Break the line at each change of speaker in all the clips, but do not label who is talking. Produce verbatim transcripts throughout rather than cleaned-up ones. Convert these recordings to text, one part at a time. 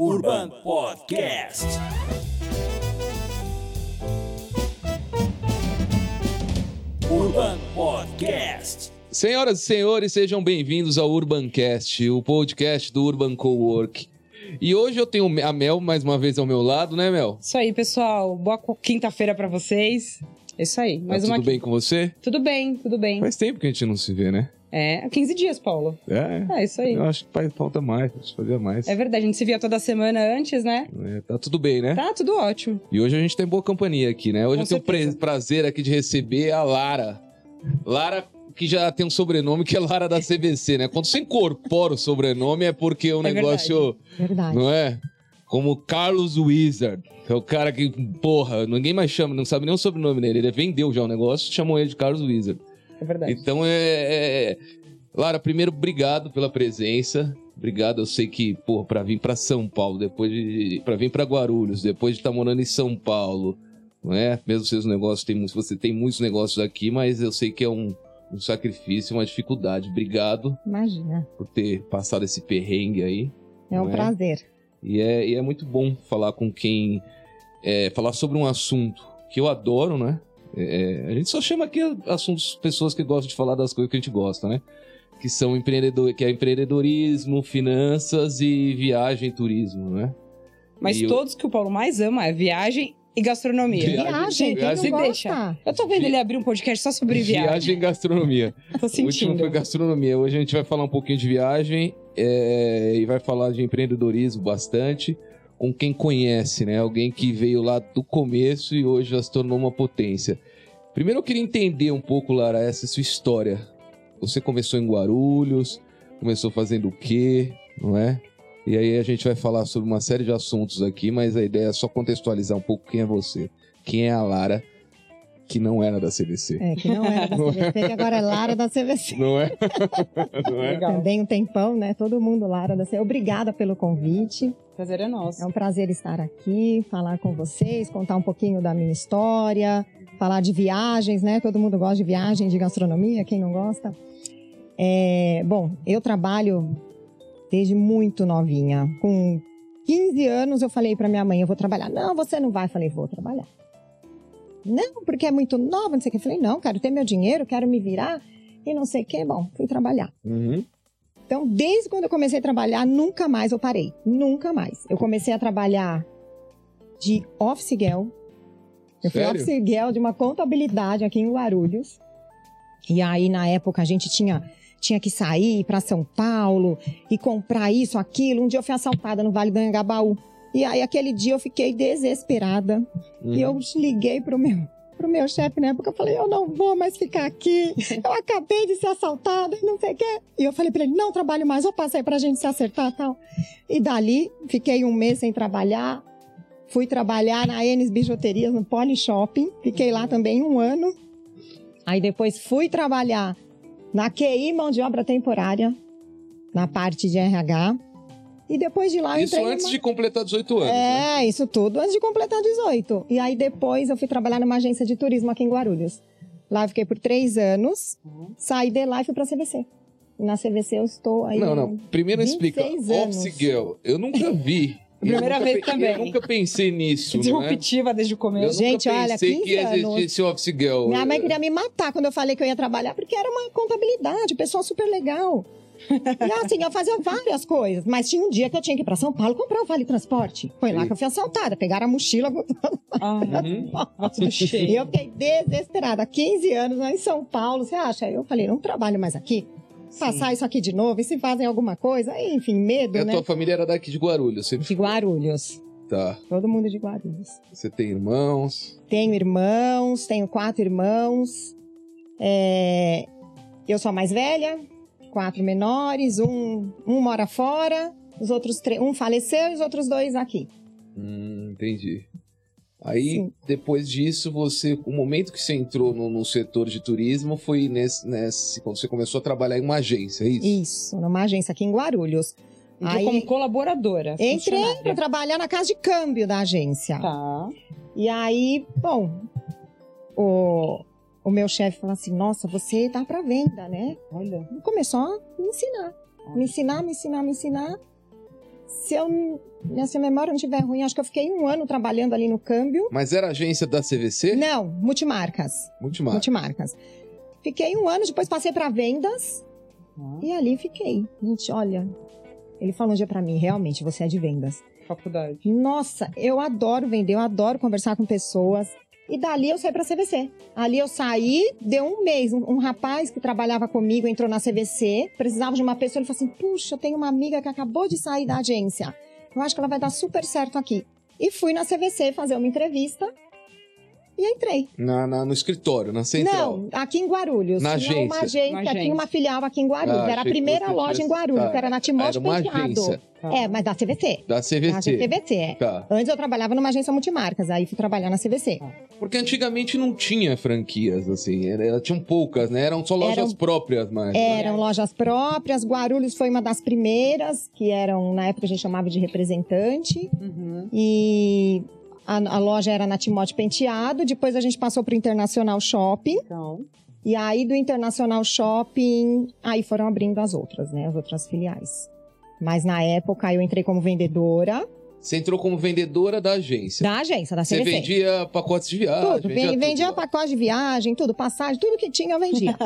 Urban Podcast. Urban Podcast.
Senhoras e senhores, sejam bem-vindos ao Urbancast, o podcast do Urban Cowork. E hoje eu tenho a Mel mais uma vez ao meu lado, né, Mel?
Isso aí, pessoal. Boa quinta-feira pra vocês. É isso aí. Mais
tá
uma
tudo bem com você?
Tudo bem, tudo bem.
Faz tempo que a gente não se vê, né?
É, quinze dias, Paulo.
É?
É, isso aí.
Eu acho que faz falta mais, acho que fazia mais.
É verdade, a gente se via toda semana antes, né?
É, tá tudo bem, né?
Tá tudo ótimo.
E hoje a gente tem boa companhia aqui, né? Hoje
Com
eu tenho o
certeza.
pre- prazer aqui de receber a Lara. Lara, que já tem um sobrenome que é Lara da C V C, né? Quando você incorpora o sobrenome é porque o
É
negócio...
Verdade.
Não é? Como Carlos Wizard, que é o cara que, porra, ninguém mais chama, não sabe nem o sobrenome dele. Ele vendeu já o negócio, chamou ele de Carlos Wizard.
É verdade.
Então é, é... Lara, primeiro, obrigado pela presença. Obrigado, eu sei que, porra, pra vir pra São Paulo, depois de... pra vir pra Guarulhos, depois de estar morando em São Paulo, não é? Mesmo seus negócios, tem muitos, você tem muitos negócios aqui, mas eu sei que é um, um sacrifício, uma dificuldade. Obrigado
Imagina.
por ter passado esse perrengue aí.
É um
Não é?
prazer.
E é, e é muito bom falar com quem... É, falar sobre um assunto que eu adoro, né? É, a gente só chama aqui assuntos, pessoas que gostam de falar das coisas que a gente gosta, né? Que são empreendedor, que é empreendedorismo, finanças e viagem e turismo, né?
Mas
E eu-
todos que o Paulo mais ama é viagem e gastronomia.
Viagem,
Viagem, quem
viagem.
não
Se
gosta?
deixa. Eu tô vendo
Vi-
ele abrir um podcast só sobre viagem.
Viagem e gastronomia.
Tô
O último
sentindo.
foi gastronomia. Hoje a gente vai falar um pouquinho de viagem é, e vai falar de empreendedorismo bastante, com quem conhece, né? Alguém que veio lá do começo e hoje já se tornou uma potência. Primeiro eu queria entender um pouco, Lara, essa sua história. Você começou em Guarulhos, começou fazendo o quê, não é? E aí a gente vai falar sobre uma série de assuntos aqui, mas a ideia é só contextualizar um pouco quem é você. Quem é a Lara, que não era da C V C.
É, que não era da C V C, que agora é Lara da C V C.
Não é? Não é?
Legal.
Também um tempão, né? Todo mundo Lara da C V C. Obrigada pelo convite.
Prazer é nosso.
É um prazer estar aqui, falar com vocês, contar um pouquinho da minha história, falar de viagens, né? Todo mundo gosta de viagem, de gastronomia, quem não gosta? É, bom, eu trabalho desde muito novinha. Com quinze anos eu falei pra minha mãe, eu vou trabalhar. Não, você não vai. Eu falei, vou trabalhar. Não, porque é muito nova, não sei o que. Eu falei, não, quero ter meu dinheiro, quero me virar e não sei o que. Bom, fui trabalhar.
Uhum.
Então, desde quando eu comecei a trabalhar, nunca mais eu parei. Nunca mais. Eu comecei a trabalhar de office girl. Eu fui
Sério?
office girl de uma contabilidade aqui em Guarulhos. E aí, na época, a gente tinha, tinha que sair para São Paulo e comprar isso, aquilo. Um dia eu fui assaltada no Vale do Anhangabaú. E aí, aquele dia, eu fiquei desesperada.
Uhum.
E eu liguei pro meu, pro meu chefe na época. Eu falei, eu não vou mais ficar aqui. Eu acabei de ser assaltada e não sei o quê. E eu falei pra ele, não trabalho mais. Eu passei pra gente se acertar e tal. E dali, fiquei um mês sem trabalhar. Fui trabalhar na Enes Bijuterias, no Poli Shopping. Fiquei lá também um ano. Aí depois fui trabalhar na Q I Mão de Obra Temporária, na parte de R H. E depois de lá eu
Isso
entrei
antes
numa...
de completar dezoito anos, né?
É, isso tudo antes de completar dezoito. E aí depois eu fui trabalhar numa agência de turismo aqui em Guarulhos. Lá eu fiquei por três anos, saí de lá e fui pra C V C. E na C V C eu estou aí...
Não, não. Primeiro explica.
vinte e seis anos.
Office Girl. Eu nunca vi. Eu
Primeira
nunca
vez
pe-
também.
Eu nunca pensei nisso, não é?
Disruptiva desde o
Eu
começo.
Gente,
nunca
olha,
pensei que
quinze anos.
existisse Office Girl.
Minha mãe queria me matar quando eu falei que eu ia trabalhar, porque era uma contabilidade, pessoal super legal. E assim, eu fazia várias coisas, mas tinha um dia que eu tinha que ir pra São Paulo comprar o Vale Transporte. Foi lá
Sim.
que eu fui assaltada, pegaram a mochila,
Ah,
Uhum.
tá tudo
e
cheio.
eu fiquei desesperada. quinze anos lá em São Paulo, você acha? Eu falei, não trabalho mais aqui. Passar isso aqui de novo, e se fazem alguma coisa, enfim, medo,
E a
né?
tua família era daqui de Guarulhos. Você...
De Guarulhos.
Tá.
Todo mundo de Guarulhos.
Você tem irmãos.
Tenho irmãos, tenho quatro irmãos. É, Eu sou a mais velha, quatro menores, um, um mora fora, os outros três, um faleceu e os outros dois aqui.
Hum, entendi. Aí,
Sim.
depois disso, você, o momento que você entrou no, no setor de turismo foi nesse, nesse, quando você começou a trabalhar em uma agência, é isso?
Isso, numa agência aqui em Guarulhos.
Entrou
Aí-
como colaboradora.
Entrei
funcionária.
para trabalhar na casa de câmbio da agência.
Tá.
E aí, bom, o, o meu chefe falou assim, nossa, você tá para venda, né?
Olha.
E começou a me ensinar. Me ensinar, me ensinar, me ensinar. se eu, se a memória não estiver ruim, acho que eu fiquei um ano trabalhando ali no câmbio.
Mas era agência da C V C?
Não, multimarcas.
Multimarcas.
Multimarcas. Fiquei um ano, depois passei para vendas
Ah.
e ali fiquei. Gente, olha, ele falou um dia para mim, realmente, você é de vendas.
Faculdade.
Nossa, eu adoro vender, eu adoro conversar com pessoas. E dali eu saí pra C V C. Ali eu saí, deu um mês. Um, um rapaz que trabalhava comigo entrou na C V C, precisava de uma pessoa. Ele falou assim: puxa, eu tenho uma amiga que acabou de sair da agência. Eu acho que ela vai dar super certo aqui. E fui na C V C fazer uma entrevista e entrei.
Na, na- no escritório, na central.
Não, aqui em Guarulhos.
Na
Tinha uma
agência.
agência,
Na
tinha
agência.
uma filial aqui em Guarulhos.
Ah,
Era a
achei que
primeira
você
loja
tivesse-
em Guarulhos,
tá.
que era na
Era
Timóteo
uma
Penteado.
agência
Tá.
É, mas da C V C.
da C V
Da
C.
C V C, é.
Tá.
Antes eu trabalhava numa agência multimarcas, aí fui trabalhar na C V C.
Porque antigamente não tinha franquias, assim. Era, era- tinham poucas, né? Eram só lojas
Eram-
próprias, mas...
Eram lojas próprias, Guarulhos foi uma das primeiras, que eram, na época a gente chamava de representante,
Uhum.
e a, a loja era na Timóteo Penteado, depois a gente passou pro Internacional Shopping,
Então,
e aí do Internacional Shopping, aí foram abrindo as outras, né, as outras filiais. Mas na época eu entrei como vendedora
Você entrou como vendedora da agência.
da agência, da C
Você
V C.
vendia pacotes de viagem.
Tudo, vendia,
tudo
vendia
lá.
pacote de viagem, tudo, passagem, tudo que tinha eu vendia.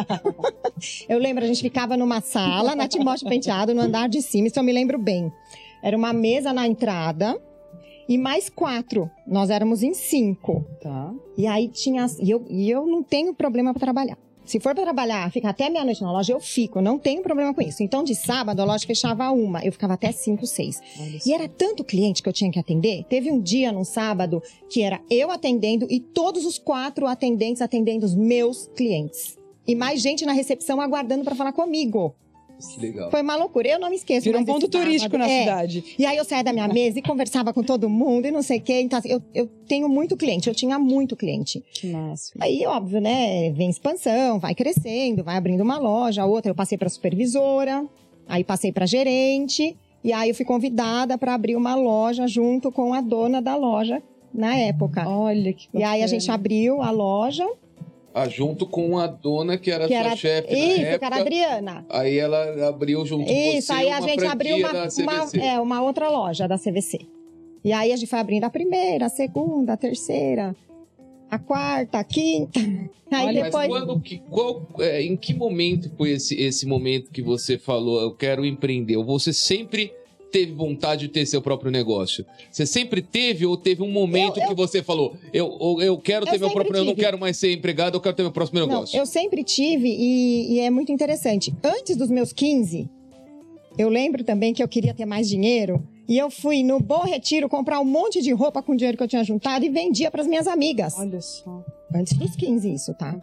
Eu lembro, a gente ficava numa sala, na Timóteo Penteado, no andar de cima, isso eu me lembro bem. Era uma mesa na entrada e mais quatro. Nós éramos em cinco.
tá.
E aí tinha. E eu, e eu não tenho problema para trabalhar. Se for para trabalhar, ficar até meia-noite na loja, eu fico, não tenho problema com isso. Então, de sábado, a loja fechava uma, eu ficava até cinco, seis.
Olha só.
E era tanto cliente que eu tinha que atender. Teve um dia, num sábado, que era eu atendendo e todos os quatro atendentes atendendo os meus clientes. E mais gente na recepção aguardando para falar comigo.
Que legal.
Foi uma loucura. Eu não me esqueço.
Virou um
mais
ponto
desse
turístico
sábado.
na
É.
cidade.
E aí eu saía da minha mesa e conversava com todo mundo e não sei o quê. Então, assim, eu, eu tenho muito cliente, eu tinha muito cliente.
Que máximo.
Aí, óbvio, né? Vem expansão, vai crescendo, vai abrindo uma loja, outra. Eu passei para supervisora, aí passei para gerente. E aí eu fui convidada para abrir uma loja junto com a dona da loja na época.
Olha que
E aí a
bacana.
gente abriu a loja,
Ah, junto com a dona que era
que
sua
era
chefe na
isso, que
época.
era a Adriana.
Aí ela abriu junto com
Isso,
você
aí a
uma
gente abriu
franquia
uma,
da C V
uma,
C.
é, uma outra loja da C V C. E aí a gente foi abrindo a primeira, a segunda, a terceira, a quarta, a quinta. Aí
Olha,
Mas
depois.
quando que, qual, é, em que momento foi esse, esse momento que você falou, eu quero empreender? Ou você sempre teve vontade de ter seu próprio negócio? Você sempre teve ou teve um momento
Eu- eu-
que você falou, eu, eu, eu quero
Eu
ter meu
sempre
próprio, eu não
tive.
quero mais ser empregado, eu quero ter meu próximo
Não,
negócio?
eu sempre tive e, e é muito interessante. Antes dos meus quinze, eu lembro também que eu queria ter mais dinheiro. E eu fui no Bom Retiro comprar um monte de roupa com dinheiro que eu tinha juntado e vendia para as minhas amigas.
Olha só.
Antes dos quinze, isso, tá?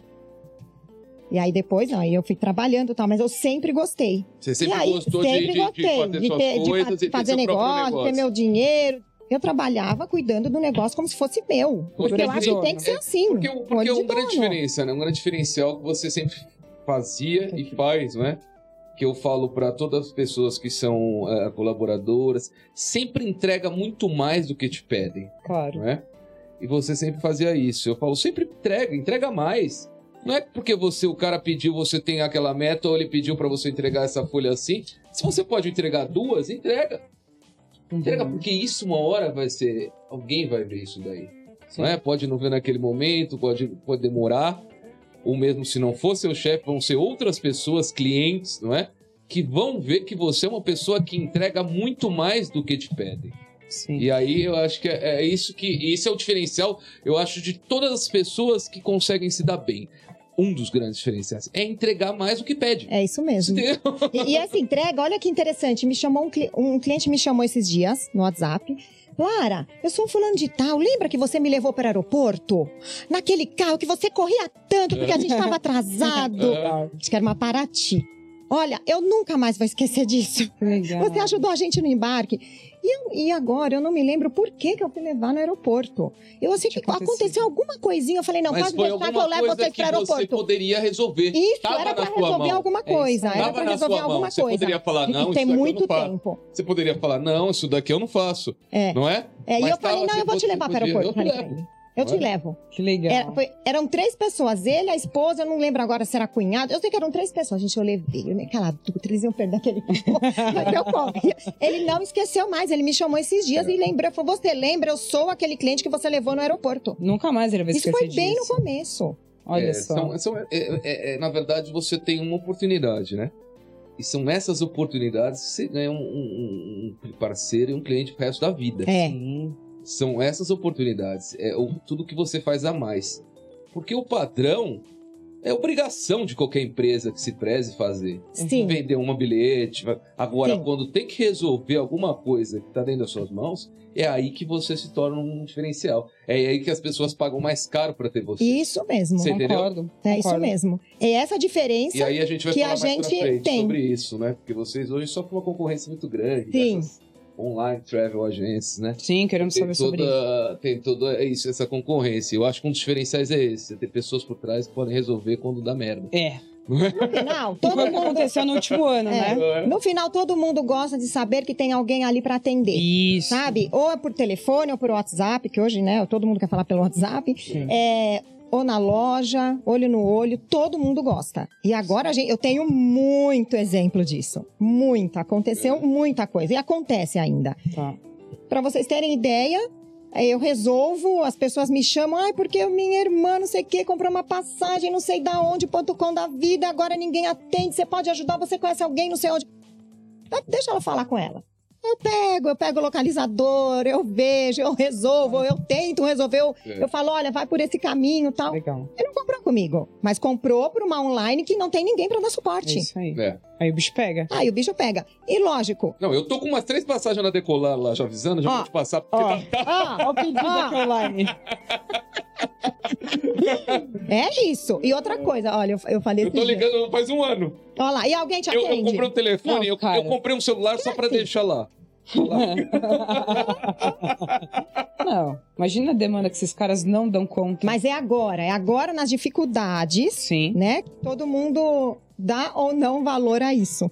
E aí depois, aí eu fui trabalhando e tal, mas eu sempre gostei.
Você sempre
e aí,
gostou de,
sempre
de,
gostei
de fazer
de,
suas
ter, de
coisas
fa-
e ter
fazer
seu
negócio,
próprio
de
negócio.
ter meu dinheiro. Eu trabalhava cuidando do negócio como se fosse meu. Porque
Porque
eu acho que tem que ser assim.
Porque, o- porque é
olho de
uma grande
dono.
diferença, né? Uma grande diferencial que você sempre fazia e faz, não é? Que eu falo para todas as pessoas que são eh, colaboradoras, sempre entrega muito mais do que te pedem,
Claro.
não é? E você sempre fazia isso. Eu falo, sempre entrega, entrega mais. Não é porque você, o cara pediu, você tem aquela meta, ou ele pediu para você entregar essa folha assim. Se você pode entregar duas, entrega. Entrega,
Uhum.
porque isso uma hora vai ser... Alguém vai ver isso daí.
Sim.
Não é? Pode não ver naquele momento, pode, pode demorar. Ou mesmo se não for seu chefe, vão ser outras pessoas, clientes, não é? Que vão ver que você é uma pessoa que entrega muito mais do que te pedem.
Sim.
E aí eu acho que é, é isso que... Esse é o diferencial, eu acho, de todas as pessoas que conseguem se dar bem. Um dos grandes diferenciais é entregar mais do que pede.
É isso mesmo.
Entendeu?
E, e essa entrega, olha que interessante, me chamou um, cli- um cliente me chamou esses dias no WhatsApp. Lara, eu sou um fulano de tal, lembra que você me levou para o aeroporto? Naquele carro que você corria tanto porque a gente estava atrasado.
É.
Acho que era uma Paraty. Olha, eu nunca mais vou esquecer disso.
Que legal.
Você ajudou a gente no embarque. E, eu- e agora eu não me lembro por que, que eu fui levar no aeroporto. Eu sei que
Tinha acontecido.
aconteceu alguma coisinha. Eu falei, não,
Mas
pode
foi
deixar que eu
alguma
levo
coisa
vocês
que
para o
você
aeroporto.
poderia resolver.
Isso,
Tava
era
na
pra
sua
resolver
mão.
alguma
É isso
coisa.
aí.
Era
Tava
pra
na
resolver
sua mão.
alguma
Você
coisa.
poderia falar,
E
não,
tem
isso daqui
muito
eu não faço.
tempo.
Você poderia falar, não, isso daqui eu não faço.
É.
Não é?
É, e
Mas
eu falei,
tava-
não,
você
eu vou te
podia-
levar para o aeroporto.
eu
Falei
levo.
pra ele. Eu te
Olha.
levo.
Que legal.
Era- foi- eram três pessoas, ele, a esposa, eu não lembro agora se era cunhado. Eu sei que eram três pessoas, gente, eu levei. Eu, aquela dúvida, eles iam perder aquele mas eu confio. Ele não esqueceu mais, ele me chamou esses dias
É.
e lembrou. Falou, você lembra, eu sou aquele cliente que você levou no aeroporto.
Nunca mais ele vai
Isso
esquecer
foi bem
disso.
no começo.
Olha
É,
só.
são- são- é, é, é, na verdade, você tem uma oportunidade, né? E são essas oportunidades que você ganha um, um- um parceiro e um cliente pro resto da vida.
É.
Sim.
São essas oportunidades. É o- tudo que você faz a mais. Porque o padrão é obrigação de qualquer empresa que se preze fazer.
Sim.
Vender uma bilhete. Agora,
Sim.
quando tem que resolver alguma coisa que está dentro das suas mãos, é aí que você se torna um diferencial. É aí que as pessoas pagam mais caro para ter você.
Isso mesmo.
Você entendeu?
Concordo.
É isso
concordo.
mesmo. É essa a diferença.
E aí a gente vai
que
falar
a
mais
gente
pra frente
tem.
sobre isso, né? Porque vocês hoje sofrem uma concorrência muito grande.
Sim.
dessas online travel agents, né?
Sim, queremos
Tem
saber sobre isso.
toda, tem toda isso, essa concorrência. Eu acho que um dos diferenciais é esse. Você ter pessoas por trás que podem resolver quando dá merda.
É.
No final,
Que
todo
foi o que
mundo.
aconteceu no último ano,
É.
né?
No final, todo mundo gosta de saber que tem alguém ali para atender.
Isso.
Sabe? Ou é por telefone ou por WhatsApp, que hoje, né, todo mundo quer falar pelo WhatsApp.
Sim.
É, ou na loja, olho no olho, todo mundo gosta. E agora a gente, eu tenho muito exemplo disso. Muita. Aconteceu muita coisa. E acontece ainda.
Tá.
Para vocês terem ideia, eu resolvo, as pessoas me chamam, ai, porque minha irmã, não sei o quê, comprou uma passagem, não sei da onde, ponto com da vida, agora ninguém atende, você pode ajudar, você conhece alguém, não sei onde. Ah, deixa ela falar com ela. Eu pego, eu pego o localizador, eu vejo, eu resolvo, eu tento resolver, eu,
É.
eu falo, olha, vai por esse caminho e tal.
Legal.
Ele não comprou comigo, mas comprou por uma online que não tem ninguém para dar
É
suporte.
isso aí.
É.
Aí o bicho pega.
Aí o bicho pega. E lógico,
Não, eu tô com umas três passagens na Decolar lá, já avisando, já
Ó,
vou te passar. Porque
ó.
tá- tá-
ah,
Olha o pedido
Ah.
aqui online.
é isso. E outra coisa, olha, eu, eu falei
eu tô
esses dias.
ligando faz um ano.
Olha lá, e alguém te
Eu, eu
atende?
comprei um telefone,
Não,
eu,
cara.
eu comprei um celular só pra
assim?
deixar lá.
Não, imagina a demanda que esses caras não dão conta.
Mas é agora, é agora nas dificuldades,
Sim.
né? que Todo mundo dá ou não valor a isso.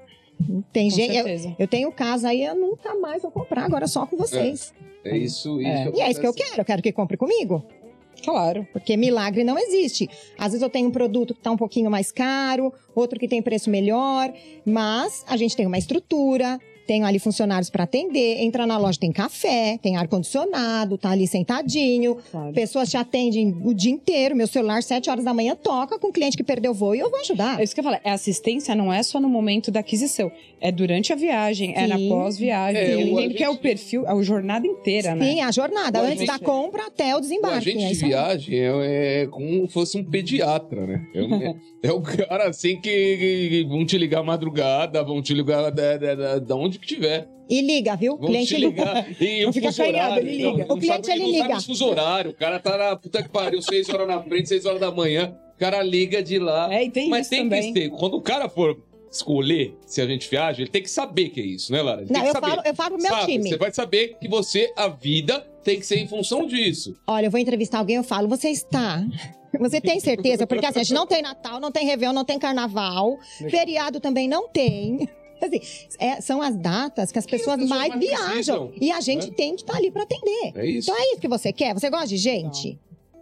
Tem
Com
gente. Eu,
certeza.
eu tenho casa aí, eu nunca mais vou comprar, agora só com vocês.
É isso, isso
É.
E é isso que eu
acontece.
quero, eu quero que compre comigo.
Claro.
Porque milagre não existe. Às vezes eu tenho um produto que tá um pouquinho mais caro, outro que tem preço melhor, mas a gente tem uma estrutura, tenho ali funcionários para atender, entra na loja, tem café, tem ar-condicionado, tá ali sentadinho,
Claro.
pessoas te atendem o dia inteiro, meu celular sete horas da manhã toca com um cliente que perdeu o voo e eu vou ajudar.
É isso que eu falo. É assistência não é só no momento da aquisição. É durante a viagem, é na
Sim.
pós-viagem.
É,
Eu
o
entendo
agente-
que é o perfil, é a jornada inteira, né?
Sim, a jornada,
O
antes
agente-
da compra até o
O
desembarque.
agente
é
de
isso aí.
viagem é, é como se fosse um pediatra, né? É, um- é o cara assim que, que vão te ligar madrugada, vão te ligar da, da, da, da onde que tiver.
E liga, viu?
Vão
cliente
te ligar. E
Não
o
fica
fuso
acanhado,
horário.
ele
não-
liga.
não
O cliente,
sabe-
ele
não
liga.
sabe o fuso horário. O cara tá na puta que pariu, seis horas na frente, seis horas da manhã. O cara liga de lá.
É, e tem
Mas
isso
tem
também.
que ter. Quando o cara for escolher se a gente viaja, ele tem que saber que é isso, né, Lara? Ele
Não,
tem que
eu
saber.
falo, eu falo pro meu
Sabe?
time.
Você vai saber que você, a vida, tem que ser em função disso.
Olha, eu vou entrevistar alguém, eu falo, você está... Você tem certeza? Porque assim, a gente não tem Natal, não tem Réveillon, não tem Carnaval, feriado também não tem. Assim, é- são as datas que as pessoas,
pessoas
mais,
mais
viajam.
precisam,
E a gente
né?
tem que estar ali para atender.
É isso.
Então é isso que você quer? Você gosta de gente?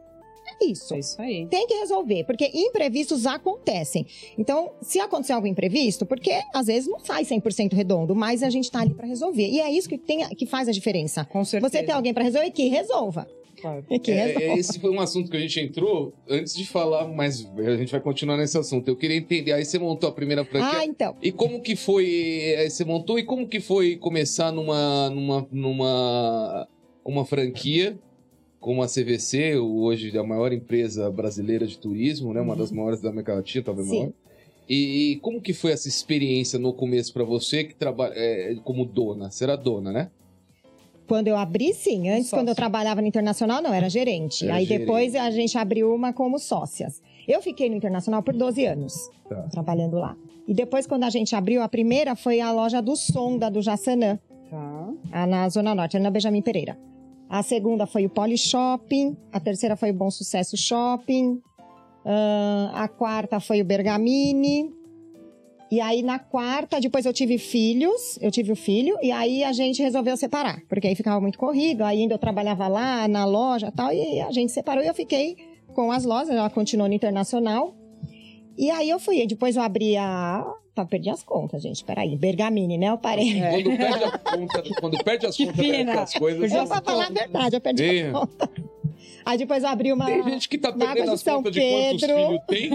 É isso.
É isso aí.
Tem que resolver, porque imprevistos acontecem. Então, se acontecer algo imprevisto, porque às vezes não sai cem por cento redondo, mas a gente tá ali para resolver. E é isso que, tem, que faz a diferença.
Com certeza.
Você tem alguém para resolver, que resolva.
Claro.
Que resolva.
É, esse foi um assunto que a gente entrou antes de falar, mas a gente vai continuar nesse assunto. Eu queria entender. Aí você montou a primeira franquia.
Ah, então.
E como que foi. Aí você montou e como que foi começar numa. numa. numa. uma franquia como a C V C, hoje a maior empresa brasileira de turismo, né? Uma das maiores da América Latina, talvez
Sim.
maior. E, e como que foi essa experiência no começo para você que trabalha é, como dona? Você era dona, né?
Quando eu abri, sim. Antes,
Sócia.
quando eu trabalhava no Internacional, não, era gerente.
Era
Aí
gerente.
depois a gente abriu uma como sócias. Eu fiquei no Internacional por doze anos,
Tá.
trabalhando lá. E depois, quando a gente abriu, a primeira foi a loja do Sonda, do Jaçanã,
Tá.
ah, na Zona Norte, ali na Benjamin Pereira. A segunda foi o Poli Shopping. A terceira foi o Bom Sucesso Shopping. Ah, a quarta foi o Bergamini. E aí, na quarta, depois eu tive filhos, eu tive o filho, e aí a gente resolveu separar, porque aí ficava muito corrido, aí ainda eu trabalhava lá na loja e tal, e a gente separou e eu fiquei com as lojas, ela continuou no internacional. E aí eu fui, depois eu abri a... Tá, perdi as contas, gente, peraí, Bergamini, né? Eu parei.
É. Quando perde a conta, quando perde as contas das coisas...
Eu vou falar a verdade, eu perdi é. as contas. Aí depois eu abri uma...
Tem gente que tá perdendo as contas de quantos filhos tem.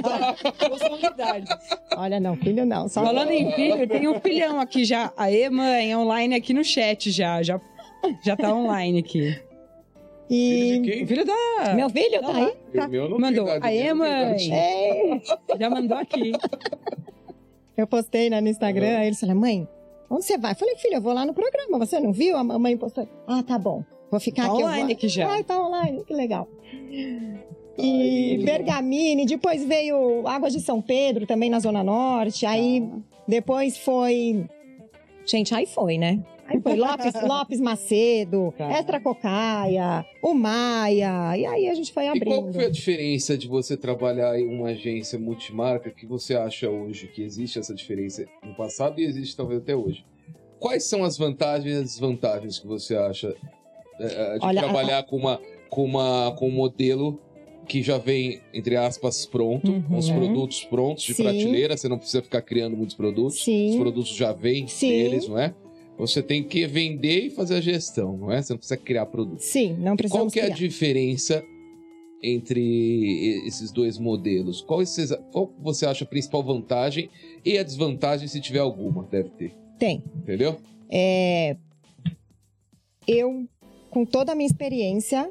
Olha, não, filho não. Só
Falando em filho, tem um filhão aqui já. Aê, mãe, online aqui no chat já. Já, já tá online aqui.
E...
Filho de quem?
Filho da...
Meu filho tá aí?
O meu não
mandou.
tem idade,
Aê, mãe.
É.
Já mandou aqui.
Eu postei né, no Instagram, uhum. Aí eles falaram, mãe, onde você vai? Eu falei, filho, eu vou lá no programa, você não viu? A mamãe postou. Ah, tá bom. Vou ficar
tá
aqui.
Online
vou...
aqui já.
Ah, tá online, que legal. E Ai, Bergamini, depois veio Águas de São Pedro, também na Zona Norte. Aí ah. depois foi... Gente, aí foi, né? Aí foi Lopes, Lopes Macedo, tá. Extra Cocaia, o Maia. E aí a gente foi abrindo.
E qual foi a diferença de você trabalhar em uma agência multimarca que você acha hoje que existe essa diferença no passado e existe talvez até hoje? Quais são as vantagens e desvantagens que você acha é, de Olha, trabalhar a... com, uma, com, uma, com um modelo que já vem, entre aspas, pronto, uhum. com os produtos prontos de Sim. prateleira, você não precisa ficar criando muitos produtos, Sim. os produtos já vêm deles, não é? Você tem que vender e fazer a gestão, não é? Você não precisa criar produto.
Sim, não precisamos
Qual que é
criar.
a diferença entre esses dois modelos? Qual, esses, qual você acha a principal vantagem e a desvantagem, se tiver alguma? Deve ter.
Tem.
Entendeu?
É... Eu, com toda a minha experiência,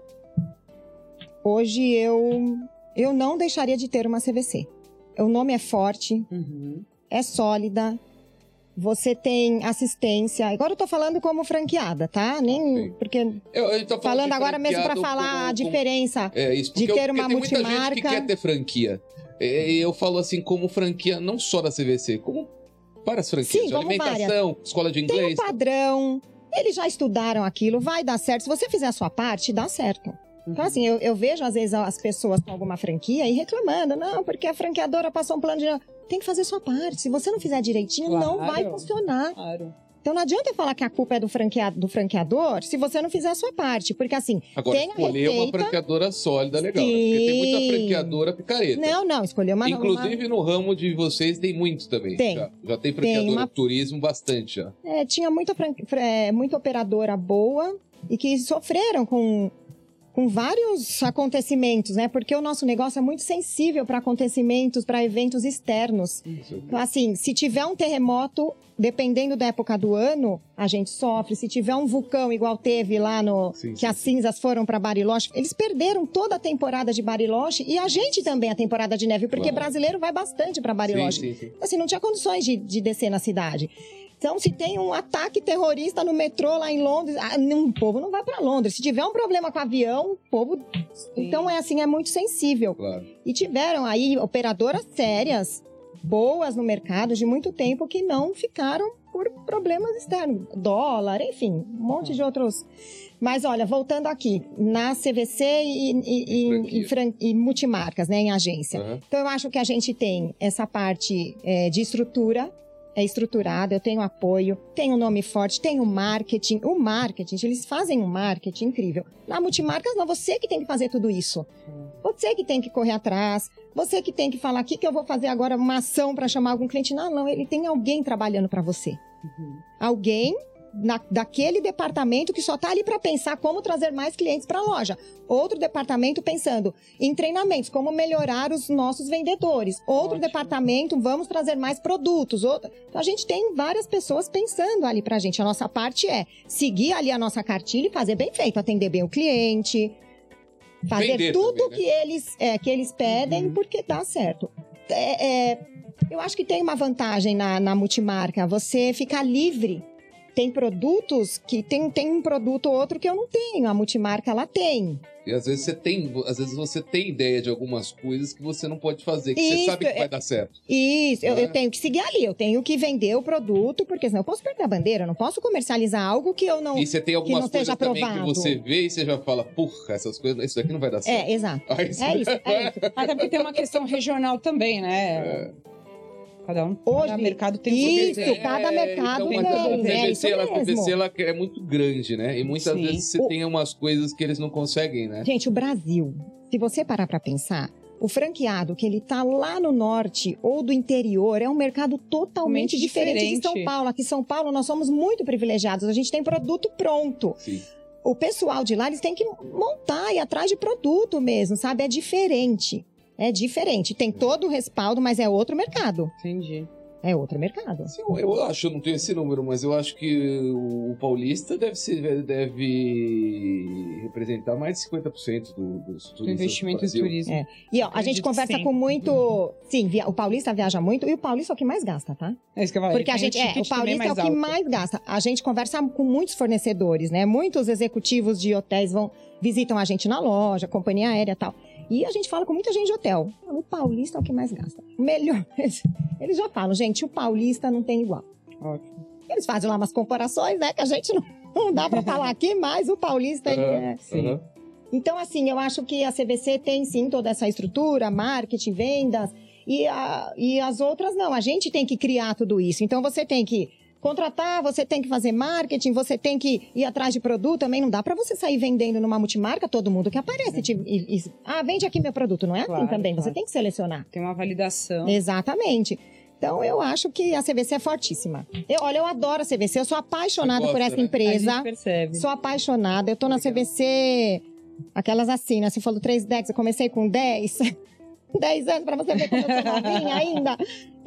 hoje eu, eu não deixaria de ter uma C V C. O nome é forte, uhum. é sólida. Você tem assistência. Agora eu tô falando como franqueada, tá? Nem
okay.
porque
eu, eu tô falando,
falando agora mesmo para falar como, a diferença
como... É isso,
de ter
eu,
uma
tem
multimarca.
Muita gente que quer ter franquia. Eu falo assim como franquia não só da C V C, como várias franquias.
Sim,
de
como
alimentação,
várias.
Escola de inglês.
Tem um padrão. Eles já estudaram aquilo, vai dar certo. Se você fizer a sua parte, dá certo. Uhum. Então, assim, eu, eu vejo às vezes as pessoas com alguma franquia e reclamando. Não, porque a franqueadora passou um plano de... Tem que fazer a sua parte. Se você não fizer direitinho, claro. Não vai funcionar. Claro. Então não adianta falar que a culpa é do, franqueado, do franqueador se você não fizer a sua parte. Porque assim,
agora,
tem
escolher
receita...
uma franqueadora sólida, legal.
Sim.
Né? Porque tem muita franqueadora picareta.
Não, não, escolher uma...
Inclusive
uma...
no ramo de vocês tem muitos também.
Tem.
Já, já tem franqueadora
tem uma...
de turismo bastante já.
É, tinha muita, fran... é, muita operadora boa e que sofreram com... com vários acontecimentos, né? Porque o nosso negócio é muito sensível para acontecimentos, para eventos externos. Então, assim, se tiver um terremoto, dependendo da época do ano, a gente sofre. Se tiver um vulcão igual teve lá no... Sim, que sim. As cinzas foram para Bariloche, eles perderam toda a temporada de Bariloche e a gente também a temporada de neve, porque claro. Brasileiro vai bastante para Bariloche. Sim, sim, sim. Assim, não tinha condições de, de descer na cidade. Então, se tem um ataque terrorista no metrô lá em Londres, ah, não, o povo não vai para Londres. Se tiver um problema com o avião, o povo... Sim. Então, é assim, é muito sensível.
Claro.
E tiveram aí operadoras sérias, boas no mercado de muito tempo, que não ficaram por problemas externos. Dólar, enfim, um monte de outros... Mas, olha, voltando aqui, na C V C e, e, e, e, fran... e multimarcas, né, em agência. Uhum. Então, eu acho que a gente tem essa parte é, de estrutura... É estruturada, eu tenho apoio, tenho um nome forte, tenho marketing. O marketing, eles fazem um marketing incrível. Na multimarcas, não, você que tem que fazer tudo isso. Você que tem que correr atrás, você que tem que falar, o que, que eu vou fazer agora, uma ação para chamar algum cliente. Não, não, ele tem alguém trabalhando para você. Uhum. Alguém na, daquele departamento que só está ali para pensar como trazer mais clientes para a loja. Outro departamento pensando em treinamentos, como melhorar os nossos vendedores. Outro Ótimo. Departamento, vamos trazer mais produtos. Outro... Então, a gente tem várias pessoas pensando ali para a gente. A nossa parte é seguir ali a nossa cartilha e fazer bem feito, atender bem o cliente, fazer Vender tudo também, né? que, eles, é, que eles pedem, uhum. porque dá certo. É, é, eu acho que tem uma vantagem na, na multimarca, você ficar livre. Tem produtos que tem, tem um produto ou outro que eu não tenho. A multimarca, ela tem.
E às vezes você tem, às vezes você tem ideia de algumas coisas que você não pode fazer, que
isso,
você sabe que
é,
vai dar certo.
Isso, é? eu, eu tenho que seguir ali, eu tenho que vender o produto, porque senão eu posso perder a bandeira, eu não posso comercializar algo que eu não
E você tem algumas
que não
coisas também
aprovado.
que você vê e você já fala, porra, essas coisas, isso daqui não vai dar certo.
É, exato.
Ah, isso
é isso, é isso.
Até porque tem uma questão regional também, né?
É.
Cada um,
Hoje,
cada mercado tem o seu
isso,
desenho.
cada mercado
então,
tem,
mas a
é
T V C,
isso
ela, a T V C
mesmo.
ela é muito grande, né? E muitas
Sim.
vezes você
O-
tem umas coisas que eles não conseguem, né?
Gente, o Brasil, se você parar pra pensar, o franqueado que ele tá lá no norte ou do interior é um mercado totalmente
Totalmente
diferente, de São
diferente.
Paulo. Aqui em São Paulo nós somos muito privilegiados, a gente tem produto pronto.
Sim.
O pessoal de lá, eles têm que montar e ir atrás de produto mesmo, sabe? É diferente. É diferente. Tem todo o respaldo, mas é outro mercado.
Entendi.
É outro mercado.
Assim, eu, eu acho, eu não tenho esse número, mas eu acho que o, o paulista deve, ser, deve representar mais de cinquenta por cento do, dos turistas
Do investimento
do
em
Brasil.
turismo.
É. E ó, a
Acredito
gente conversa
que sim.
com muito. Sim, via- o paulista viaja muito e o paulista é o que mais gasta, tá?
É isso que eu falei.
Porque a
Tem
gente, é,
ticket
o
também
paulista é o que
alto.
mais gasta. A gente conversa com muitos fornecedores, né? Muitos executivos de hotéis vão visitam a gente na loja, companhia aérea e tal. E a gente fala com muita gente de hotel. O paulista é o que mais gasta. Melhor. Eles já falam, gente, o paulista não tem igual.
Ótimo.
Eles fazem lá umas comparações, né? Que a gente não, não dá pra falar aqui, mas o paulista ele
Aham,
é.
aham.
Então, assim, eu acho que a C V C tem sim toda essa estrutura, marketing, vendas, e, a, e as outras não. A gente tem que criar tudo isso. Então, você tem que contratar, você tem que fazer marketing, você tem que ir atrás de produto. Também não dá pra você sair vendendo numa multimarca todo mundo que aparece. Tipo, e- e- ah, vende aqui meu produto. Não é
Claro,
assim também. Você
claro.
tem que selecionar.
Tem uma validação.
Exatamente. Então, eu acho que a C V C é fortíssima. Eu, olha, eu adoro a C V C. Eu sou apaixonada
Você
por
gosta,
essa
né?
A
empresa.
gente percebe.
Sou apaixonada. Eu tô na C V C, aquelas assim, né? Você falou três decks, eu comecei com dez. dez anos, pra você ver como eu sou novinha ainda.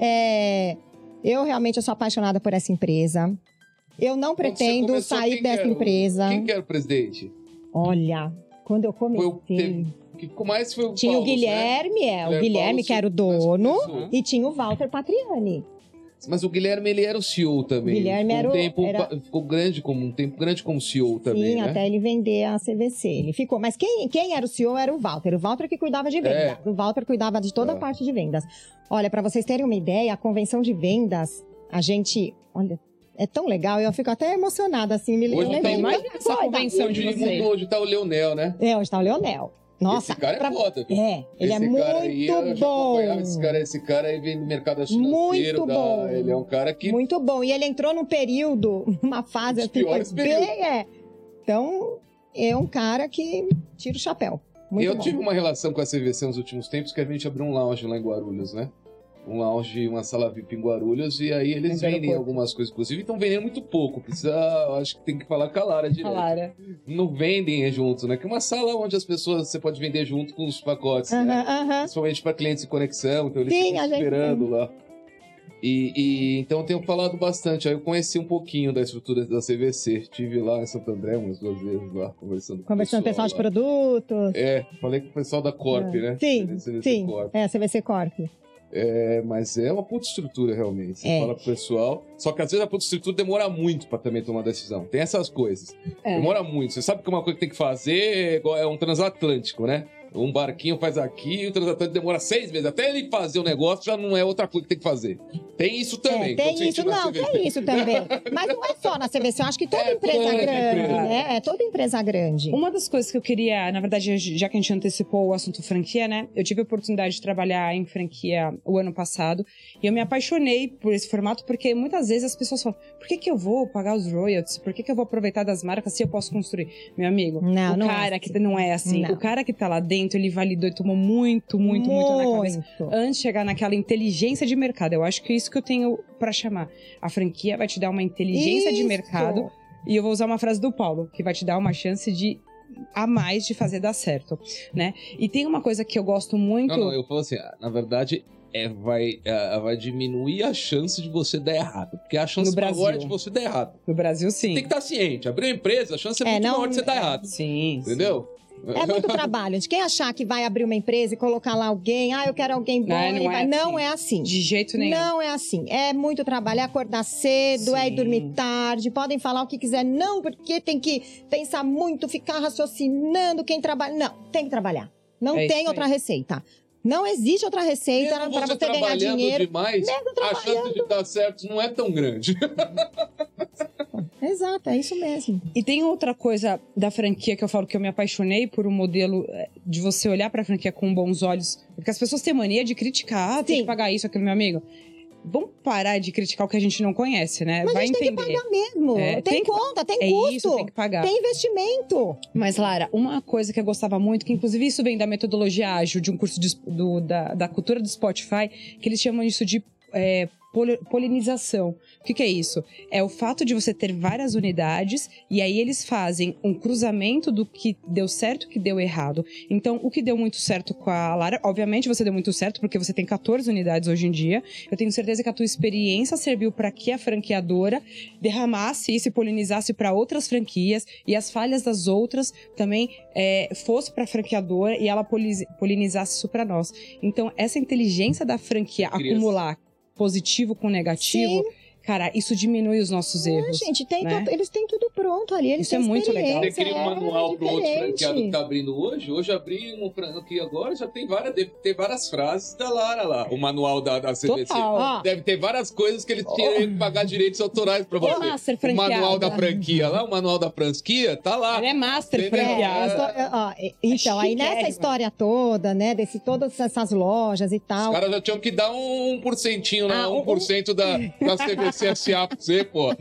É, eu realmente eu sou apaixonada por essa empresa. Eu não
Quando você
pretendo
começou,
sair
quem
dessa
que era o-
empresa.
Quem que era o presidente?
Olha, quando eu
Foi o,
comecei...
teve, que ficou mais foi o
Tinha
Paulo,
o Guilherme, é, o
Guilherme
Guilherme
Paulo,
que era o
mas
dono.
começou.
E tinha o Walter Patriani.
Mas o Guilherme, ele era o C E O também.
Guilherme
ficou
era
um
o-
tempo,
era-
ficou grande como um tempo grande como C E O também,
Sim,
né?
até ele vender a C V C. Ele ficou. Mas quem, quem era o C E O era o Walter. O Walter que cuidava de vendas. O Walter cuidava de toda
É.
a parte de vendas. Olha, para vocês terem uma ideia, a convenção de vendas, a gente. Olha, é tão legal. Eu fico até emocionada, assim. Me
Hoje
lembro
tá
de
uma-
muita
essa
coisa.
convenção de
Hoje,
vocês.
hoje tá o Leonel, né?
É, hoje tá o Leonel. Nossa.
Esse cara é
pra-
foda. viu?
É, ele é
Esse
muito
cara aí, eu já
bom.
acompanhava Esse cara, esse cara aí vem do mercado financeiro.
Muito
da-
bom.
Ele é um cara que...
Muito bom. E ele entrou num período, uma fase
Os
assim, foi
piores
bem.
períodos.
É. Então, é um cara que tira o chapéu. Muito
eu
bom.
tive uma relação com a C V C nos últimos tempos, que a gente abriu um lounge lá em Guarulhos, né? Um lounge, uma sala V I P em Guarulhos, e aí eles
Mas
vendem
aeroporto.
algumas coisas, inclusive, estão vendendo muito pouco. Precisa, acho que tem que falar com a Lara direto.
Lara.
Não vendem juntos, né? Que é uma sala onde as pessoas, você pode vender junto com os pacotes, né?
Aham, aham.
Principalmente para clientes de conexão, então eles
Sim,
ficam
a gente
esperando lá. E, e então eu tenho falado bastante. Aí eu conheci um pouquinho da estrutura da C V C. Estive lá em Santo André umas duas vezes lá, conversando com
Conversando com o pessoal de
lá.
produtos.
É, falei com o pessoal da Corp, né?
Sim,
C V C
sim.
Corp.
É, C V C Corp.
É, mas é uma puta estrutura realmente. Você
É.
fala pro pessoal. Só que às vezes a puta estrutura demora muito pra também tomar decisão. Tem essas coisas.
É.
Demora muito. Você sabe que uma coisa que tem que fazer é igual- é um transatlântico, né? Um barquinho faz aqui e o transatlântico demora seis meses. Até ele fazer o negócio já não é outra coisa que tem que fazer. Tem isso também.
É,
que eu
tem
senti
isso,
na
não,
C V C.
tem isso também. Mas não é só na C V C, eu acho que toda
É,
empresa
toda
grande,
empresa.
né? É toda empresa grande.
Uma das coisas que eu queria, na verdade, já que a gente antecipou o assunto franquia, né? Eu tive a oportunidade de trabalhar em franquia o ano passado e eu me apaixonei por esse formato porque muitas vezes as pessoas falam: por que, que eu vou pagar os royalties? Por que, que eu vou aproveitar das marcas se eu posso construir? Meu amigo,
Não,
o
não é
cara
assim.
que não é assim.
Não.
O cara que tá lá dentro, ele validou e tomou muito, muito, muito, na cabeça.
Muito.
Antes de chegar naquela inteligência de mercado. Eu acho que é isso que eu tenho pra chamar. A franquia vai te dar uma inteligência de
Isso.
mercado. E eu vou usar uma frase do Paulo, que vai te dar uma chance de a mais de fazer dar certo, né? E tem uma coisa que eu gosto muito...
Não, não, eu falo assim, ah, na verdade, é, vai, é, vai diminuir a chance de você dar errado. Porque a chance
No Brasil.
maior é de você dar errado.
No Brasil,
Você
sim.
tem que estar ciente. Abrir uma empresa, a chance é,
É,
muito
não-
maior de você dar errado.
Sim, sim.
Entendeu?
É muito trabalho. De quem achar que vai abrir uma empresa e colocar lá alguém, ah, eu quero alguém bom,
Não, não
e
é
vai.
assim.
Não é assim.
De jeito nenhum.
Não é assim. É muito trabalho. É acordar cedo, é ir
Sim.
dormir tarde. Podem falar o que quiser. Não, porque tem que pensar muito, ficar raciocinando quem trabalha. Não, tem que trabalhar. Não
É isso
tem
aí.
outra receita. Não existe outra receita
Mesmo
para você ganhar
trabalhando
dinheiro.
demais,
Mesmo
a chance de dar certo não é tão grande.
Exato, é isso mesmo.
E tem outra coisa da franquia que eu falo que eu me apaixonei por um modelo eh, de você olhar pra franquia com bons olhos. Porque as pessoas têm mania de criticar, ah, tem
Sim.
que pagar isso, aquilo, meu amigo. vamos parar de criticar o que a gente não conhece, né?
Mas
Vai
a gente
entender.
tem que pagar mesmo.
É,
tem,
tem que-
conta, tem
É
custo.
isso, tem que pagar.
Tem investimento.
Mas, Lara, uma coisa que eu gostava muito, que inclusive isso vem da metodologia ágil, de um curso de- do- da, da cultura do Spotify, que eles chamam isso de é, poli- polinização. O que, que é isso? É o fato de você ter várias unidades e aí eles fazem um cruzamento do que deu certo e o que deu errado. Então, o que deu muito certo com a Lara, obviamente você deu muito certo, porque você tem quatorze unidades hoje em dia. Eu tenho certeza que a tua experiência serviu para que a franqueadora derramasse isso e polinizasse para outras franquias e as falhas das outras também é, fosse para a franqueadora e ela polizi- polinizasse isso para nós. Então, essa inteligência da franquia
Criança.
acumular positivo com negativo, cara, isso diminui os nossos
Ah,
erros.
gente, tem
né?
tudo- eles têm tudo pronto ali. Eles
Isso é
têm
muito legal.
Você
experiência,
queria um
é
manual pro outro
diferente.
franqueado que tá abrindo hoje? Hoje abri um franquia agora, já tem várias, deve ter várias frases da Lara lá. O manual da, da C B C.
Total.
Ó,
Deve ter várias coisas que eles tinham que pagar direitos autorais pra
E a
você.
Master
O
franqueada?
manual da franquia lá, o manual da franquia, tá lá.
Ela é master
Entendeu?
É,
franqueada.
eu tô- ó, e- então, aí nessa
chiquérrima.
história toda, né, desse todas essas lojas e
Os
tal,
caras já tinham que dar um, um porcentinho, né?
Ah, um-
um por cento da, da C B C S A pra você, pô.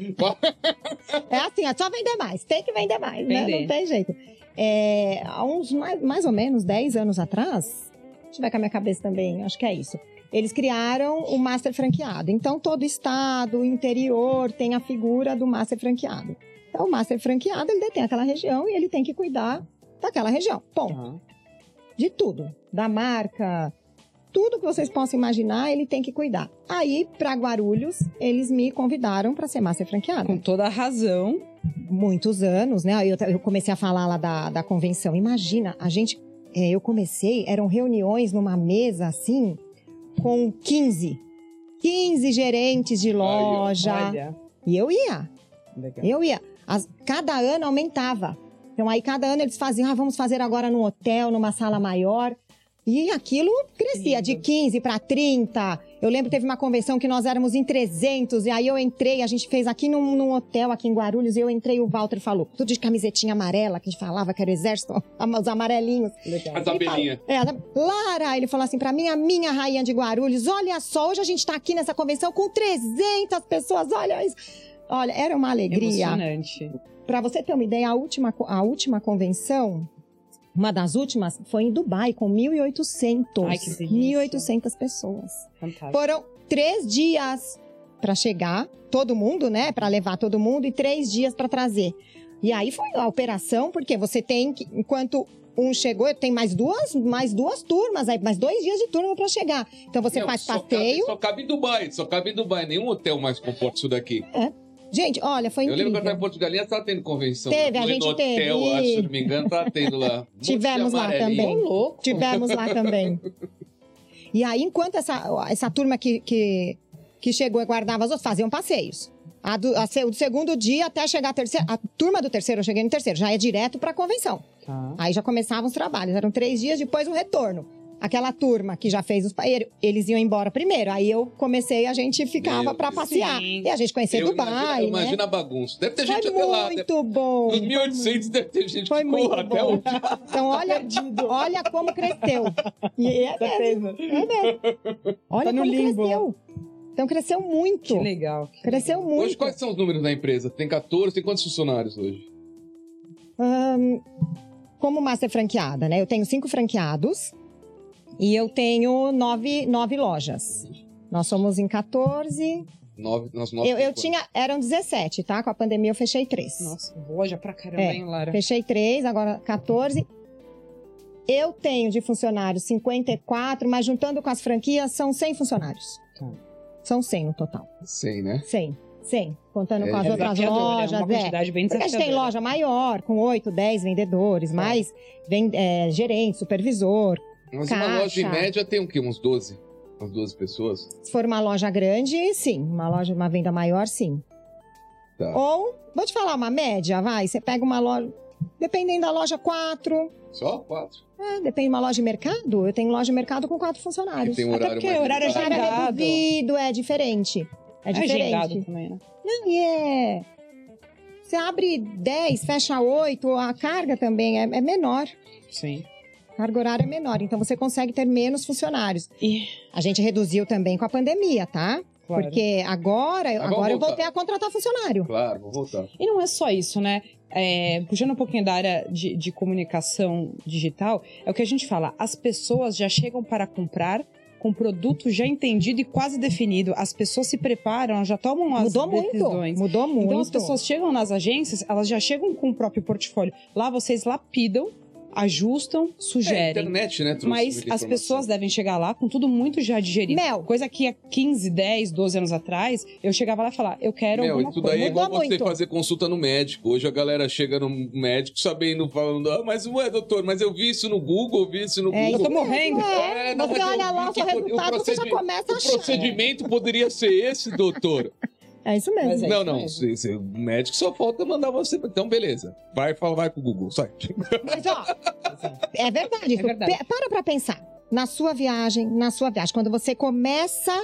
é assim, ó, só vender mais, tem que vender mais, né?
Vender.
Não tem jeito. É, há uns mais, mais ou menos dez anos atrás, deixa eu ver com a minha cabeça também, acho que é isso. Eles criaram o Master Franqueado. Então, todo estado, interior, tem a figura do Master Franqueado. Então, o Master Franqueado, ele detém aquela região e ele tem que cuidar daquela região. Ponto.
Tá.
De tudo. Da marca, tudo que vocês possam imaginar, ele tem que cuidar. Aí, para Guarulhos, eles me convidaram para ser Master Franqueada.
Com toda a razão.
Muitos anos, né? Eu, eu comecei a falar lá da, da convenção. Imagina, a gente... é, eu comecei, eram reuniões numa mesa, assim, com quinze. quinze gerentes de loja.
Olha.
E eu ia.
Legal.
Eu ia. As- cada ano aumentava. Então, aí, cada ano eles faziam, ah, vamos fazer agora num hotel, numa sala maior. E aquilo crescia, de quinze para trinta. Eu lembro que teve uma convenção que nós éramos em trezentos, e aí eu entrei, a gente fez aqui num, num hotel, aqui em Guarulhos, e eu entrei e o Walter falou, tudo de camisetinha amarela, que a gente falava que era o exército, os amarelinhos.
Legal.
As abelhinhas.
É, Lara, ele falou assim pra mim, a minha rainha de Guarulhos, olha só, hoje a gente tá aqui nessa convenção com trezentas pessoas, olha isso. Olha, era uma alegria.
Emocionante.
Pra você ter uma ideia, a última, co- a última convenção, uma das últimas, foi em Dubai, com mil e oitocentos.
Ai, que delícia.
mil e oitocentas pessoas.
Fantástico.
Foram três dias pra chegar, todo mundo, né? Pra levar todo mundo, e três dias pra trazer. E aí foi a operação, porque você tem que, enquanto um chegou, tem mais duas, mais duas turmas, aí, mais dois dias de turma pra chegar. Então você
Não,
faz
só
passeio.
Cabe, só cabe em Dubai, só cabe em Dubai. Nenhum hotel mais comporta isso daqui.
Gente, olha, foi
Eu lembro que eu
incrível.
tava em Porto Galinha, tava tendo convenção.
Teve, a
No
gente
hotel,
teve.
acho, se não me engano, tava tendo lá. Um monte de
Tivemos lá
amarelinho.
também.
Ô, louco.
Tivemos lá também. E aí, enquanto essa, essa turma que, que, que chegou e guardava as outras, faziam passeios. A do, a, se- o segundo dia, até chegar a terceira... A turma do terceiro, eu cheguei no terceiro, já é direto pra convenção.
Tá.
Aí já começavam os trabalhos. Eram três dias, depois o retorno. Aquela turma que já fez os... pa- ele- Eles iam embora primeiro. Aí eu comecei, a gente ficava
Meu
pra
Deus.
passear.
Sim.
E a gente conhecia
Eu
Dubai,
imagino, eu imagino
né?
a bagunça. Deve ter gente
Foi
até lá. Deve...
muito bom.
Nos mil e oitocentos deve ter gente
Foi
que
muito
corra até
bom.
hoje.
Então, olha, olha como cresceu. E é mesmo. É mesmo. Olha
Tá no
como
limbo,
cresceu. Então, cresceu muito.
Que legal. que
Cresceu
legal.
muito.
Hoje, quais são os números da empresa? Tem quatorze, tem quantos funcionários hoje?
Ahn, como master franqueada, né? Eu tenho cinco franqueados e eu tenho nove, nove lojas. Nós somos em quatorze.
Nove, nós, nove
Eu, eu
quantos?
tinha... Eram dezessete, tá? Com a pandemia eu fechei três.
Nossa, loja pra caramba,
É.
hein, Lara?
Fechei três, agora quatorze. Eu tenho de funcionários cinquenta e quatro, mas juntando com as franquias são cem funcionários.
Tá.
São cem no total.
cem, né?
cem. cem. Contando
É,
com as
é
outras
desafiador,
lojas.
é uma
É.
quantidade bem
Porque a gente tem
desafiadora.
loja maior, com oito, dez vendedores, mais vem, é, gerente, supervisor.
Mas uma
Caixa.
loja em média tem o quê? Uns doze? Umas doze pessoas?
Se for uma loja grande, sim. Uma loja, uma venda maior, sim.
Tá.
Ou, vou te falar uma média, vai. Você pega uma loja, dependendo da loja, quatro.
Só quatro?
É, depende de uma loja de mercado. Eu tenho loja de mercado com quatro funcionários.
Que tem um
Até
horário
porque
mais
o horário é
limitado.
Horário
agendado.
reduzido, é diferente. É
É agendado
diferente.
também, né?
Não, e é... Você abre dez, fecha oito, a carga também é, é menor.
Sim.
A carga horária é menor, então você consegue ter menos funcionários.
E
A gente reduziu também com a pandemia, tá?
Claro.
Porque agora,
Mas vamos
agora eu
voltar.
voltei a contratar funcionário.
Claro, vou voltar.
E não é só isso, né? É, puxando um pouquinho da área de, de comunicação digital, é o que a gente fala, as pessoas já chegam para comprar com produto já entendido e quase definido. As pessoas se preparam, já tomam as
Mudou
decisões.
muito, mudou muito.
Então as pessoas chegam nas agências, elas já chegam com o próprio portfólio. Lá vocês lapidam, ajustam,
É, a
sugerem.
internet, né? trouxe
Mas
muita
as
informação.
pessoas devem chegar lá com tudo muito já digerido.
Mel.
Coisa que há quinze, dez, doze anos atrás, eu chegava lá e falava, eu quero
Meu,
alguma
isso
coisa.
daí é igual
Mudou
você
muito.
fazer consulta no médico. Hoje a galera chega no médico sabendo, falando, ah, mas ué, doutor, mas eu vi isso no Google, eu vi isso no
É,
Google.
Eu tô morrendo.
É,
não,
você
mas eu
olha
vi
lá o seu
que o
resultado, você já
procedi-
começa a
O
achar.
procedimento poderia ser esse, doutor.
É isso mesmo.
Mas é
não,
isso
não,
mesmo.
se- se- o médico só falta mandar você. Então, beleza. Vai, fala, vai pro Google, sai.
Mas, ó, é verdade. isso.
verdade.
Pe- Para pra pensar. Na sua viagem, na sua viagem. Quando você começa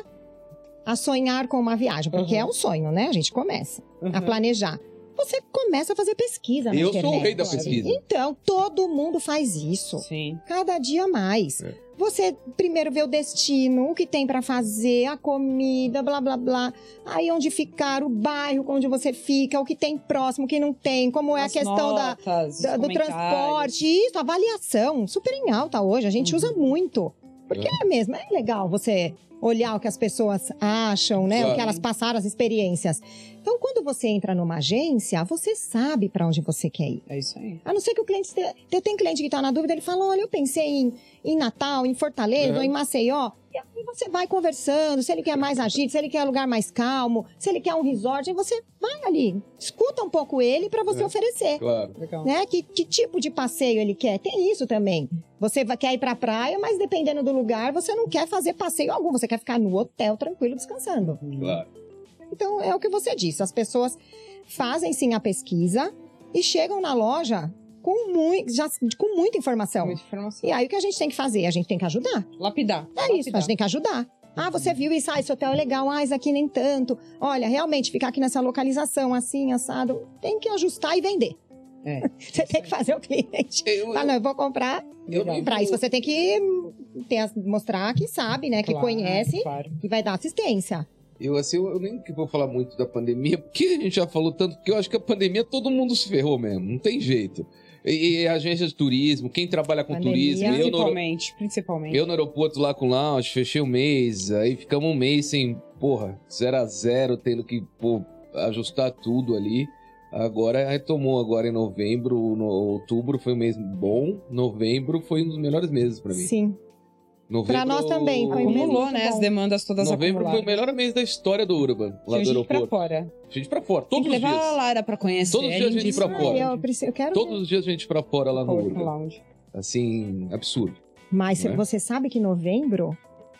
a sonhar com uma viagem, porque
Uhum.
é um sonho, né? A gente começa a
Uhum.
planejar. Você começa a fazer pesquisa na
Eu
internet.
sou o rei da pesquisa.
Então, todo mundo faz isso.
Sim.
Cada dia mais.
É.
Você primeiro vê o destino, o que tem pra fazer, a comida, blá, blá, blá. Aí onde ficar, o bairro onde você fica, o que tem próximo, o que não tem, como é a
As
questão da,
notas, os
da- do
comentários.
transporte. Isso, avaliação, super em alta hoje. A gente
Uhum.
usa muito. Porque é mesmo, é legal você olhar o que as pessoas acham, né? O
Claro.
que elas passaram, as experiências. Então, quando você entra numa agência, você sabe pra onde você quer ir.
É isso aí.
A não ser que o cliente... esteja- Eu tenho cliente que tá na dúvida, ele fala, olha, eu pensei em, em Natal, em Fortaleza,
Uhum.
ou em Maceió. E aí você vai conversando, se ele quer mais agito, se ele quer um lugar mais calmo, se ele quer um resort, aí você vai ali, escuta um pouco ele pra você
É.
oferecer.
Claro.
Legal.
Né? Que, que tipo de passeio ele quer? Tem isso também. Você vai, quer ir pra praia, mas dependendo do lugar, você não quer fazer passeio algum. Você quer ficar no hotel tranquilo, descansando.
Claro.
Então, é o que você disse. As pessoas fazem sim a pesquisa e chegam na loja com, mui- já, com muita informação.
Muita informação.
E aí, o que a gente tem que fazer? A gente tem que ajudar.
Lapidar.
É isso, a gente tem que ajudar. Ah, você viu isso? Ah, esse hotel é legal. Ah, isso aqui nem tanto. Olha, realmente, ficar aqui nessa localização, assim, assado. Tem que ajustar e vender.
É.
Você tem que fazer o cliente.
Eu,
Ah, não, eu vou comprar.
eu não
Pra isso, você tem que ter as- mostrar que sabe, né? Que
Claro,
conhece
Claro.
e vai dar assistência.
Eu, assim, eu, eu nem que vou falar muito da pandemia, porque a gente já falou tanto, porque eu acho que a pandemia todo mundo se ferrou mesmo, não tem jeito. E, e agência de turismo, quem trabalha com
Pandemia.
turismo, eu no, aero-
Principalmente, principalmente.
eu no aeroporto lá com lounge, fechei um mês, aí ficamos um mês sem, porra, zero a zero, tendo que, pô, ajustar tudo ali. Agora retomou agora em novembro, no outubro foi um mês bom, novembro foi um dos melhores meses pra mim.
Sim.
Novembro,
Pra nós também, foi mesmo.
Acumulou,
muito
né?
bom.
As demandas todas
Novembro foi o
acumuladas.
melhor mês da história do Urban, lá
Tinha
do
gente pra
aeroporto.
fora.
Gente pra fora,
Tem
todos
que
os
levar
dias.
a Lara pra conhecer.
Todos os
é
dias a gente
lindíssimo.
pra fora.
Ah, eu, preciso, eu quero
Todos
ver.
os dias a gente pra fora lá no
Porto
Urban.
Lounge.
Assim, absurdo.
Mas
Né?
você sabe que em novembro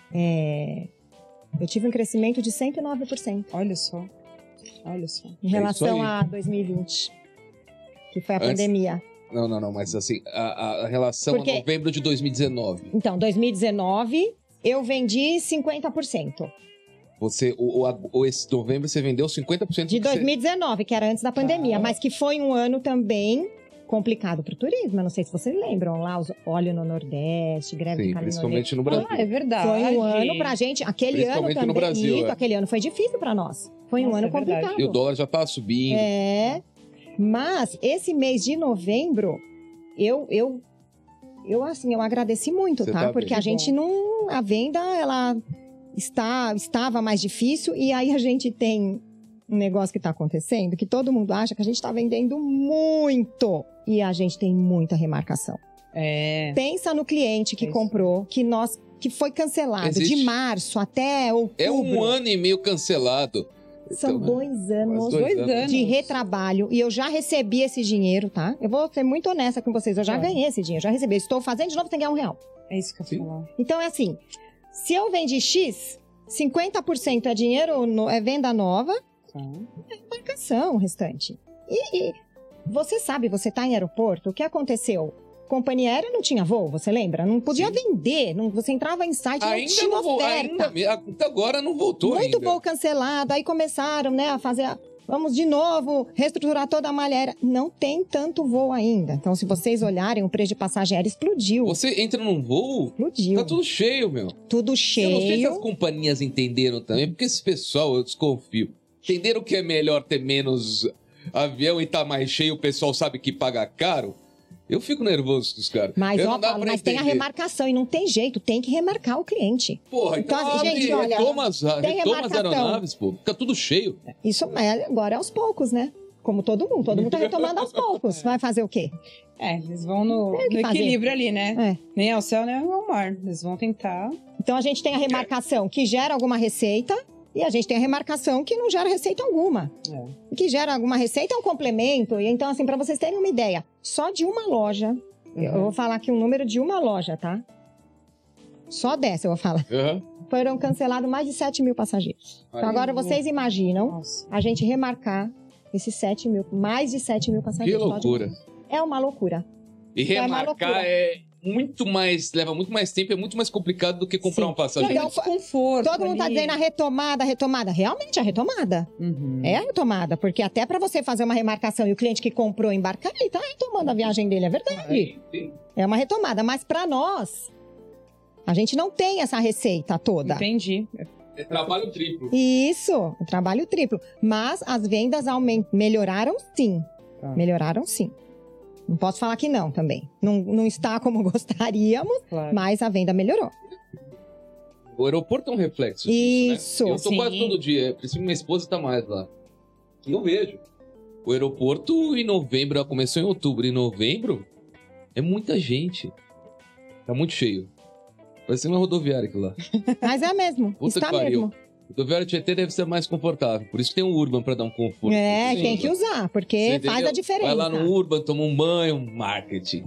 é, eu tive um crescimento de cento e nove por cento
Olha só. Olha só.
em relação
aí.
a dois mil e vinte, que foi a
Antes-
pandemia.
Não, não, não, mas assim, a, a- a relação
Porque-
a novembro de dois mil e dezenove.
Então, dois mil e dezenove, eu vendi cinquenta por cento.
Você, o, o, a- o- esse novembro você vendeu cinquenta por cento
De
do que você-
dois mil e dezenove, que era antes da pandemia,
Tá.
mas que foi um ano também complicado para o turismo. Eu não sei se vocês lembram, lá os óleo no Nordeste, greve
Sim,
de Cali no
principalmente no
Nordeste.
Brasil.
Ah, é verdade.
Foi um ano pra gente, aquele ano
Principalmente
também.
no Brasil,
Isso,
é.
aquele ano foi difícil pra nós. Foi um
Nossa,
ano
é verdade.
complicado.
E o dólar já tava subindo.
É. Mas esse mês de novembro, eu eu eu assim, eu agradeci muito,
Você
tá?
tá
Porque
bem.
a
Que
gente não a venda ela está estava mais difícil e aí a gente tem um negócio que tá acontecendo que todo mundo acha que a gente tá vendendo muito e a gente tem muita remarcação.
É.
Pensa no cliente que
É isso.
comprou, que nós que foi cancelado
Existe.
de março até outubro.
É um ano e meio cancelado.
São
Então,
dois anos
quase dois
Dois
anos.
anos.
de retrabalho e eu já recebi esse dinheiro, tá? Eu vou ser muito honesta com vocês, eu já
Claro.
ganhei esse dinheiro, já recebi. Estou fazendo de novo, tem que ganhar um real.
É isso que eu
Sim.
ia falar.
Então é assim, se eu vendi X, cinquenta por cento é dinheiro, no- é venda nova,
Tá.
marcação o restante. E, e você sabe, você tá em aeroporto, o que aconteceu? Companhia aérea não tinha voo, você lembra? Não podia
Sim.
vender, não, você entrava em site, não
Ainda
tinha
não voltou.
oferta.
Ainda, até agora não voltou
Muito
ainda.
voo cancelado, aí começaram, né, a fazer a, vamos de novo reestruturar toda a malha aérea. Não tem tanto voo ainda. Então, se vocês olharem, o preço de passagem aérea explodiu.
Você entra num voo,
Explodiu.
tá tudo cheio, meu.
Tudo
Eu não sei se as
cheio.
companhias entenderam também, porque esse pessoal, eu desconfio. Entenderam que é melhor ter menos avião e tá mais cheio, o pessoal sabe que paga caro? Eu fico nervoso com os caras.
Mas,
Eu
ó,
não dá
Paulo,
pra
mas tem a
entender.
remarcação e não tem jeito, tem que remarcar o cliente.
Porra, então,
Então, assim,
abre,
gente, olha,
retoma as, retoma as
remarcação.
aeronaves, pô. Fica tudo cheio.
Isso é, agora é aos poucos, né? Como todo mundo, todo mundo tá retomando aos poucos. Vai fazer o quê?
É, eles vão no,
Tem que
no
fazer.
equilíbrio ali, né?
É.
Nem ao céu, nem ao mar. Eles vão tentar.
Então a gente tem a remarcação que gera alguma receita e a gente tem a remarcação que não gera receita alguma.
É.
O que gera alguma receita é um complemento. E então, assim, para vocês terem uma ideia, só de uma loja, eu vou falar aqui um número de uma loja, tá? Só dessa eu vou falar.
Uhum.
Foram cancelados mais de sete mil passageiros. Então
Aí,
agora vocês imaginam
Nossa.
a gente remarcar esses sete mil, mais de sete mil
Que
passageiros. só de-
loucura.
É uma loucura.
E
É uma
remarcar
loucura.
é muito mais, leva muito mais tempo, é muito mais complicado do que comprar
Sim.
uma passagem.
Tem
Então,
desconforto.
Todo mundo tá
ali.
dizendo a retomada, a retomada. Realmente a retomada.
Uhum.
É a retomada, porque até para você fazer uma remarcação e o cliente que comprou embarcar, ele tá retomando a viagem dele, é verdade.
Aí, tem-
É uma retomada, mas para nós, a gente não tem essa receita toda.
Entendi.
É trabalho triplo.
Isso, é trabalho triplo. Mas as vendas aument... melhoraram sim.
Tá.
Melhoraram sim. Não posso falar que não também. Não, não está como gostaríamos,
Claro.
mas a venda melhorou.
O aeroporto é um reflexo
Isso,
disso, né? Eu tô
sim.
quase todo dia, por isso que minha esposa tá mais lá. E eu vejo. O aeroporto em novembro, começou em outubro, em novembro, é muita gente. Tá muito cheio. Vai ser uma rodoviária aquilo lá.
Mas é mesmo,
Puta
está
que pariu.
mesmo.
Rodoviária Tietê deve ser mais confortável, por isso que tem um Urban pra dar um conforto.
É,
Sim.
tem que usar, porque
Você
faz
entendeu?
a diferença.
Vai lá no Urban, toma um banho, marketing.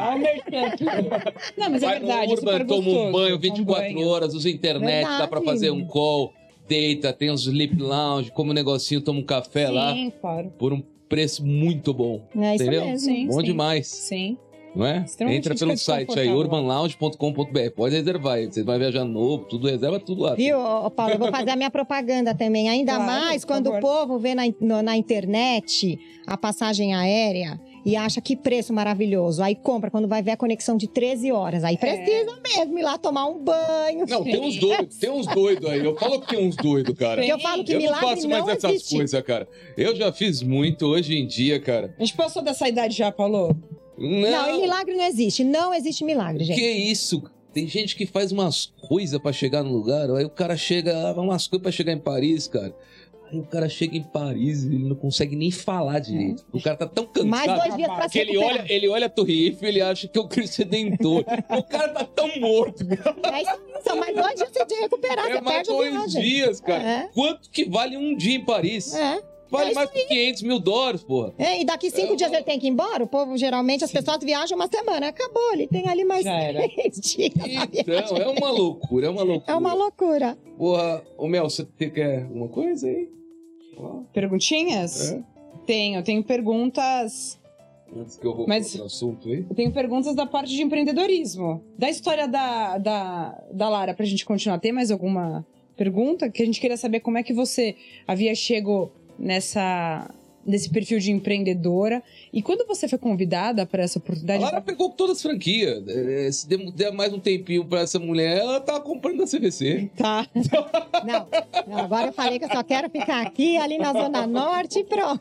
Não, mas é
Vai
verdade.
no
é super
Urban, toma um
gostoso.
banho
Um
vinte e quatro
banho.
horas, usa internet, dá
Verdade.
pra fazer um call, deita, tem os sleep lounge, come um negocinho, toma um café lá,
Sim, claro.
por um preço muito bom.
É isso
Entendeu?
mesmo.
Sim,
Bom
sim.
demais,
Sim.
não é?
Extremamente
Entra pelo site aí,
desconfortável.
urban lounge ponto com ponto b r. Pode reservar aí. Você vai viajar novo, tudo reserva tudo lá.
Viu, ô, Paulo? Eu vou fazer a minha propaganda também. Ainda
Claro,
mais
por
quando
favor.
o povo vê na, in- no- na internet a passagem aérea e acha que preço maravilhoso. Aí compra quando vai ver a conexão de treze horas. Aí precisa mesmo ir lá tomar um banho.
Não, tem uns doidos, tem uns doidos aí. Eu falo que tem uns doidos, cara.
Porque eu falo que
Eu não
milagre
faço mais
não
essas
existe.
coisas, cara. Eu já fiz muito hoje em dia, cara.
A gente passou dessa idade já, Paulo?
Não,
Não, e milagre não existe. Não existe milagre, gente.
que isso? Tem gente que faz umas coisas pra chegar no lugar, aí o cara chega, ah, umas coisas pra chegar em Paris, cara. Aí o cara chega em Paris e ele não consegue nem falar direito. O cara tá tão cansado.
Mais dois dias pra
que
se
ele
recuperar.
olha, ele olha a Torre Eiffel e ele acha que é o Cristo Redentor. O cara tá tão morto, cara.
É isso, são mais dois dias de recuperar.
É
Você
mais
perde a
dois
viagem.
dias, cara.
É.
Quanto que vale um dia em Paris?
É.
Vale
É isso
mais que quinhentos mil dólares, porra.
É, e daqui cinco
Eu
dias
vou-
ele tem que ir embora. O povo, geralmente, as pessoas viajam uma semana. Acabou, ele tem ali mais
Já era.
três dias. pra
Então, é uma loucura, é uma loucura.
É uma loucura.
Porra, ô Mel, você te- quer alguma coisa aí? Ó,
Perguntinhas?
É.
Tenho, tenho perguntas.
antes que eu vou
Mas-
para outro assunto aí.
Eu tenho perguntas da parte de empreendedorismo. Da história da, da, da Lara, pra gente continuar. Tem mais alguma pergunta? Que a gente queria saber como é que você havia chego nessa, nesse perfil de empreendedora. E quando você foi convidada para essa
A
oportunidade...
Lara pegou todas as franquias. É, se der- der mais um tempinho pra essa mulher, ela tá comprando da C V C.
Tá.
Não, não, agora eu falei que eu só quero ficar aqui, ali na Zona Norte e pronto.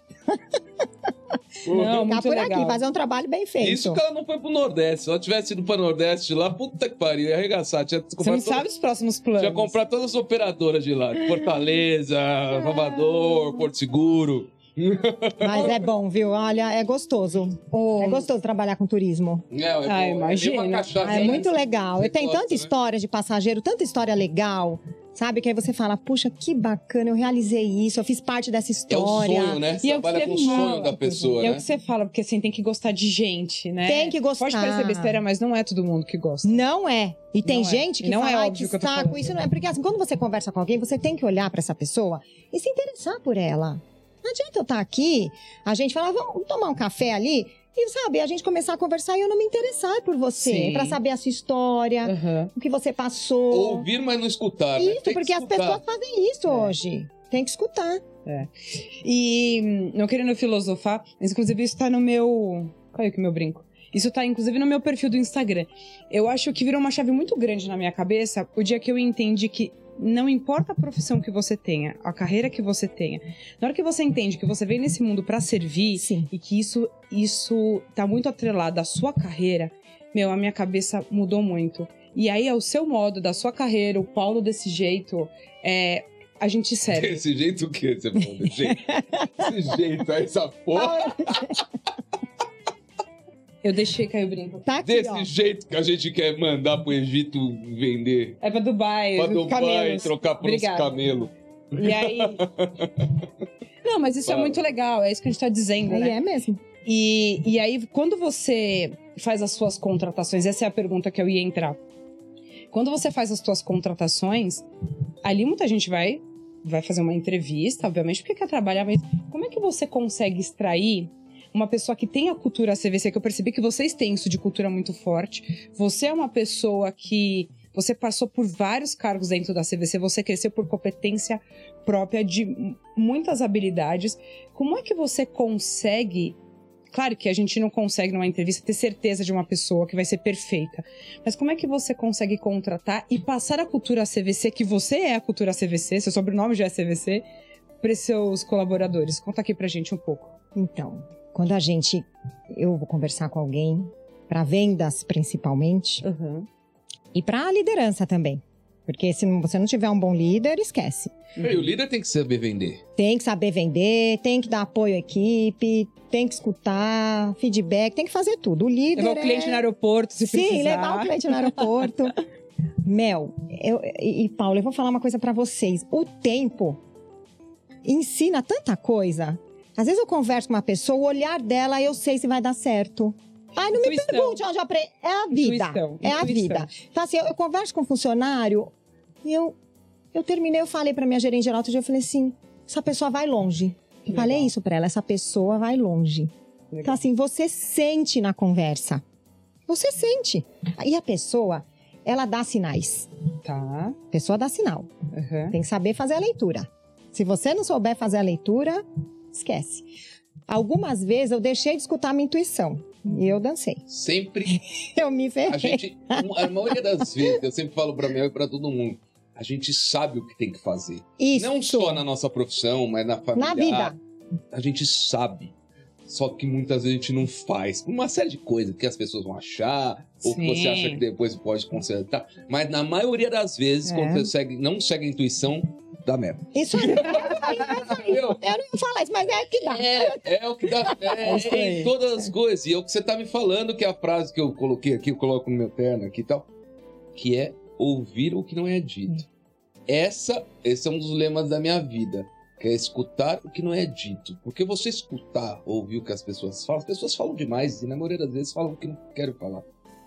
Não,
Ficar
muito
por
legal.
aqui, fazer um trabalho bem feito.
Isso que ela não foi pro Nordeste. Se ela tivesse ido pra Nordeste lá, puta que pariu, ia arregaçar. Tinha
Você não
comprado todas-
sabe os próximos planos.
Tinha comprar todas as operadoras de lá. Fortaleza,
Ah.
Salvador, Porto Seguro.
Mas é bom, viu? Olha, é gostoso.
Ô,
É gostoso trabalhar com turismo.
É, é
Ah,
bom. É
imagina.
uma cachaça,
Ah, é
né?
muito legal.
Você
Eu tenho
gosta,
tanta
né?
história de passageiro, tanta história legal. Sabe? Que aí você fala, puxa, que bacana, eu realizei isso, eu fiz parte dessa
É o
história.
sonho, né? Você
E é o que
trabalha
você
com o sonho
fala,
da pessoa,
É o
né?
que você fala, porque assim, tem que gostar de gente, né?
Tem que gostar.
Pode parecer besteira, mas não é todo mundo que gosta.
Não é. E tem
Não é.
gente que
E não
fala,
é
ai,
óbvio
que
que eu tô
saco,
falando.
isso não é. Porque assim, quando você conversa com alguém, você tem que olhar pra essa pessoa e se interessar por ela. Não adianta eu estar aqui, a gente falar, vamos tomar um café ali, e sabe, a gente começar a conversar e eu não me interessar por você,
Sim.
pra saber a sua história,
Aham.
o que você passou.
Ouvir, mas não escutar, né?
Isso,
Tem que
porque as
escutar.
pessoas fazem isso
É.
hoje. Tem que escutar.
É. E hum, não querendo filosofar, mas inclusive isso tá no meu... Qual é que é o meu brinco? Isso tá, inclusive, no meu perfil do Instagram. Eu acho que virou uma chave muito grande na minha cabeça o dia que eu entendi que não importa a profissão que você tenha, a carreira que você tenha. Na hora que você entende que você veio nesse mundo pra servir,
Sim.
e que isso, isso tá muito atrelado à sua carreira, meu, a minha cabeça mudou muito. E aí é o seu modo, da sua carreira, o Paulo desse jeito, é, a gente serve.
Desse jeito o quê? Você falou desse jeito? Desse jeito, aí essa porra.
Eu deixei cair o brinco.
Tá aqui,
Desse
ó.
jeito que a gente quer mandar pro Egito vender.
É pra Dubai,
Pra Dubai,
camelos.
trocar por uns
Obrigada.
camelos.
E aí... Não, mas isso
Fala.
é muito legal, é isso que a gente tá dizendo,
Aí
né?
é mesmo.
E, e aí, quando você faz as suas contratações, essa é a pergunta que eu ia entrar. Quando você faz as suas contratações, ali muita gente vai, vai fazer uma entrevista, obviamente, porque quer trabalhar, mas como é que você consegue extrair uma pessoa que tem a cultura C V C, que eu percebi que vocês têm isso de cultura muito forte. Você é uma pessoa que... Você passou por vários cargos dentro da C V C, você cresceu por competência própria de muitas habilidades. Como é que você consegue... Claro que a gente não consegue, numa entrevista, ter certeza de uma pessoa que vai ser perfeita. Mas como é que você consegue contratar e passar a cultura C V C, que você é a cultura C V C, seu sobrenome já é C V C, para seus colaboradores? Conta aqui pra gente um pouco.
Então, quando a gente... Eu vou conversar com alguém, para vendas principalmente,
Uhum.
e para liderança também. Porque se não- você não tiver um bom líder, esquece.
E o líder tem que saber vender.
Tem que saber vender, tem que dar apoio à equipe, tem que escutar, feedback, tem que fazer tudo. O líder
Levar o cliente
é...
no aeroporto, se
Sim,
precisar.
levar o cliente no aeroporto. Mel, eu, e, e Paulo, eu vou falar uma coisa pra vocês. O tempo ensina tanta coisa. Às vezes eu converso com uma pessoa, o olhar dela, eu sei se vai dar certo. Ai, não me
Intuição.
pergunte onde eu aprendi. É a vida.
Intuição,
É a
intuição.
vida. Então, assim, eu, eu converso com um funcionário e eu, eu terminei, eu falei pra minha gerente geral outro dia, eu falei assim, essa pessoa vai longe. Eu
Legal.
falei isso pra ela, essa pessoa vai longe. Então, assim, você sente na conversa. Você sente. E a pessoa, ela dá sinais.
Tá.
A pessoa dá sinal.
Uhum.
Tem que saber fazer a leitura. Se você não souber fazer a leitura, esquece. Algumas vezes eu deixei de escutar a minha intuição. E eu dancei.
Sempre
Eu me ferrei.
a gente, a maioria das vezes, eu sempre falo pra mim e pra todo mundo, a gente sabe o que tem que fazer.
Isso.
Não só na nossa profissão, mas na família.
Na vida.
A gente sabe. Só que muitas vezes a gente não faz. Por uma série de coisas que as pessoas vão achar, ou que
Sim.
você acha que depois pode consertar. Mas na maioria das vezes,
É.
quando você segue, não segue a intuição, dá merda.
Isso aí.
Entendeu?
Eu não vou falar isso, mas é que dá.
É, é o que dá. É,
isso
é
aí.
em todas as coisas. E é o que você tá me falando, que é a frase que eu coloquei aqui, eu coloco no meu terno aqui e tal, que é ouvir o que não é dito. Essa, esse é um dos lemas da minha vida, que é escutar o que não é dito. Porque você escutar, ouvir o que as pessoas falam, as pessoas falam demais e na maioria das vezes falam o que não querem falar.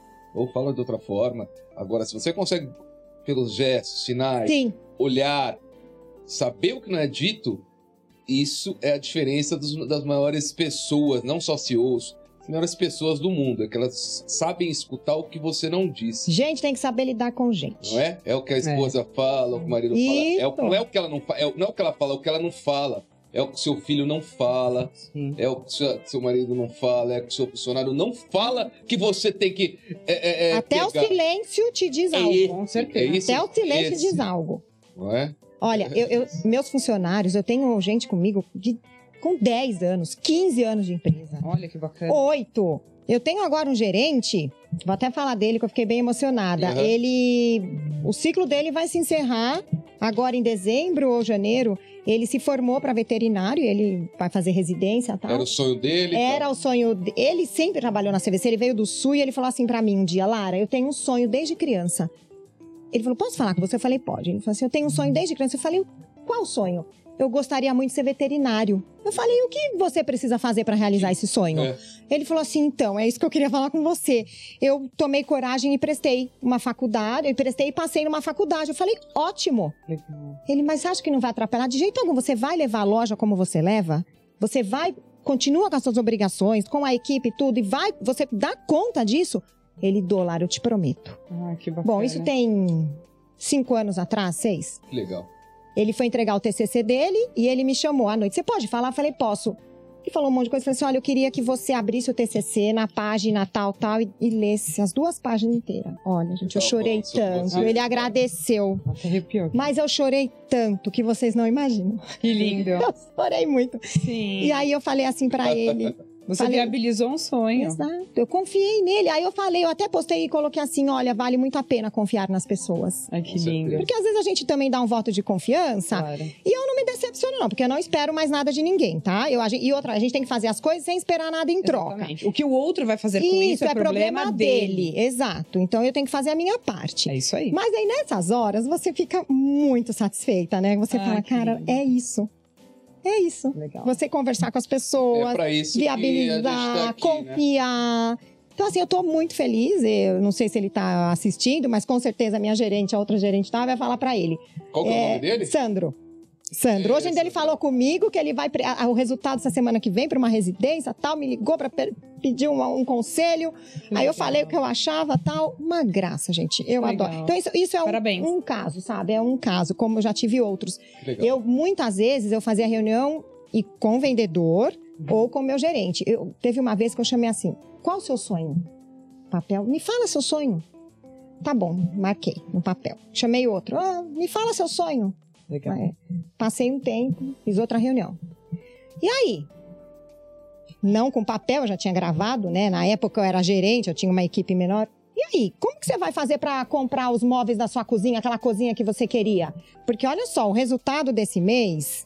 Ou falam de outra forma. Agora, se você consegue, pelos gestos, sinais,
Sim.
olhar, saber o que não é dito, isso é a diferença dos- das maiores pessoas, não só C E Os, as maiores pessoas do mundo, é que elas sabem escutar o que você não disse.
Gente tem que saber lidar com gente.
Não é? É o que a esposa fala, o que o marido
Isso.
fala. É o, não é o que ela não fala, é, o- não é o que ela fala, é o que ela não fala. É o que seu filho não fala,
Sim.
é o que seu, seu marido não fala, é o que seu funcionário não fala que você tem que. é, é, é,
Até o
pegar.
silêncio te diz
É
algo.
esse,
com certeza.
é isso,
Até o silêncio
esse,
diz algo.
Não é?
Olha, eu, eu- meus funcionários, eu tenho gente comigo de, com dez anos, quinze anos de empresa.
Olha que bacana.
Oito. Eu tenho agora um gerente, vou até falar dele que eu fiquei bem emocionada.
Uhum.
Ele, o ciclo dele vai se encerrar agora em dezembro ou janeiro. Ele se formou para veterinário, ele vai fazer residência e tal.
Era o sonho dele.
Era
tal.
o sonho. de- Ele sempre trabalhou na C V C, ele veio do Sul e ele falou assim pra mim um dia: Lara, eu tenho um sonho desde criança. Ele falou: posso falar com você? Eu falei: pode. Ele falou assim: eu tenho um sonho desde criança. Eu falei: qual sonho? Eu gostaria muito de ser veterinário. Eu falei: o que você precisa fazer pra realizar esse sonho?
É.
Ele falou assim: então, é isso que eu queria falar com você. Eu tomei coragem e prestei uma faculdade, eu prestei e passei numa faculdade. Eu falei: ótimo.
Legal.
Ele, mas você acha que não vai atrapalhar? De jeito algum, você vai levar a loja como você leva? Você vai, continua com as suas obrigações, com a equipe e tudo, e vai, você dá conta disso? Ele, dólar, eu te prometo.
Ah, que bacana.
Bom, isso tem cinco anos atrás, seis.
Que legal.
Ele foi entregar o T C C dele e ele me chamou à noite. Você pode falar? Eu falei, posso. Ele falou um monte de coisa. Eu falei assim, olha, eu queria que você abrisse o T C C na página tal, tal, e, e lesse as duas páginas inteiras. Olha, gente, eu
Tá
chorei
bom,
tanto.
você.
Ele agradeceu.
Até arrepiou.
Mas eu chorei tanto que vocês não imaginam.
Que lindo.
Eu chorei muito.
Sim.
E aí eu falei assim pra ele...
Você
falei-
viabilizou um sonho.
Exato, eu confiei nele. Aí eu falei, eu até postei e coloquei assim, olha, vale muito a pena confiar nas pessoas.
Ai, que
Com certeza.
lindo.
Porque às vezes a gente também dá um voto de confiança
Claro.
e eu não me decepciono não, porque eu não espero mais nada de ninguém, tá? Eu, a gente- e outra, a gente tem que fazer as coisas sem esperar nada em troca.
Exatamente. O que o outro vai fazer com isso, é problema, dele.
Exato. Então eu tenho que fazer a minha parte.
É isso aí.
Mas aí nessas horas você fica muito satisfeita, né? Você
Ai,
fala,
que
cara,
lindo.
é isso. É isso.
Legal.
Você conversar com as pessoas,
É pra isso que a gente
viabilizar,
tá aqui, né?
confiar. Então, assim, eu tô muito feliz. Eu não sei se ele tá assistindo, mas com certeza a minha gerente, a outra gerente tá, vai falar pra ele.
Qual que é o nome dele?
Sandro. Sandro.
É,
Hoje ainda ele
Sandro.
falou comigo que ele vai. pre- a- O resultado essa semana que vem pra uma residência tal, me ligou pra pe- pedir um, um conselho. Aí eu falei o que eu achava tal. Uma graça, gente. Eu
Legal.
adoro. Então, isso, isso é
Parabéns.
um, um caso, sabe? É um caso, como eu já tive outros.
Legal.
Eu, muitas vezes, eu fazia reunião e com o vendedor ou com o meu gerente. Eu, teve uma vez que eu chamei assim, qual o seu sonho? Papel, me fala seu sonho. Tá bom, marquei no papel. Chamei outro, ah, me fala seu sonho.
Legal.
É, passei um tempo, fiz outra reunião. E aí? Não com papel, eu já tinha gravado, né? Na época eu era gerente, eu tinha uma equipe menor. E aí, como que você vai fazer para comprar os móveis da sua cozinha, aquela cozinha que você queria? Porque olha só, o resultado desse mês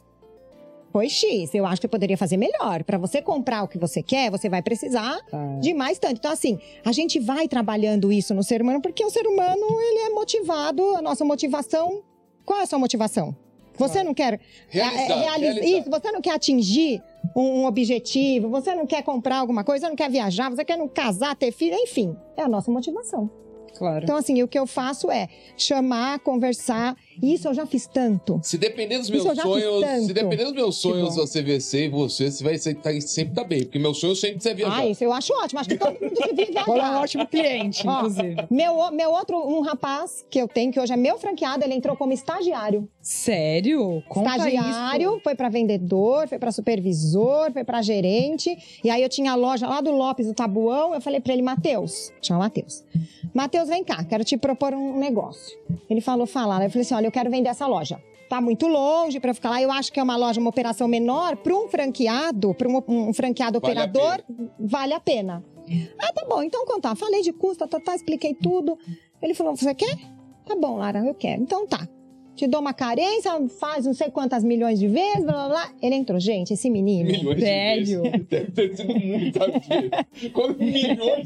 foi X. Eu acho que eu poderia fazer melhor. Para você comprar o que você quer, você vai precisar
Tá.
de mais tanto. Então, assim, a gente vai trabalhando isso no ser humano, porque o ser humano, ele é motivado, a nossa motivação... Qual é a sua motivação? Você
Claro.
não quer...
Realizar,
é, é, realiza-
realizar.
Isso, você não quer atingir um, um objetivo, você não quer comprar alguma coisa, você não quer viajar, você quer não casar, ter filho, enfim. É a nossa motivação.
Claro.
Então, assim, o que eu faço é chamar, conversar. E isso eu já fiz tanto.
Se depender dos
Isso
meus
eu já fiz
sonhos,
tanto.
se depender dos meus sonhos,
bom.
a C V C e você, você vai ser- tá- sempre tá bem. Porque meu sonho sempre é viajar.
Ah, isso eu acho ótimo. Acho que todo mundo devia viajar.
Qual é um ótimo cliente,
Ó,
inclusive.
Meu, meu outro, um rapaz que eu tenho, que hoje é meu franqueado, ele entrou como estagiário.
Sério? Conta
Estagiário, foi pra vendedor, foi pra supervisor, foi pra gerente. E aí eu tinha a loja lá do Lopes, do Tabuão. Eu falei pra ele, Matheus, chama Matheus. Matheus, vem cá, quero te propor um negócio. Ele falou, fala. Eu falei assim, olha, eu quero vender essa loja. Tá muito longe pra eu ficar lá. Eu acho que é uma loja, uma operação menor. Pra um franqueado, pra um, um franqueado
Vale a
operador, vale a pena. Ah, tá bom, então contar. Falei de custo, tá, tá, expliquei tudo. Ele falou, você quer? Tá bom, Lara, eu quero. Então tá. Te dou uma carência, faz não sei quantas milhões de vezes, blá blá blá. Ele entrou. Gente, esse menino.
Milhões
Sério?
de vezes. Deve ter sido muitas vezes. Quando milhões.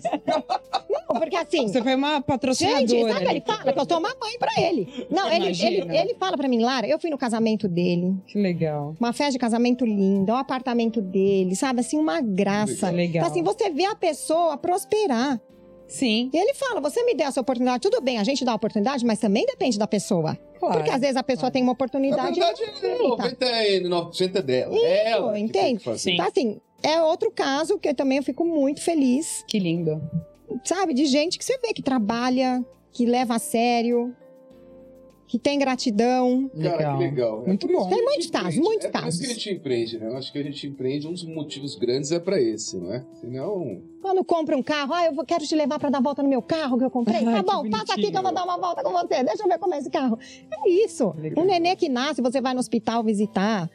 Não, porque assim.
Você foi uma patrocinadora.
Gente, sabe o que
ali.
ele fala? Que eu sou uma mãe pra ele. Não, ele,
Imagina.
ele, ele fala pra mim, Lara, eu fui no casamento dele.
Que legal.
Uma festa de casamento linda, o apartamento dele, sabe? Assim, uma graça.
Legal.
Então, assim, você vê a pessoa prosperar.
Sim,
E ele fala, você me deu essa oportunidade, tudo bem, a gente dá a oportunidade, mas também depende da pessoa.
claro.
Porque às vezes a pessoa
claro.
tem uma
Na
oportunidade.
verdade, é noventa e nove por cento é dela. É ela que tem
entende?
que fazer.
Sim.
Então, assim, é outro caso que eu também eu fico muito feliz,
Que lindo.
sabe? De gente que você vê que trabalha, que leva a sério, que tem gratidão.
Cara, que legal. É
Muito
por isso
bom.
que a
Tem
gente
muitos casos,
empreende.
muitos
É por isso
casos.
que a gente empreende, né? Eu acho que a gente empreende, um dos motivos grandes é pra esse, não é? Senão...
Quando compra um carro, ah, eu vou- quero te levar pra dar volta no meu carro que eu comprei.
Ai,
Tá
que
bom, passa aqui
bonitinho.
que eu vou dar uma volta com você. Deixa eu ver como é esse carro. É isso.
Legal.
Um nenê que nasce, você vai no hospital visitar.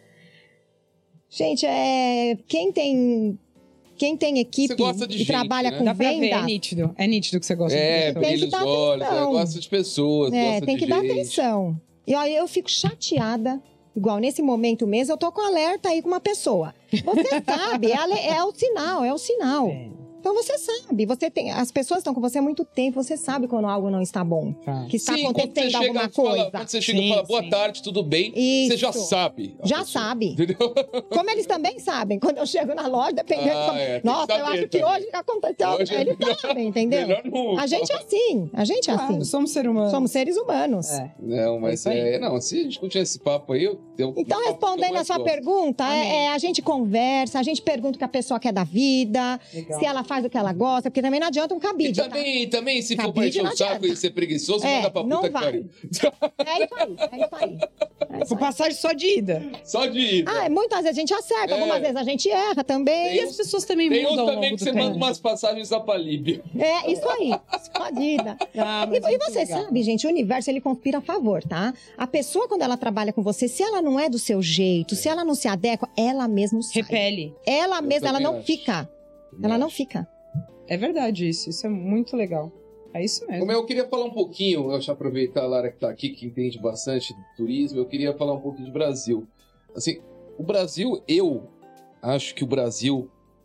Gente, é... quem tem quem tem equipe
Você gosta de
e
gente,
trabalha
né?
com
Dá pra ver, é
vendas,
nítido. É nítido que você gosta
É,
de pessoas.
Tem que
brilha os
dar
olhos,
atenção.
ela gosta de pessoas,
é,
gosta
tem
de
que dar
gente.
atenção. E olha, eu fico chateada. Igual nesse momento mesmo, eu tô com alerta aí com uma pessoa. Você sabe, é, ale- é o sinal, é o sinal.
É,
Então você sabe, você tem, as pessoas estão com você há muito tempo, você sabe quando algo não está bom,
tá.
que está
Sim, quando você
acontecendo
chega
alguma
e fala-
coisa.
Quando você chega e
Sim,
fala, boa
sim.
tarde, tudo bem,
Isso.
você já sabe. a
Já
pessoa.
sabe.
Entendeu?
Como eles também sabem, quando eu chego na loja, dependendo.
Ah,
como-
é, tem que
Nossa, eu
saber
acho que
também.
hoje aconteceu.
Hoje é
Eles
melhor-
sabem, entendeu?
Melhor não.
A gente é assim, a gente é
Claro,
assim.
somos ser humanos.
Somos seres humanos.
É.
Não, mas
É isso aí.
é, não, se a gente continuar esse papo aí, eu tenho
Então, respondendo a sua pergunta,
Amém.
é, é, a gente conversa, a gente pergunta o que a pessoa quer da vida,
Legal.
se ela faz o que ela gosta, porque também não adianta um
E
cabide. tá?
também, também, se for pra
Cabide
encher
não
o saco
adianta.
e ser preguiçoso,
É,
manda pra
não
puta que
vai.
pariu.
É isso aí, é isso aí. É isso
Com
aí.
passagem só de ida.
Só de ir.
Ah, muitas vezes a gente acerta,
É.
algumas vezes a gente erra também.
E as pessoas também
Tem uns
mudam ao
também
longo
que
do
você
tempo.
manda umas passagens só pra Líbia.
É, isso aí. Escondida.
Ah,
E,
mas
e
muito
você
legal.
sabe, gente, o universo ele conspira a favor, tá? A pessoa, quando ela trabalha com você, se ela não é do seu jeito, se ela não se adequa, ela mesmo sai.
Repele.
Ela
Eu
mesma, ela
também
não
acho.
fica. Ela não fica.
É verdade isso. Isso é muito legal. É isso mesmo.
Como eu queria falar um pouquinho, deixa eu aproveitar a Lara que tá aqui, que entende bastante de turismo, eu queria falar um pouquinho de Brasil. Assim, o Brasil, eu acho que o Brasil,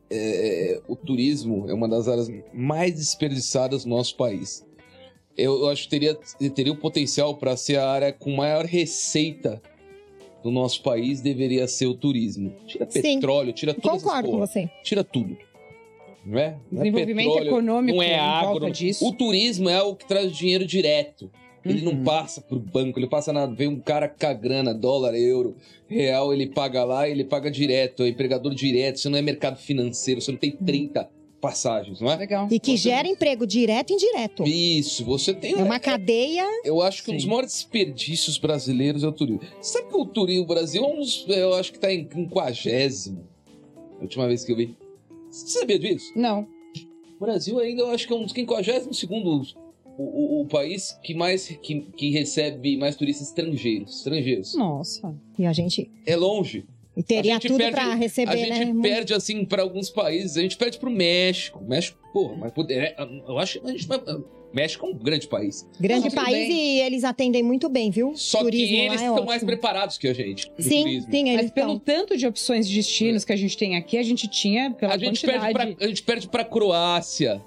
é, o turismo é uma das áreas mais desperdiçadas do nosso país. Eu, eu acho que teria, teria o potencial para ser a área com maior receita do nosso país, deveria ser o turismo. Tira
Sim.
petróleo, tira tudo
Concordo com você.
tira tudo. Não é? Não é
Desenvolvimento
petróleo,
econômico
não é
em
água.
volta
não-
disso.
O turismo é o que traz dinheiro direto. Ele
Uhum.
não passa por banco, ele passa na. Vem um cara com a grana, dólar, euro, real, ele paga lá, ele paga direto, é empregador direto, você não é mercado financeiro, você não tem trinta passagens, não é?
Legal.
E que
Você-
gera emprego direto e indireto.
Isso, você tem.
É uma cadeia.
Eu acho que um
Sim.
dos maiores desperdícios brasileiros é o turismo. Você sabe que o turismo, o Brasil, é um dos, eu acho que tá em quinquagésimo. A última vez que eu vi. Você sabia disso?
Não.
O Brasil ainda, eu acho que é um dos quinquagésimo segundo o, o, o país que mais que, que recebe mais turistas estrangeiros. Estrangeiros.
Nossa.
E a gente
É longe.
e teria
A gente
tudo
perde-
pra receber,
A gente
né?
perde, assim, para alguns países. A gente perde pro México. México, porra, mas poder, é, eu acho que a gente vai. México é um grande país.
Grande
Não, tudo
país
bem.
e eles atendem muito bem, viu?
Só
Turismo
que
lá
eles
é
estão
ótimo.
mais preparados que a gente. no
Sim,
turismo.
sim, eles
Mas pelo
estão.
tanto de opções de destinos que a gente tem aqui, a gente tinha pela
A gente, perde
quantidade.
pra, a gente perde pra Croácia.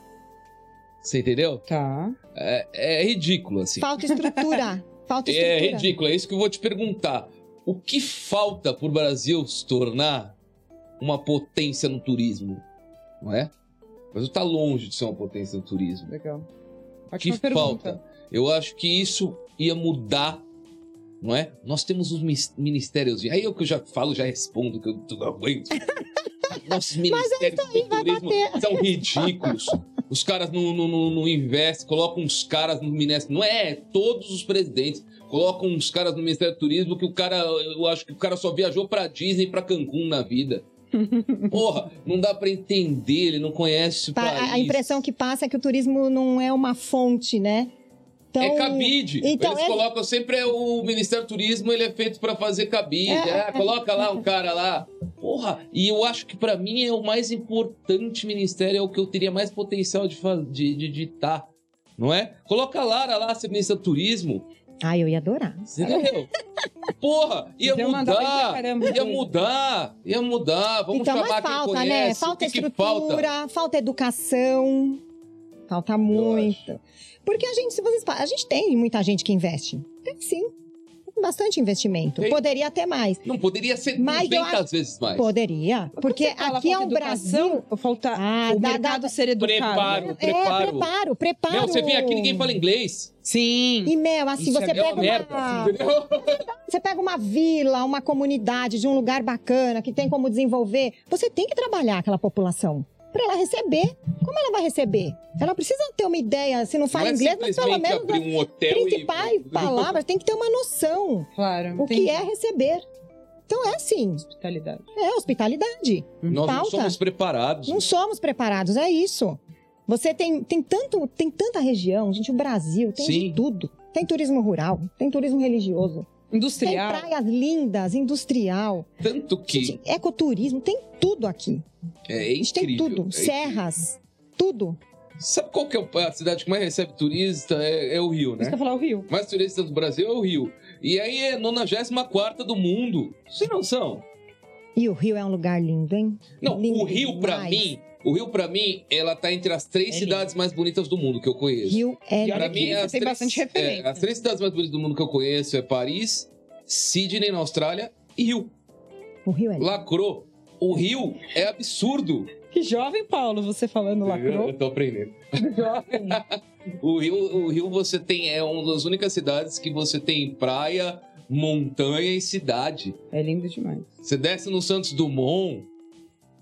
Você entendeu?
Tá.
É, é ridículo, assim.
Falta estrutura. Falta estrutura.
É ridículo, é isso que eu vou te perguntar. O que falta pro Brasil se tornar uma potência no turismo? Não é? O Brasil tá longe de ser uma potência no turismo.
Legal.
O
Ótima
que
pergunta.
falta? Eu acho que isso ia mudar, não é? Nós temos os mis- ministérios. Aí eu que eu já falo, já respondo, que eu não aguento. Nossos ministérios do
vai
turismo
bater.
são ridículos. Os caras não, não, não, não investem, colocam uns caras no Ministério. Não é, todos os presidentes colocam uns caras no Ministério do Turismo que o cara, eu acho que o cara só viajou pra Disney e pra Cancún na vida. Porra, não dá pra entender, ele não conhece o
Pa-
país.
A impressão que passa é que o turismo não é uma fonte, né? Então,
É cabide.
Então,
Eles
é-
colocam sempre é o Ministério do Turismo, ele é feito pra fazer cabide.
É,
Ah, coloca lá um cara lá. Porra, e eu acho que pra mim é o mais importante ministério, é o que eu teria mais potencial de estar, de, de, de tá, não é? Coloca a Lara lá, ser ministra do Turismo.
Ah, eu ia adorar.
Você entendeu? Porra, ia
Eu mandava bem pra
mudar.
caramba,
Ia
coisa.
mudar. Ia mudar. Vamos
então,
chamar
mas
quem
falta,
conhece.
né?
O
Falta
que que
estrutura,
falta?
falta educação. Falta muito. Porque a gente, se vocês falam, a gente tem muita gente que investe. Tem sim. Tem bastante investimento.
Tem.
Poderia ter mais.
Não, poderia ser
Mas eu
duzentas vezes mais.
Poderia. Porque
Quando você fala
aqui é
falta
um
educação,
Brasil.
ou falta
Ah,
o
dá-
mercado
dá-
ser educado.
Preparo.
É,
preparo.
preparo, preparo.
Meu, você vem aqui, ninguém fala inglês.
Sim.
E, meu, assim,
Isso
você
é
pega
É uma merda.
uma...
Entendeu?
Você pega uma vila, uma comunidade de um lugar bacana, que tem como desenvolver. Você tem que trabalhar aquela população para ela receber. Como ela vai receber? Ela precisa ter uma ideia, se não fala
Não é
inglês, mas pelo
simplesmente
menos
abrir
as
um hotel
principais
e...
palavras tem que ter uma noção.
Claro.
O
tem
que é receber. Então é assim,
hospitalidade.
é hospitalidade.
Nós não
Falta.
somos preparados.
Não somos preparados, é isso. Você tem, tem, tanto, tem tanta região, gente, o Brasil tem
Sim.
de tudo. Tem turismo rural, tem turismo religioso,
Industrial.
tem praias lindas, industrial.
Tanto que
Gente, ecoturismo, tem tudo aqui.
é
A gente tem
incrível.
tudo.
é
Serras, tudo.
Sabe qual que é a cidade que mais recebe turista? É, é o Rio,
Isso que
né?
eu ia falar o Rio.
Mais turista do Brasil é o Rio. E aí é nonagésima quarta do mundo. Sem noção.
E o Rio é um lugar lindo, hein?
Não,
Lindo
o Rio pra
demais.
mim, o Rio pra mim, ela tá entre as três
É
cidades mais bonitas do mundo que eu conheço.
Rio é
E
lindo.
olha
Pra
que
mim,
você
as
tem
três,
bastante referência.
é, as três cidades mais bonitas do mundo que eu conheço é Paris, Sydney na Austrália e Rio.
O Rio é lindo.
Lacrou. O Rio é absurdo.
Que jovem, Paulo, você falando lacrou.
Eu tô aprendendo.
Jovem.
O Rio, o Rio você tem, é uma das únicas cidades que você tem praia, montanha e cidade.
É lindo demais.
Você desce no Santos Dumont,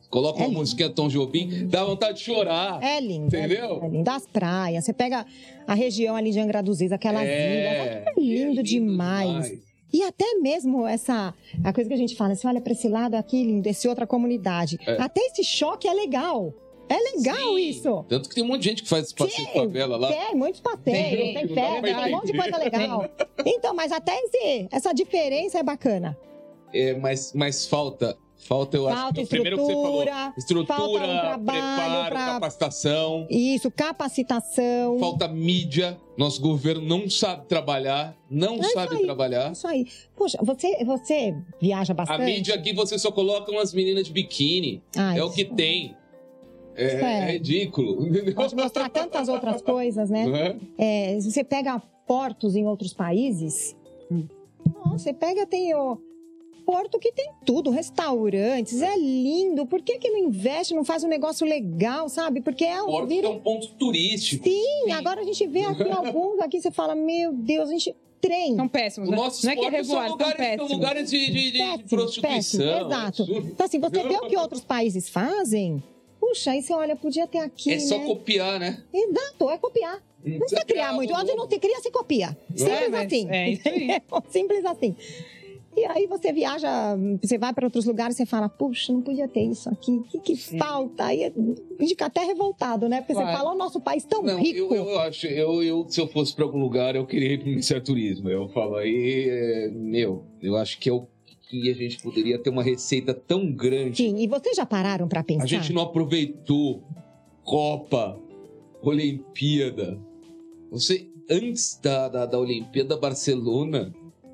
coloca
É
uma
lindo.
musiquinha Tom Jobim, dá vontade de chorar.
É lindo.
Entendeu?
É, é lindo. As praias, você pega a região ali de Angra dos Reis, aquelas ilhas. É lindo,
é
demais. E até mesmo essa a coisa que a gente fala, você olha para esse lado aqui, lindo, esse outra comunidade.
É.
Até esse choque é legal. É legal
Sim.
isso.
Tanto que tem um monte de gente que faz esse passeio de favela lá.
Tem muitos passeios,
Tem,
tem
não dá
festa,
pra
tem um monte de
entender.
coisa legal. Então, mas até esse, essa diferença é bacana.
É, mas, mas falta, falta eu acho
Falta
que é o primeiro que você falou.
estrutura,
Estrutura,
falta um trabalho
preparo,
pra-
capacitação.
Isso, capacitação.
Falta mídia. Nosso governo não sabe trabalhar, não
É isso
sabe
aí.
trabalhar.
Isso aí. Poxa, você, você viaja
A
bastante?
mídia aqui você só coloca umas meninas de biquíni.
Ah,
é o
isso.
que tem. É, é
Sério.
ridículo. Entendeu?
Pode mostrar tantas outras coisas, né?
Não é?
É, se você pega portos em outros países, nossa, você pega, tem o porto que tem tudo, restaurantes, é lindo. Por que que não investe, não faz um negócio legal, sabe? Porque é um...
Porto
vira-
é um ponto turístico.
Sim, agora a gente vê aqui alguns, aqui você fala, meu Deus, a gente... Trem.
São péssimos,
Os
né?
nossos
Não é que é
portos são
regular, são
lugares, são
péssimos.
lugares de, de- de
Péssimo,
prostituição.
péssimo, exato.
absurdo.
Então, assim, você vê o que outros países fazem, puxa, aí você olha, podia ter aqui,
É só
né?
copiar, né?
Exato, é copiar. Não precisa criar muito. Onde não se cria, se copia. Simples
É, mas
assim.
é isso aí.
Simples assim. E aí você viaja, você vai para outros lugares, você fala, puxa, não podia ter isso aqui. O que, que falta? Aí a gente fica até revoltado, né? Porque
Claro.
você fala, o nosso país tão
Não,
rico.
eu, eu acho, eu, eu, se eu fosse pra algum lugar, eu queria ir pro Ministério do Turismo. Eu falo aí, é, meu, eu acho que é o que a gente poderia ter uma receita tão grande.
Sim, e vocês já pararam para pensar?
A gente não aproveitou Copa, Olimpíada. Você, antes da, da, da Olimpíada, Barcelona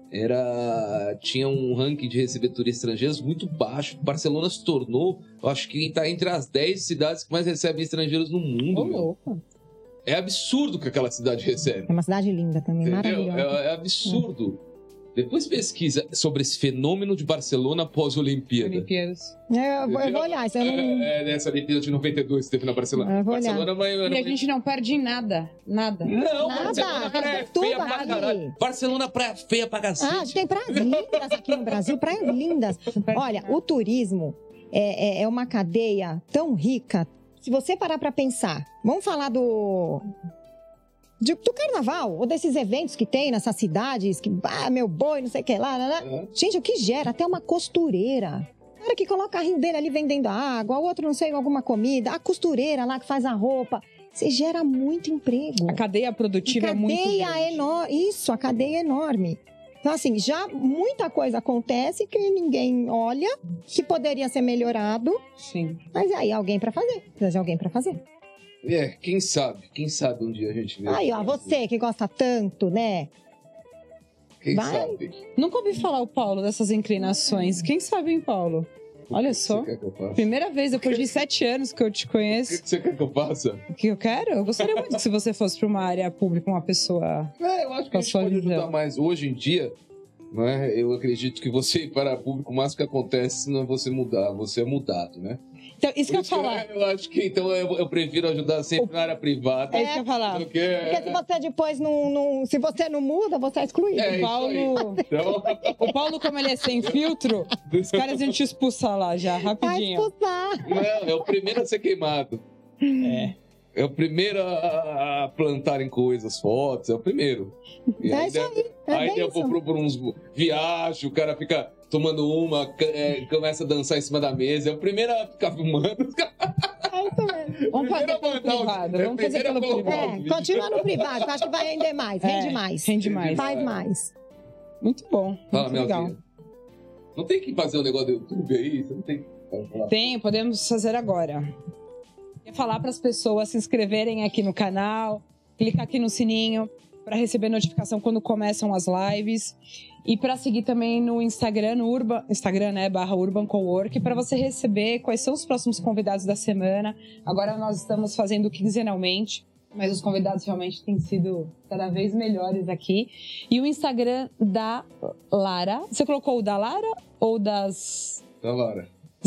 era tinha um ranking de receber turistas estrangeiros muito baixo. Barcelona se tornou, eu acho que está entre as dez cidades que mais recebem estrangeiros no mundo.
Ô,
meu.
louco.
É absurdo o que aquela cidade recebe.
É uma cidade linda também,
Entendeu?
maravilhosa.
É, é absurdo. Depois pesquisa sobre esse fenômeno de Barcelona pós-Olimpíada.
Olimpíadas.
É, eu, vou, eu vou olhar, isso eu não...
É, é, nessa Olimpíada de noventa e dois que teve na Barcelona.
Eu vou olhar.
Barcelona vai,
E a gente não perde em nada. Nada.
Não,
Nada,
Barcelona praia
tudo
feia pra
ali.
caralho. Barcelona praia feia pra
Ah,
cacete.
tem praias lindas aqui no Brasil, praias lindas. Olha, o turismo é, é, é uma cadeia tão rica. Se você parar para pensar, vamos falar do de- do carnaval, ou desses eventos que tem nessas cidades, que, ah, meu boi, não sei o que lá, né, né?
É.
Gente, o que gera? Até uma costureira. O cara que coloca o carrinho dele ali vendendo água, o outro não sei, alguma comida, a costureira lá que faz a roupa. Você gera muito emprego.
A cadeia produtiva é muito
cadeia
grande.
enorme. Isso, a cadeia é enorme. Então, assim, já muita coisa acontece que ninguém olha, que poderia ser melhorado,
Sim.
mas aí alguém para fazer. Precisa de alguém para fazer.
É, quem sabe? Quem sabe um dia a gente vê.
Aí, ó, você que gosta tanto, né?
Quem
vai.
sabe?
Nunca ouvi falar o Paulo dessas inclinações. Quem sabe, hein, Paulo? Olha
O
só.
que você quer que eu faça?
Primeira vez, depois de sete anos que eu te
O que
conheço,
você quer que eu faça?
o que eu quero? Eu gostaria muito que se você fosse para uma área pública, uma pessoa...
É, eu acho que
Com
a
a
gente
sua
pode
visão.
ajudar mais. Hoje em dia, não é? Eu acredito que você ir para público, o máximo que acontece não é você mudar, você é mudado, né?
Então, isso que eu ia
Por
falar.
Eu acho que então eu, eu prefiro ajudar sempre na área privada.
É isso que eu ia falar.
do que-
Porque se você depois não, não- se você não muda, você é excluído.
É,
O
isso
Paulo,
Então,
o Paulo, como ele é sem filtro, os caras iam te expulsar lá já,
Vai
rapidinho.
expulsar.
não, é o primeiro a ser queimado.
É.
É o primeiro a, a plantarem coisas, fotos, é o primeiro. E
É
aí
isso
de-
aí. É
aí
bem
eu
isso.
vou por uns viagens, o cara fica tomando uma, ca- é, começa a dançar em cima da mesa. É o primeiro a ficar filmando.
É isso mesmo.
Vamos fazer
Primeiro a
pelo
mandar os-
privado.
é,
Vamos fazer
primeiro a
pelo
colocar
privado.
os
É,
vídeos.
continua no privado, que eu acho que vai render mais. Rende
É,
mais.
Rende mais.
Faz mais.
Muito bom.
Fala,
Muito legal.
Melzinha. Não tem que fazer um negócio do YouTube aí? Você não tem que falar.
Tem, podemos fazer agora. Quer falar para as pessoas se inscreverem aqui no canal, clicar aqui no sininho para receber notificação quando começam as lives e para seguir também no Instagram, no Urban, Instagram, né, barra Urban Cowork, para você receber quais são os próximos convidados da semana. Agora nós estamos fazendo quinzenalmente, mas os convidados realmente têm sido cada vez melhores aqui. E o Instagram da Lara, você colocou o da Lara ou das
Tá, Laura.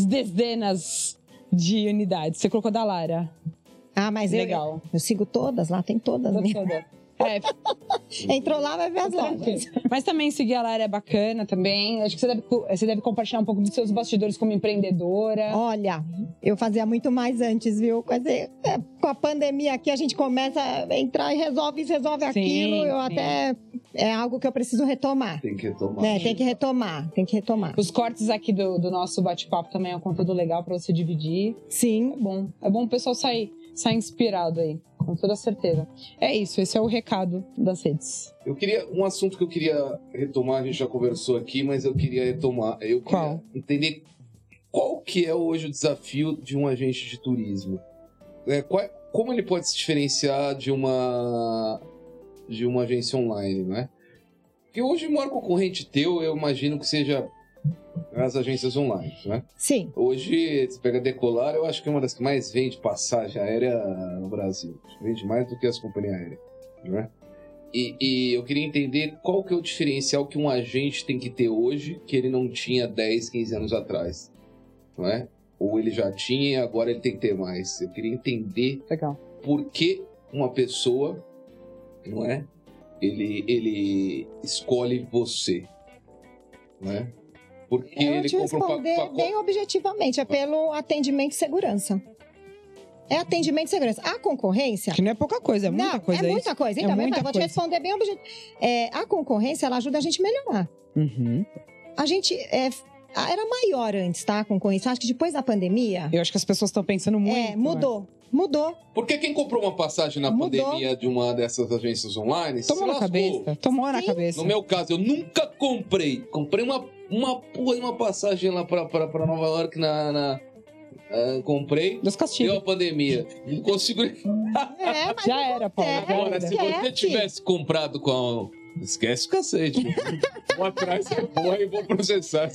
dezenas de unidades? Você colocou da Lara.
Ah, mas eu,
Legal.
eu sigo todas, lá tem todas.
Tô
Né?
toda. É,
Entrou lá, vai ver as lojas.
mas também seguir a Lara é bacana também. Acho que você deve, você deve compartilhar um pouco dos seus bastidores como empreendedora.
Olha, eu fazia muito mais antes, viu? Quer dizer, é, com a pandemia aqui, a gente começa a entrar e resolve isso, resolve
Sim,
aquilo. Eu
sim.
até... É algo que eu preciso retomar.
Tem que retomar.
Né? Tem que retomar, tem que retomar.
Os cortes aqui do, do nosso bate-papo também é um conteúdo legal pra você dividir.
Sim.
É bom. É bom o pessoal sair, sair inspirado aí, com toda certeza. É isso, esse é o recado das redes.
Eu queria, um assunto que eu queria retomar, a gente já conversou aqui, mas eu queria retomar. Eu queria
Qual?
entender qual que é hoje o desafio de um agente de turismo. É, qual, como ele pode se diferenciar de uma, de uma agência online, né? Porque hoje o maior concorrente teu, eu imagino que seja as agências online, né?
Sim.
Hoje, você pega a Decolar, eu acho que é uma das que mais vende passagem aérea no Brasil. Vende mais do que as companhias aéreas, né? E, e eu queria entender qual que é o diferencial que um agente tem que ter hoje que ele não tinha dez, quinze anos atrás, não é? Ou ele já tinha e agora ele tem que ter mais. Eu queria entender
Legal.
por que uma pessoa, não é? Ele, ele escolhe você, não é? Porque
Eu vou
ele
te
compra um
responder
pacote.
bem objetivamente. É pelo atendimento e segurança. É atendimento e segurança. A concorrência...
Que não é pouca coisa, é muita
não,
coisa.
é muita
isso.
coisa.
É
Então,
muita
eu vou te
coisa.
responder bem objetivamente. É, a concorrência, ela ajuda a gente a melhorar.
Uhum.
A gente... É, era maior antes, tá? A concorrência. Acho que depois da pandemia...
Eu acho que as pessoas estão pensando muito.
É, mudou. Mudou.
Porque quem comprou uma passagem na
Mudou.
pandemia de uma dessas agências online se
Tomou na
lascou.
cabeça. Tomou na
Sim.
cabeça.
No meu caso, eu nunca comprei. Comprei uma, uma porra de uma passagem lá pra, pra, pra Nova York na. na ah, comprei.
Dos castigos.
Deu a pandemia. Não consigo.
É, mas
Já era, Paulo.
É,
já
Agora,
era.
se você
Esquece.
tivesse comprado com a. Esquece o cacete. Vou atrás dessa porra e vou processar.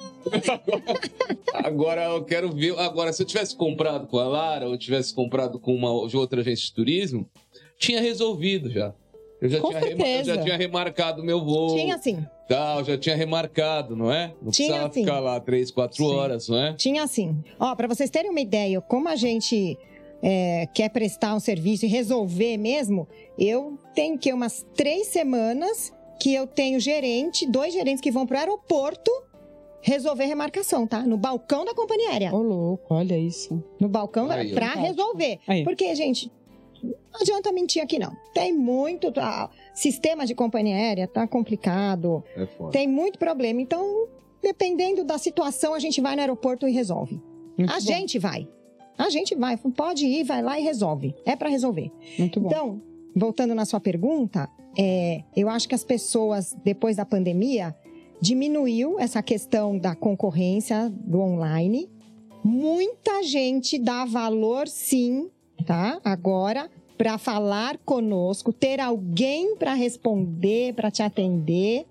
Agora eu quero ver. Agora, se eu tivesse comprado com a Lara ou tivesse comprado com uma de outra agência de turismo, tinha resolvido já. Eu já,
Com
tinha, rema- eu
certeza.
já tinha remarcado o meu voo.
tinha sim.
Tal, já tinha remarcado, não é? Não
Tinha,
precisava
sim.
ficar lá três, quatro
Sim.
horas, não é?
Tinha sim. Ó, pra vocês terem uma ideia, como a gente é, quer prestar um serviço e resolver mesmo, eu tenho que umas três semanas que eu tenho gerente, dois gerentes que vão pro aeroporto resolver remarcação, tá? No balcão da companhia aérea.
Ô, louco, olha isso.
No balcão da,
Aí, ó.
pra resolver.
Aí.
Porque, gente, não adianta mentir aqui, não. Tem muito... Ah, sistema de companhia aérea tá complicado.
É foda.
Tem muito problema. Então, dependendo da situação, a gente vai no aeroporto e resolve.
Muito
a
bom.
gente vai. A gente vai. Pode ir, vai lá e resolve. É pra resolver.
Muito bom.
Então, voltando na sua pergunta, é, eu acho que as pessoas, depois da pandemia, diminuiu essa questão da concorrência do online. Muita gente dá valor, sim, tá? Agora, para falar conosco, ter alguém para responder, para te atender.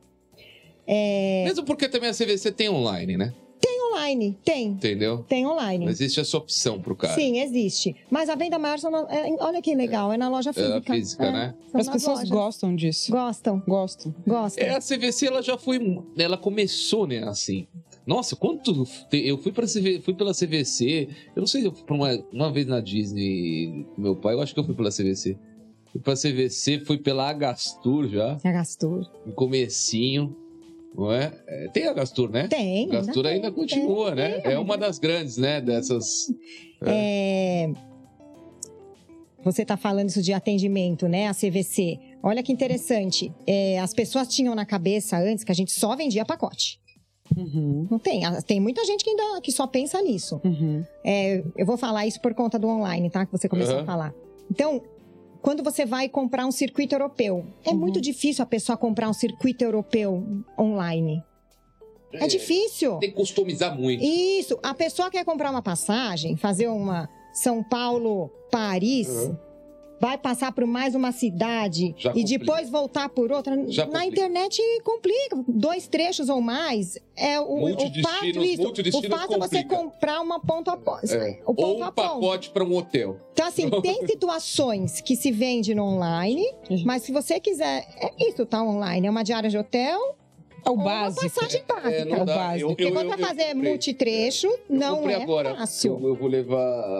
É,
Mesmo porque também a C V C tem online, né?
online, tem.
Entendeu?
Tem online.
Não existe essa opção pro cara.
Sim, existe. Mas a venda maior, são na- é, olha que legal, é na loja
É
física.
a física,
É,
né?
são
As
nas
pessoas
lojas.
gostam disso.
Gostam,
Gostam.
gostam.
É, a C V C, ela já foi... Ela começou, né, assim... Nossa, quanto... Eu fui, pra C V, fui pela C V C... Eu não sei, eu fui pra uma, uma vez na Disney com meu pai, eu acho que eu fui pela C V C. Fui pra C V C, fui pela Agastur já,
Já gastou?
no comecinho, não é? É, tem a Agastur, né?
Tem.
A Agastur ainda,
tem,
continua,
tem,
né?
tem.
É uma das grandes, né, dessas...
É... Você está falando isso de atendimento, né? A C V C. Olha que interessante. É, as pessoas tinham na cabeça antes que a gente só vendia pacote.
Uhum.
Não tem. Ah, tem muita gente que ainda que só pensa nisso.
Uhum.
É, eu vou falar isso por conta do online, tá? Que você começou
Uhum.
a falar. Então, quando você vai comprar um circuito europeu, é
Uhum.
muito difícil a pessoa comprar um circuito europeu online. É, difícil.
Tem que customizar muito.
Isso. A pessoa quer comprar uma passagem, fazer uma São Paulo-Paris,
Uhum.
vai passar por mais uma cidade
Já
e
complica.
depois voltar por outra.
Já
Na
complica.
internet complica. Dois trechos ou mais. É o, o
Multidestinos,
fato isso. O
multidestinos
fato é você
complica.
comprar uma ponto a ponto.
É.
O ponto
Ou um
a ponto.
pacote para um hotel.
Então, assim, tem situações que se vende no online,
Uhum.
mas se você quiser. É isso, tá online. É uma diária de hotel
É o
ou uma
básico.
passagem básica.
É, não
o
dá.
básico.
Eu,
Porque
eu,
quando
eu,
vai fazer
eu comprei.
multitrecho,
Eu
não
comprei
é
agora.
fácil.
Eu, eu vou levar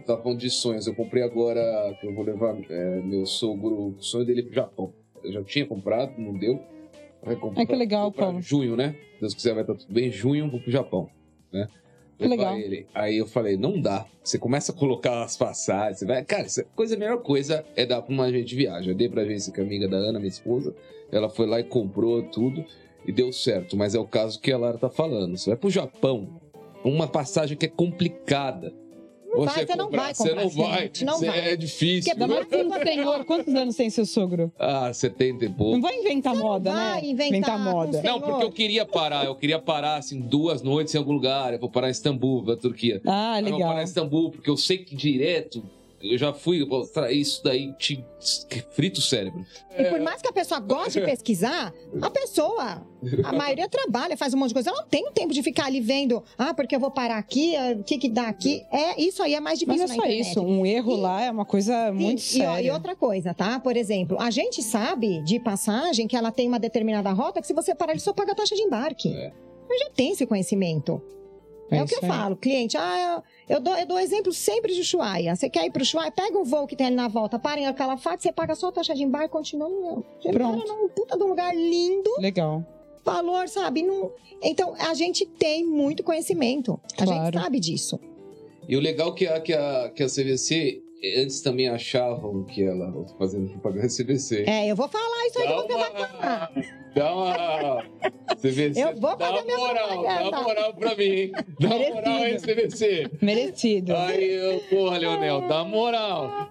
tava falando de sonhos. Eu comprei agora, que eu vou levar é, meu sogro, o sonho dele pro Japão. Eu já tinha comprado, não deu. Vai comprar,
Ai, que legal, Paulo.
Junho, né? Se Deus quiser, vai estar tudo bem. Junho, vou pro Japão, né?
Que legal.
Ele. Aí eu falei, não dá. Você começa a colocar as passagens, você vai... Cara, essa coisa, a melhor coisa é dar pra uma agente de viagem. Eu dei pra agência que é amiga da Ana, minha esposa. Ela foi lá e comprou tudo e deu certo. Mas é o caso que a Lara tá falando. Você vai pro Japão, uma passagem que é complicada.
Vai, você não vai
Você
comprar,
não vai.
gente, não
Você
vai.
É difícil.
Porque
Mas sim, senhor, quantos anos tem seu sogro?
Ah, setenta e pouco.
Não vai inventar moda,
vai
né?
inventar
moda.
com
Não, porque eu queria parar. Eu queria parar, assim, duas noites em algum lugar. Eu vou parar em Istambul, na Turquia.
Ah,
Eu vou
legal.
parar em Istambul, porque eu sei que direto... Eu já fui... Isso daí te frita o cérebro.
E por mais que a pessoa goste de pesquisar, a pessoa, a maioria trabalha, faz um monte de coisa. Ela não tem tempo de ficar ali vendo, ah, porque eu vou parar aqui, o que que dá aqui. É, isso aí é mais
Mas
difícil
não é
na
só
internet.
isso, um erro
E-
lá é uma coisa muito
Sim, e, ó,
séria.
e outra coisa, tá? Por exemplo, a gente sabe de passagem que ela tem uma determinada rota que se você parar, ele só paga a taxa de embarque.
É.
Eu já tenho esse conhecimento. É,
É
o que eu
isso aí.
falo, cliente, ah, eu, eu, dou, eu dou exemplo sempre de Ushuaia. Você quer ir para o Ushuaia, pega o voo que tem ali na volta, para em Calafate, você paga só a taxa de embarque e continua no... Você
Pronto.
para num puta de um lugar lindo,
Legal.
valor, sabe? Não... Então, a gente tem muito conhecimento. A
Claro.
gente sabe disso.
E o legal que a, que a, que a C V C... Antes também achavam que ela... Fazendo propaganda C V C.
É, eu vou falar isso aí que
Dá
você vai
uma...
falar.
Dá uma... C V C,
Eu vou
dá
fazer minha
moral,
propaganda.
dá moral pra mim, hein? Dá
Merecido.
moral aí, C V C.
Merecido.
Aí, eu, porra, Leonel, dá moral.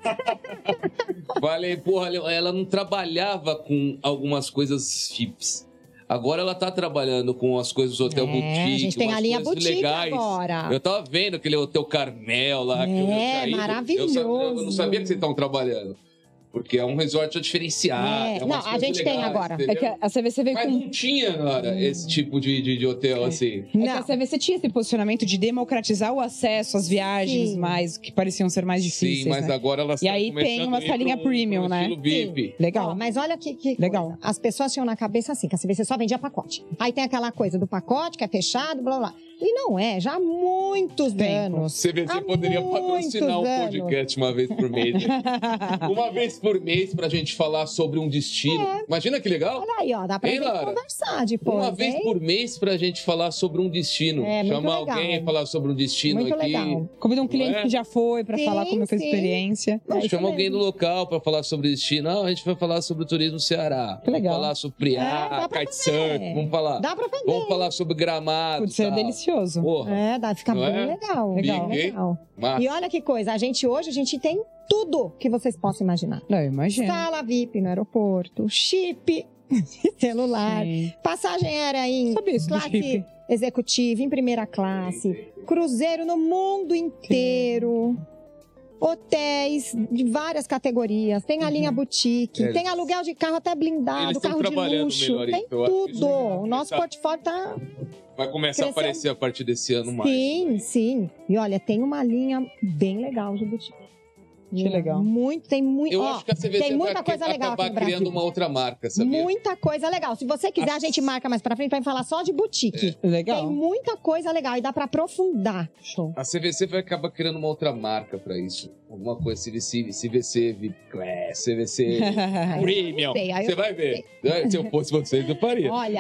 Falei, porra, Leonel, ela não trabalhava com algumas coisas F I Ps. Agora ela tá trabalhando com as coisas do Hotel
É,
Boutique.
a gente tem
umas
a linha
coisas
boutique
legais.
agora.
Eu tava vendo aquele Hotel Carmel lá. que eu
É,
já ido.
maravilhoso.
Eu, sabia- eu não sabia que vocês estão trabalhando. Porque é um resort diferenciado.
É,
é umas
não, a
coisas
gente tem
legais,
agora.
entendeu?
É que a C V C veio
Mas
com...
não tinha, Nora, esse tipo de, de, de hotel assim.
É que
Não.
a C V C tinha esse posicionamento de democratizar o acesso às viagens
Sim.
mais que pareciam ser mais difíceis.
Sim, mas
né?
agora elas
E
estão
aí
começando
tem uma
a ir
salinha
pro-
premium,
pro
né?
estilo V I P.
Legal.
Ó, mas olha que, que
Legal.
coisa. As pessoas tinham na cabeça assim, que a C V C só vendia pacote. Aí tem aquela coisa do pacote que é fechado, blá blá. E não é, já há muitos
Tempo.
anos.
C V C
Há
poderia
muitos
patrocinar um
anos.
podcast uma vez por mês. Uma vez por mês pra gente falar sobre um destino. Imagina que legal.
Olha aí, ó, dá pra
Hein,
gente
Lara?
conversar depois,
Uma vez
hein?
por mês pra gente falar sobre um destino.
É, muito
Chamar
legal.
alguém e falar sobre um destino
Muito
aqui.
legal.
Convida um
Não
cliente
é?
que já foi pra
Sim,
falar como foi a
sim.
experiência.
Não,
É isso
chama alguém do
mesmo.
local pra falar sobre o destino. Ah, a gente vai falar sobre o turismo no Ceará.
Que legal.
Vamos falar sobre
É,
ah,
dá pra
kitesurf. Vamos falar.
Dá pra fazer.
Vamos falar sobre gramado.
Pode ser
tal.
delicioso.
Porra,
É, dá, fica
Não
bem
é?
legal.
Legal.
bem legal.
massa.
E olha que coisa, a gente hoje, a gente tem tudo que vocês possam imaginar.
Não, eu imagino.
Sala V I P no aeroporto, chip de celular,
Sim.
passagem aérea em
Sabia isso do
classe
chip.
executiva, em primeira classe, cruzeiro no mundo inteiro, hotéis de várias categorias, tem a linha boutique,
É,
tem aluguel de carro até blindado,
eles estão
carro de
trabalhando
luxo,
melhor
tem
isso, eu acho que isso
tudo.
vai
O nosso
começar.
portfólio tá...
Vai começar a
Cresceu.
aparecer a partir desse ano mais.
Sim, sim. E olha, tem uma linha bem legal de boutique.
Que legal.
Muito, tem muito.
Eu
ó,
acho que a C V C
tem muita
vai
coisa legal
acabar
aqui no Brasil.
criando uma outra marca, sabia?
Muita coisa legal. Se você quiser, a gente marca mais pra frente pra falar só de boutique.
Legal.
Tem muita coisa legal e dá pra aprofundar.
Show.
A C V C vai acabar criando uma outra marca pra isso. Alguma coisa, C V C, C V C V I P Class, C V C Premium.
sei, aí eu
Você vai ver. Se eu fosse vocês, eu faria.
Olha,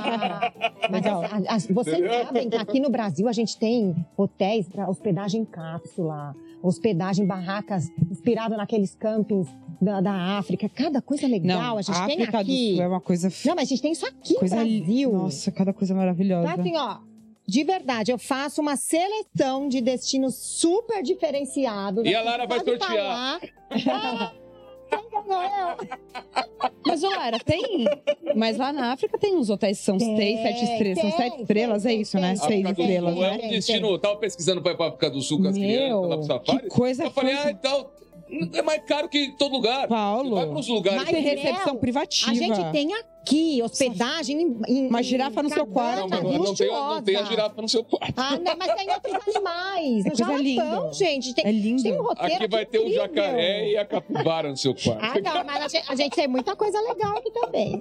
mas
Legal.
as- as- vocês
Entendeu?
sabem que aqui no Brasil a gente tem hotéis para hospedagem em cápsula, hospedagem em barracas inspirado naqueles campings da, da África. Cada coisa legal
Não,
a gente
a
tem
África do
aqui.
Sul é uma coisa...
Não, mas a gente tem isso aqui
coisa
no
li-
Brasil.
Nossa, cada coisa maravilhosa.
Então, assim, ó, de verdade, eu faço uma seleção de destinos super diferenciados.
E a
assim,
Lara vai
pode
sortear.
falar. Quem ganhou eu?
Mas, ó, Lara, tem... Mas lá na África tem uns hotéis que são
Tem,
seis, sete estrelas. São
tem,
sete estrelas,
tem,
é isso, né?
tem,
Seis
África do
estrelas,
Sul
né?
é um
Tem,
destino. Eu tava pesquisando pra ir pra África do Sul com as crianças lá pro
Meu,
safari.
que coisa...
Eu falei,
coisa-
ah, então, é mais caro que todo lugar.
Paulo,
Vai pros lugares.
Mas
tem
Mel,
recepção privativa.
A gente tem aqui hospedagem em, em
Uma girafa no seu quarto.
Não,
cabana
mas não tem, não tem a
luxuosa.
girafa no seu quarto.
Ah, não, mas tem outros animais.
É
no
coisa
Japão,
linda.
gente. Tem,
É lindo.
tem um roteiro
Aqui vai ter o
incrível.
jacaré e a capivara no seu quarto.
Ah, não, mas a gente, a gente tem muita coisa legal aqui também.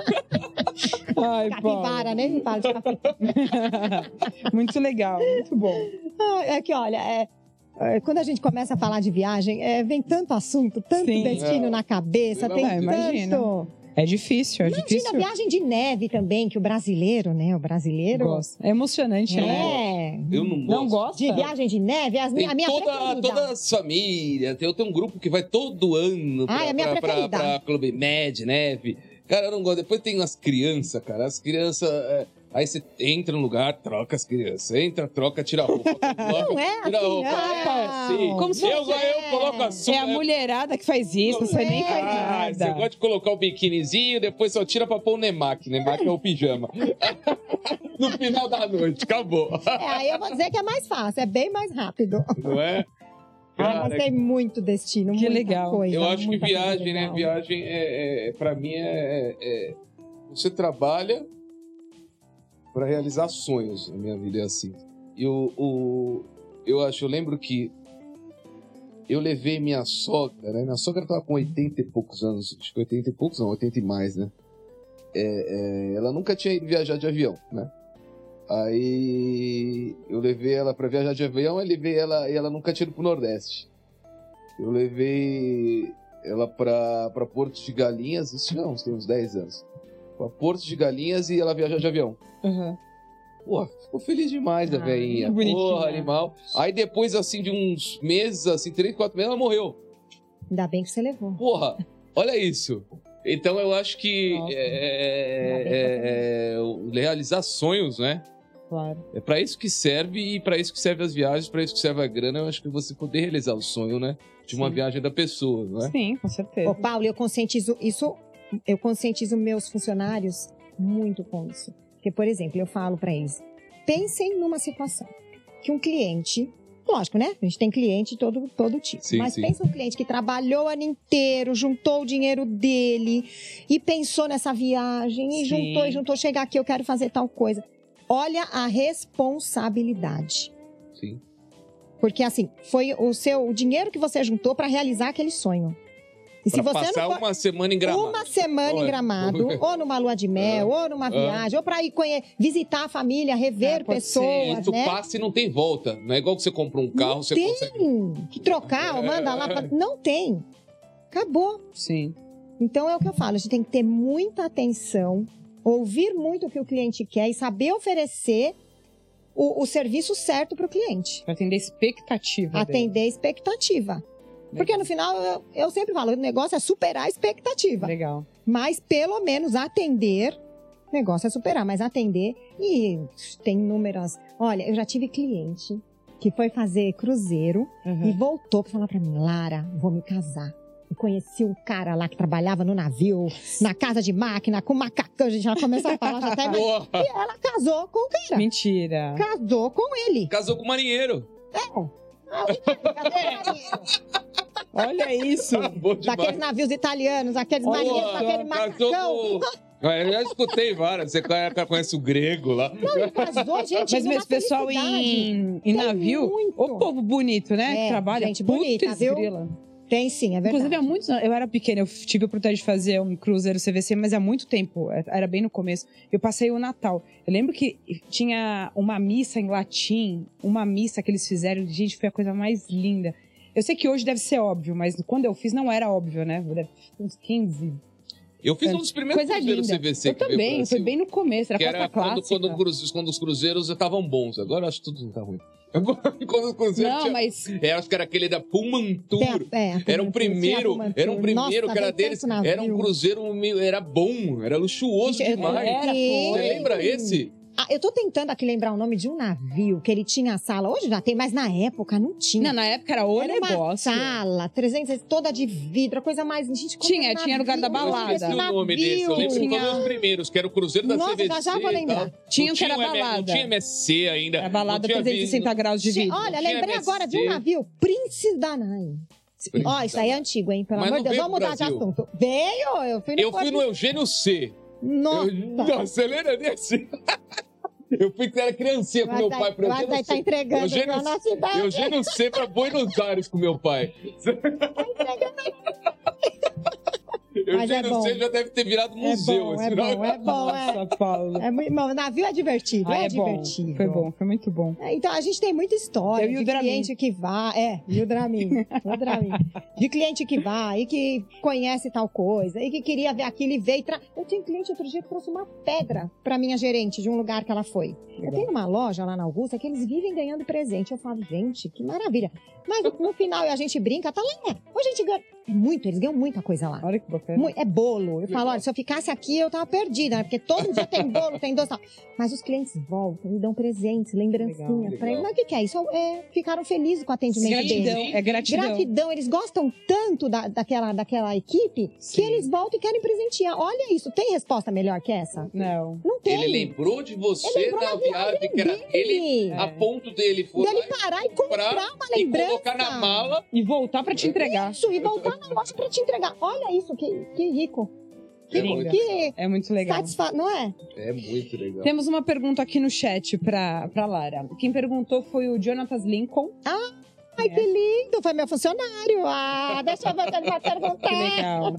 Ai,
Capivara, né? Me fala de capivara.
Paulo. Muito legal, muito bom.
Ah, é que, olha, é, é, quando a gente começa a falar de viagem, é, vem tanto assunto, tanto
Sim.
destino
É.
na cabeça,
Não,
tem
é, imagina.
tanto...
É difícil, é
Imagina
difícil.
a viagem de neve também, que o brasileiro, né? O brasileiro...
Gosto. É emocionante, né?
É,
Eu não gosto.
Não gosta?
de viagem de neve, as,
Tem
a minha
toda,
preferida.
toda as famílias. Eu tenho um grupo que vai todo ano pra,
Ah, é a minha
pra, pra,
preferida.
pra Clube Med, neve. Cara, eu não gosto. Depois tem as crianças, cara. As crianças. é, Aí você entra no lugar, troca as crianças. Entra, troca, tira a roupa. Coloca,
Não é
tira a
assim,
roupa. É
não.
assim.
Como se
eu,
fosse-
eu coloco a sua.
É a mulherada que faz isso, você nem faz
Ah, você
nada.
gosta de colocar o biquinizinho, depois só tira pra pôr o Nemac. Nemac é o pijama. No final da noite, acabou.
É, aí eu vou dizer que é mais fácil, é bem mais rápido.
Não é?
Ah, mas
Cara,
tem muito destino,
Que
muita
legal.
coisa.
eu acho que
muita coisa
viagem, né?
legal.
Viagem, é, é, pra mim, é, é- Você trabalha pra realizar sonhos. A minha vida é assim. E o, o- eu acho, eu lembro que eu levei minha sogra, né? Minha sogra tava com oitenta e poucos anos. Acho que oitenta e poucos, não, oitenta e mais, né? É, é, ela nunca tinha ido viajar de avião, né? Aí eu levei ela pra viajar de avião, eu levei ela e ela nunca tinha ido pro Nordeste. Eu levei ela pra, pra Porto de Galinhas, isso não, tem uns dez anos. Pra Porto de Galinhas e ela viajar de avião.
Uhum.
Pô, ficou feliz demais a
Ah,
velhinha.
que bonitinha.
Porra, animal. Aí depois, assim, de uns meses, assim, três, quatro meses, ela morreu.
Ainda bem que você levou.
Porra, olha isso. Então eu acho que
Nossa.
é, é, é, o realizar sonhos, né?
Claro.
É pra isso que serve e pra isso que serve as viagens, pra isso que serve a grana. Eu acho que você poder realizar o sonho, né? De uma
Sim.
viagem da pessoa, não é?
Sim, com certeza.
Ô, Paulo, eu conscientizo isso, eu conscientizo meus funcionários muito com isso. Porque, por exemplo, eu falo para eles, pensem numa situação que um cliente, lógico, né? A gente tem cliente de todo, todo tipo.
Sim,
mas
sim.
pensa um cliente que trabalhou o ano inteiro, juntou o dinheiro dele e pensou nessa viagem e
Sim.
juntou e juntou, chegar aqui, eu quero fazer tal coisa. Olha a responsabilidade.
Sim.
Porque, assim, foi o seu o dinheiro que você juntou para realizar aquele sonho. E se
Pra
você
passar
não for...
uma semana em Gramado.
Uma semana
Ou
em
é-
Gramado, ou numa lua de mel, ou numa viagem, ou para ir conhe... visitar a família, rever
É, pode ser.
pessoas,
Isso
né?
passa e não tem volta. Não é igual que você compra um carro,
Não
você
tem
consegue.
que trocar, ou manda lá. Pra... Não tem. Acabou.
Sim.
Então é o que eu falo, a gente tem que ter muita atenção, ouvir muito o que o cliente quer e saber oferecer o, o serviço certo para o cliente.
Pra atender a expectativa dele.
Atender a expectativa. Porque no final, eu, eu sempre falo, o negócio é superar a expectativa.
Legal.
Mas pelo menos atender, o negócio é superar, mas atender. E tem inúmeras. Olha, eu já tive cliente que foi fazer cruzeiro
Uhum.
e voltou para falar para mim: Lara, vou me casar. Eu conheci um cara lá que trabalhava no navio, na casa de máquina, com macacão. Gente, ela começou a falar, já até.
Porra!
E ela casou com o cara.
Mentira.
Casou com ele.
Casou com o marinheiro.
Ah, o que é? Casou com o marinheiro.
Olha isso.
Bom demais.
Daqueles navios italianos, aqueles
Porra,
marinheiros com aquele
casou
macacão.
com- Eu já escutei várias. Você conhece o grego lá.
Não, casou, gente.
Mas
numa
mesmo pessoal
felicidade.
em, em
Tem
navio,
muito.
o povo bonito, né?
É,
que trabalha.
gente bonita,
Putz,
viu?
grila.
Tem sim, é verdade.
Inclusive, há muitos anos, eu era pequena, eu tive a oportunidade de fazer um cruzeiro C V C, mas há muito tempo, era bem no começo. Eu passei o Natal. Eu lembro que tinha uma missa em latim, uma missa que eles fizeram, gente, foi a coisa mais linda. Eu sei que hoje deve ser óbvio, mas quando eu fiz não era óbvio, né? Deve ter uns quinze.
Eu fiz um dos primeiros
Coisa
cruzeiros
linda.
C V C
Eu
que veio pro
também,
Brasil.
foi bem no começo, era
Que
costa
era quando,
clássica.
quando, cruz- quando os cruzeiros estavam bons. Agora eu acho que tudo não tá ruim. Agora, quando os cruzeiros
Não,
tinha...
mas
É, acho que era aquele da Pumantur.
Tem a- é, a
Era um
Pumantur,
primeiro,
tinha a Pumantur.
era um primeiro
Nossa,
que era
veio
deles.
tanto navio.
Era um cruzeiro, meio- era bom, era luxuoso
Gente, eu-
demais.
era,
Sim.
Você lembra esse?
Ah, eu tô tentando aqui lembrar o nome de um navio que ele tinha a sala. Hoje já tem, mas na época não tinha.
não, na época era o
Era
negócio.
uma sala, trezentos, toda de vidro, a coisa mais... Gente, como
Tinha,
é
tinha lugar da
navio,
balada.
Eu esqueci o
navio.
nome desse. Eu lembro que
Tinha-
foram os primeiros, que era o Cruzeiro da
Nossa,
C V C.
já já vou
e
lembrar.
tal.
Tinha
Não
um que era
o M-
balada.
Não tinha M S C ainda.
Era balada
não tinha
trezentos e sessenta
vi-
graus de
Gente,
vidro.
olha,
Não tinha
lembrei
M S C.
agora de um navio, Prince da Nai.
Prince
Ó, isso aí é antigo, hein? Pelo
Mas
amor
não
de Deus,
veio
vamos
pro
mudar de
Brasil.
assunto. Veio, eu fui no
Eu fui no Eugênio C.
Nossa.
Eu... Não, você lembra desse? Eu fui que era criancinha com meu pai pro
Eu acho que
Eugênio
tá
C.
entregando
Eugênio-
a nossa idade.
Eugênio C pra Buenos Aires com meu pai. Eu
Mas
sei,
é
não
bom.
sei, já deve ter virado museu.
É bom,
esse
é
final.
bom, é bom. É,
Nossa, Paulo.
é muito, bom, o navio é divertido,
Ah,
é,
é bom.
divertido.
Foi bom, foi muito bom.
É, então, a gente tem muita história
Eu e o
de
Dramin.
cliente que vai... É, e o Dramin. o Dramin. De cliente que vai e que conhece tal coisa e que queria ver aquilo e veio... Tra... Eu tinha um cliente outro dia que trouxe uma pedra pra minha gerente de um lugar que ela foi. Eu tenho uma loja lá na Augusta que eles vivem ganhando presente. Eu falo, gente, que maravilha. Mas no final a gente brinca, tá lá, né? Hoje a gente ganha muito, eles ganham muita coisa lá.
Olha que bacana.
Mu- É bolo. Eu falo, olha, se eu ficasse aqui, eu tava perdida, né? Porque todo dia tem bolo, tem doce e tal. Mas os clientes voltam e dão presentes, lembrancinhas
Legal.
pra eles. Mas o que, que é isso? É, ficaram felizes com o atendimento
Gratidão,
deles.
é gratidão.
Gratidão, eles gostam tanto da, daquela, daquela equipe
Sim.
que eles voltam e querem presentear. Olha isso, tem resposta melhor que essa?
Não.
Não tem.
Ele lembrou de você
Ele lembrou
na
da
viagem que era ele,
É.
a ponto dele foi
Dele
lá
parar e comprar uma
e
lembrança.
colocar na mala.
E voltar pra te entregar.
Isso, e voltar na loja pra te entregar. Olha isso, que, que rico.
É
lindo.
muito,
Que
É muito legal.
satisfa... Não é?
é muito legal.
Temos uma pergunta aqui no chat pra, pra Lara. Quem perguntou foi o Jonathan Lincoln.
Ai,
É.
que lindo. Foi meu funcionário. Ah, deixa eu ver o que ele vai
Que
perguntar.
legal.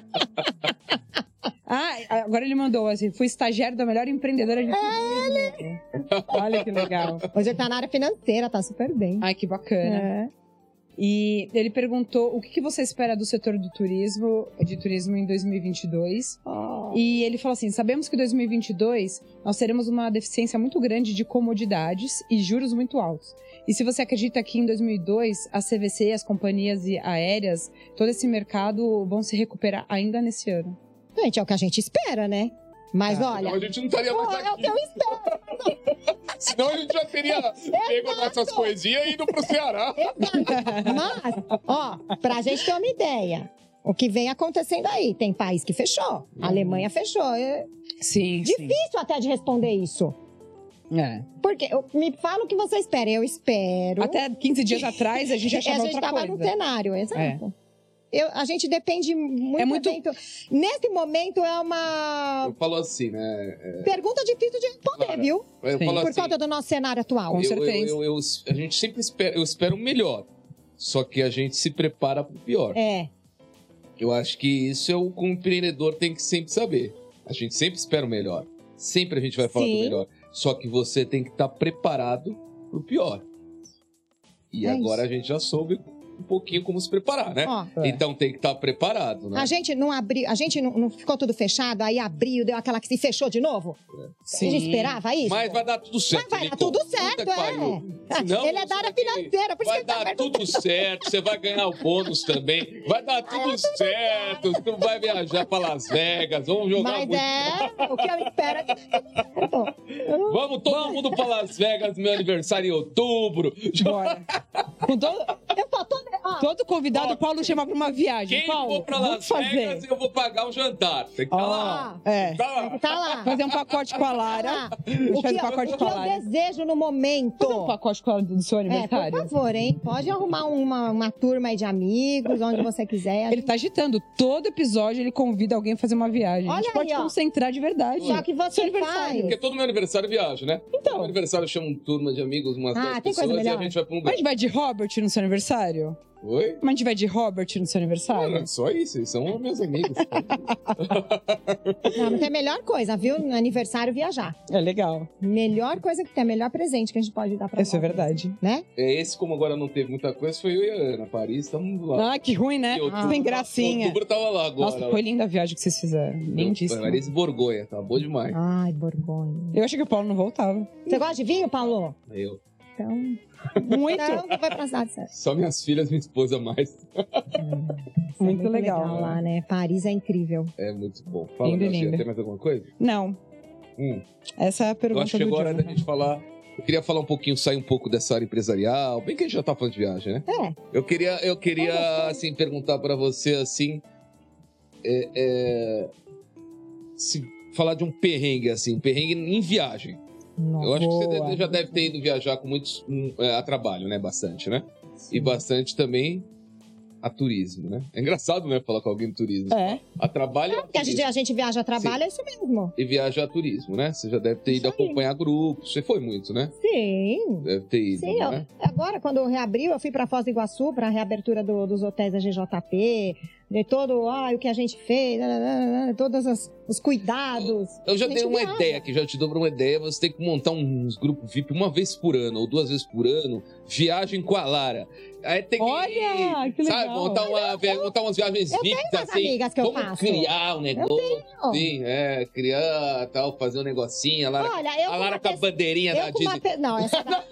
Ah, agora ele mandou assim: fui estagiário da melhor empreendedora de turismo. Olha que legal.
Hoje ele tá na área financeira, tá super bem.
Ai, que bacana.
É.
E ele perguntou o que, que você espera do setor do turismo, de turismo em dois mil e vinte e dois.
Oh.
E ele falou assim: sabemos que em dois mil e vinte e dois nós teremos uma deficiência muito grande de comodidades e juros muito altos. E se você acredita que em dois mil e dois a C V C, as companhias aéreas, todo esse mercado vão se recuperar ainda nesse ano?
Gente, é o que a gente espera, né? Mas
Tá.
olha,
Senão a gente não estaria
pô,
mais
é o
aqui.
que eu espero.
Senão a gente já teria pego nossas coisinhas e ido pro Ceará.
Mas, ó, pra gente ter uma ideia, o que vem acontecendo aí? Tem país que fechou. A Alemanha fechou. É
Sim,
difícil até de responder isso.
É.
Porque eu- me fala o que você espera. Eu espero.
Até quinze dias atrás a gente
a
achava
gente
outra
tava
coisa.
no cenário, exato. Eu, a gente depende muito,
É muito-
evento. Nesse momento é uma
Eu falo assim, né?
pergunta difícil de responder,
Clara,
viu?
Eu
Sim.
falo
Por
assim,
conta do nosso cenário atual.
Com
eu,
certeza.
Eu, eu, eu- a gente sempre espera, eu espero o melhor. Só que a gente se prepara pro pior.
É.
Eu acho que isso é o que o empreendedor tem que sempre saber. A gente sempre espera o melhor. Sempre a gente vai falar
Sim.
do melhor. Só que você tem que estar preparado pro pior. E
É
agora
isso.
a gente já soube um pouquinho como se preparar, né?
Ó,
É.
Então tem que estar preparado, né?
a gente não abriu, a gente não, não ficou tudo fechado, aí abriu, deu aquela que se fechou de novo. A gente esperava isso?
Mas vai dar tudo certo.
Mas vai dar
Nicole.
tudo
Puta
certo,
que
é.
pariu. Senão
Ele é da
você
área
vai-
financeira, por isso
Vai
que ele tá
dar tudo certo, você vai ganhar o bônus também. Vai dar tudo certo. Tu vai viajar pra Las Vegas, vamos jogar
Mas
muito.
é, o que eu espero é que...
Vamos todo mundo pra Las Vegas, meu aniversário em outubro.
Bora. Com todo,
Eu tô toda... Ó,
todo convidado,
Ó,
o Paulo chama pra uma viagem.
Quem
Paulo,
for pra
vamos
Las
fazer.
Vegas, eu vou pagar o jantar. Tem que estar lá.
ó,
É.
Tá lá.
tá lá.
Fazer um pacote com a Lara.
Ah,
A gente
o
faz
que,
um
eu-
pacote
o
com
que
a
eu
Lara.
desejo no momento...
Fazer um pacote com a Lara do seu
É, por
aniversário.
favor, hein? Pode arrumar uma, uma turma aí de amigos, onde você quiser.
Ele tá agitando. Todo episódio ele convida alguém a fazer uma viagem. a
Olha
gente pode
aí, ó.
concentrar de verdade.
Só que você
Seu aniversário.
Porque
faz...
todo meu aniversário viaja, né? Todo
Então,
meu aniversário chama uma turma de amigos, umas
Ah,
dez
tem coisa
pessoas, e a
melhor?
gente vai pra um
mas a
lugar.
gente vai de Robert no seu aniversário?
Oi?
Mas a gente vai de Robert no seu aniversário?
Cara, só isso, eles são meus amigos.
Não, mas é a melhor coisa, viu? No aniversário, viajar.
É legal.
Melhor coisa que tem, melhor presente que a gente pode dar pra
Isso é
nós,
verdade.
Né?
É, esse, como agora não teve muita coisa, foi eu e a Ana. Paris, estamos lá.
Ah, que ruim, né?
Em outubro-
Sem gracinha.
Em outubro tava lá agora.
Nossa, foi linda a viagem que vocês fizeram. Lindíssima.
Paris e Borgonha, tá bom demais.
Ai, Borgonha.
Eu achei que o Paulo não voltava.
Você gosta de vinho, Paulo?
Eu.
Então,
Muito.
então não vai pra cidade certa.
Só minhas filhas, minha esposa mais.
Isso é
Muito legal.
lá, né? Paris é incrível.
É muito bom. Fala,
Linda,
Garcia,
linda.
tem mais alguma coisa?
Não.
Hum.
Essa é a
Eu
pergunta
acho que
do
chegou a hora da
Jonathan.
gente falar. Eu queria falar um pouquinho, sair um pouco dessa área empresarial. Bem que a gente já tá falando de viagem, né?
É.
Eu queria, eu queria assim, perguntar pra você assim. é, é, se falar de um perrengue, assim, um perrengue em viagem. Eu acho que você
Boa.
deve- já deve ter ido viajar com muitos hum, é, a trabalho, né? Bastante, né? E bastante também a turismo, né? É engraçado, né? Falar com alguém de turismo.
É.
A trabalho
Porque a gente, a gente viaja a trabalho, é isso mesmo.
e viaja a turismo, né? Você já deve ter ido
Isso aí.
acompanhar grupos. Você foi muito, né?
Sim.
Deve ter ido,
Sim, eu-
né?
agora, quando reabriu, eu fui para Foz do Iguaçu para a reabertura do- dos hotéis da G J P. De todo, ah, o que a gente fez, nananana, todos os, os cuidados.
Eu já
A gente
tenho uma
viaja.
ideia aqui, já te dou uma ideia. Você tem que montar uns grupos V I P uma vez por ano, ou duas vezes por ano, viagem com a Lara. Aí tem que,
Olha, que
sabe,
legal.
montar, uma, montar umas viagens
Eu
V I Ps
tenho umas
assim.
amigas que eu
Vamos
faço.
criar um negócio. Sim, é, criar tal, fazer um negocinho. A Lara,
Olha, eu
a Lara
uma
com a
pessoa-
bandeirinha da
Eu com uma
Disney.
pe... Não, essa da...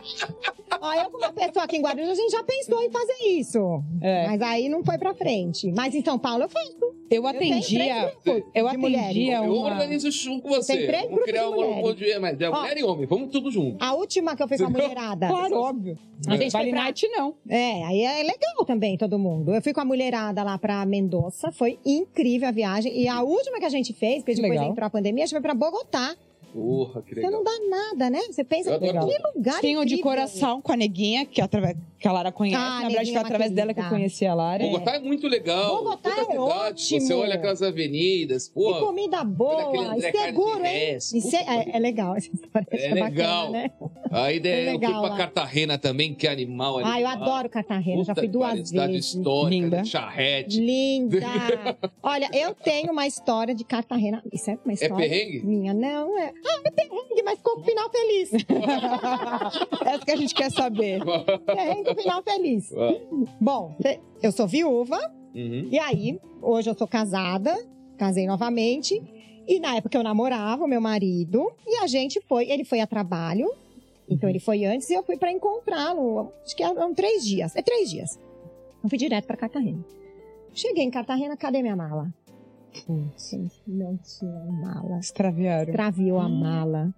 Ó, eu com uma pessoa aqui em Guarulhos, a gente já pensou em fazer isso.
É.
Mas aí não foi pra frente. Mas em São Paulo eu faço.
Eu
Eu tenho
atendia.
três grupos
Eu
de mulheres.
atendia
Eu
uma.
organizo junto com você.
Tem três
Vamos
grupos
criar
de
um grupo
mulheres.
de mas é
Ó.
mulher e homem. Vamos tudo junto.
A última que eu fui com a mulherada.
Claro, óbvio.
A gente
Vale
foi pra...
night, não.
É, aí é legal também, todo mundo. Eu fui com a mulherada lá pra Mendoza, foi incrível a viagem. E a última que a gente fez, porque
Que
depois
legal.
entrou a pandemia, a gente foi pra Bogotá.
Porra, que
Você
legal.
não dá nada, né? Você pensa,
Eu
que
adoro
lugar
Tinha o de
incrível.
coração com a neguinha, que, através, que a Lara conhece.
Ah,
Na verdade,
Neguinha
foi
é
através
uma
dela que eu
querida.
conheci a Lara.
Bogotá é muito legal.
Bogotá
Puta
é
cidade.
ótimo.
Você olha aquelas avenidas,
E
pô.
comida
Olha
boa,
aquele
e
André
seguro,
Carlos
hein?
Pires.
E se- é, é legal essa história.
É
bacana,
legal.
né?
Aí daí
É
eu fui
legal
pra
lá.
Cartagena também, que animal ali.
Ah, eu adoro Cartagena, já
Puta
fui
que
duas
pariu, cidade
vezes.
histórica,
Linda.
de charrete.
Linda! Olha, eu tenho uma história de Cartagena. Isso é uma
É
história
perrengue?
minha, não é? Ah, é perrengue, mas ficou com final feliz.
Essa que a gente quer saber.
Perrengue, final feliz. Bom, eu sou viúva,
Uhum.
e aí, hoje eu sou casada, casei novamente. E na época eu namorava o meu marido, e a gente foi, ele foi a trabalho, então ele foi antes, e eu fui pra encontrá-lo, acho que eram três dias, é três dias. Eu fui direto pra Cartagena. Cheguei em Cartagena, cadê minha mala? Putz, não tinha mala.
Extraviaram.
Extraviou a mala.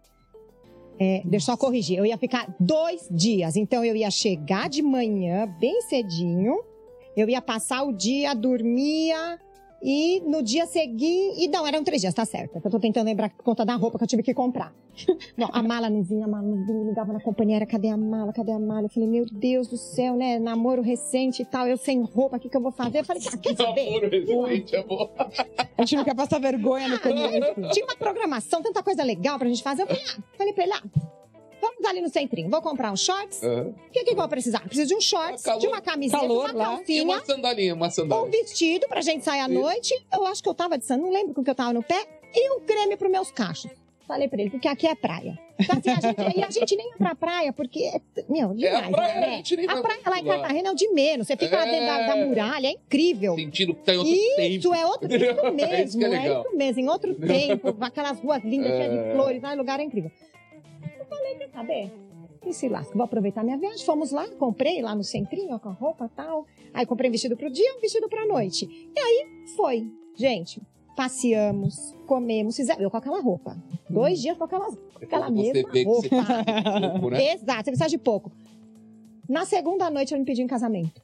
É, deixa eu só corrigir, eu ia ficar dois dias, então eu ia chegar de manhã, bem cedinho, eu ia passar o dia, dormia, e no dia seguinte... E não, eram três dias, tá certo. Eu tô tentando lembrar por conta da roupa que eu tive que comprar. Não, a mala não vinha, a mala não vinha. Eu ligava na companheira, cadê a mala, cadê a mala? Eu falei, meu Deus do céu, né? Namoro recente e tal, eu sem roupa, o que que eu vou fazer? Eu falei, ah, quer saber?
Namoro recente, é bom.
A gente não quer passar vergonha no começo.
Tinha uma programação, tanta coisa legal pra gente fazer. Eu falei, ah, falei pra ele, ah, vamos ali no centrinho, vou comprar uns shorts.
Uhum.
O que que eu vou precisar? Preciso de um shorts,
Calor-
de uma camiseta,
calor
uma
lá.
E
calcinha.
uma sandalinha, uma
Um
sandália.
vestido pra gente sair à
Isso.
noite. Eu acho que eu tava de sandália, não lembro com que eu tava no pé. E um creme pros meus cachos. Falei pra ele, porque aqui é praia. Então, assim, a gente, e a gente nem ia pra praia, porque, é, meu,
É,
demais,
a praia,
né?
a gente nem
A
vai
praia lá em
lá.
Cartagena é o de menos. Você fica lá dentro da, da
É.
muralha, é incrível.
Sentindo que tá em outro
Isso,
tempo.
é outro isso mesmo,
Isso que é
é,
legal.
isso mesmo, em outro tempo, aquelas ruas lindas,
É.
cheias de flores, lá, o lugar é incrível. Eu falei, quer saber? E se lasca, vou aproveitar minha viagem. Fomos lá, comprei lá no centrinho, com a roupa e tal. Aí comprei um vestido pro dia, um vestido pra noite. E aí, foi. Gente, passeamos, comemos, fizemos, eu com aquela roupa. Dois dias com aquela, aquela
Quando você
mesma
vê que você
roupa.
tá pouco, né?
Exato, você precisa de pouco. Na segunda noite, ele me pediu em casamento.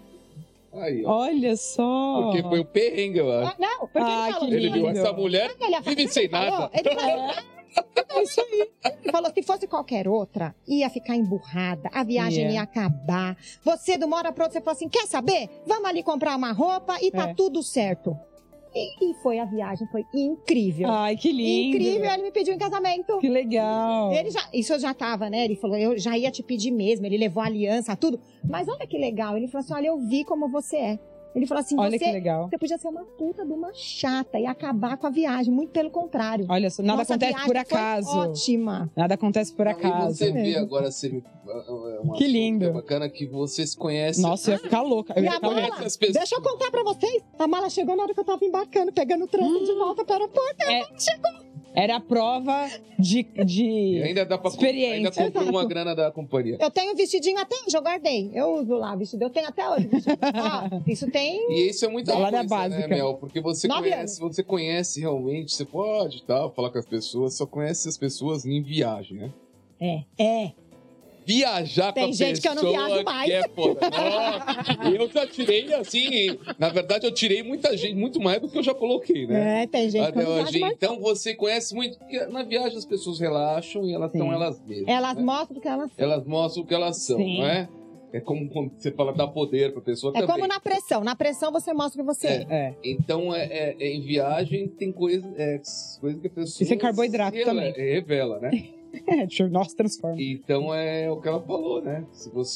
Aí, ó.
Olha só.
Porque foi o perrengue, eu acho.
Ah, não, porque
Ah,
ele falou...
que
Ele viu,
lindo.
essa mulher
Ele ia falar,
vive sem
falou,
nada.
Ele falou, é isso aí. Ele falou, se fosse qualquer outra, ia ficar emburrada, a viagem
Yeah.
ia acabar. Você, de uma hora pra outra, você falou assim, quer saber? Vamos ali comprar uma roupa e tá
É.
tudo certo. E, e foi a viagem, foi incrível.
Ai, que lindo.
Incrível, ele me pediu em casamento.
Que legal.
Ele já, isso eu já tava, né? Ele falou, eu já ia te pedir mesmo. Ele levou a aliança, tudo. Mas olha que legal. Ele falou assim, olha, eu vi como você é. Ele falou assim,
Olha que
você,
legal.
você podia ser uma puta de uma chata e acabar com a viagem. Muito pelo contrário.
Olha só, nada
Nossa
acontece
viagem
por
foi
acaso.
Ótima.
Nada acontece por
E
acaso.
você vê agora, você me... uma
Que
assunto
lindo.
que é bacana que você se conhece.
Nossa, eu ia ficar louca. Eu
E
ia
a
ficar
mala?
louca.
Conhece as pessoas.
Deixa eu contar pra vocês. A mala chegou na hora que eu tava embarcando, pegando o trânsito de volta para o aeroporto.
É. Era a prova de,
E
de
ainda dá pra
experiência.
ainda comprou
Exato.
uma grana da companhia.
Eu tenho um vestidinho até hoje, eu guardei. Eu uso lá o vestido, eu tenho até hoje. Ó, isso tem...
E isso é muita
Salário
coisa,
básica.
né, Mel? Porque você
Nove
conhece, você conhece realmente, você pode tal, falar com as pessoas, só conhece as pessoas em viagem, né?
É, é.
Viajar
Tem
com a
gente que eu
pessoa
não viajo mais.
que é foda. Nossa, eu já tirei, assim, na verdade eu tirei muita gente, muito mais do que eu já coloquei, né?
É, tem gente que eu
Até
não
hoje.
viajo mais.
Então você conhece muito, porque na viagem as pessoas relaxam e elas
Sim.
são elas mesmas.
Elas
né?
mostram que elas...
Elas mostram o que elas são,
Sim.
não é? É como quando você fala dar poder pra pessoa
É
também.
como na pressão. Na pressão você mostra o que você é.
É.
Então, é, é- é em viagem tem coisa, é, coisa que a pessoa...
E sem carboidrato
revela-
também.
Revela, né?
É, nossa, transforma.
Então é o que ela falou, né? Se você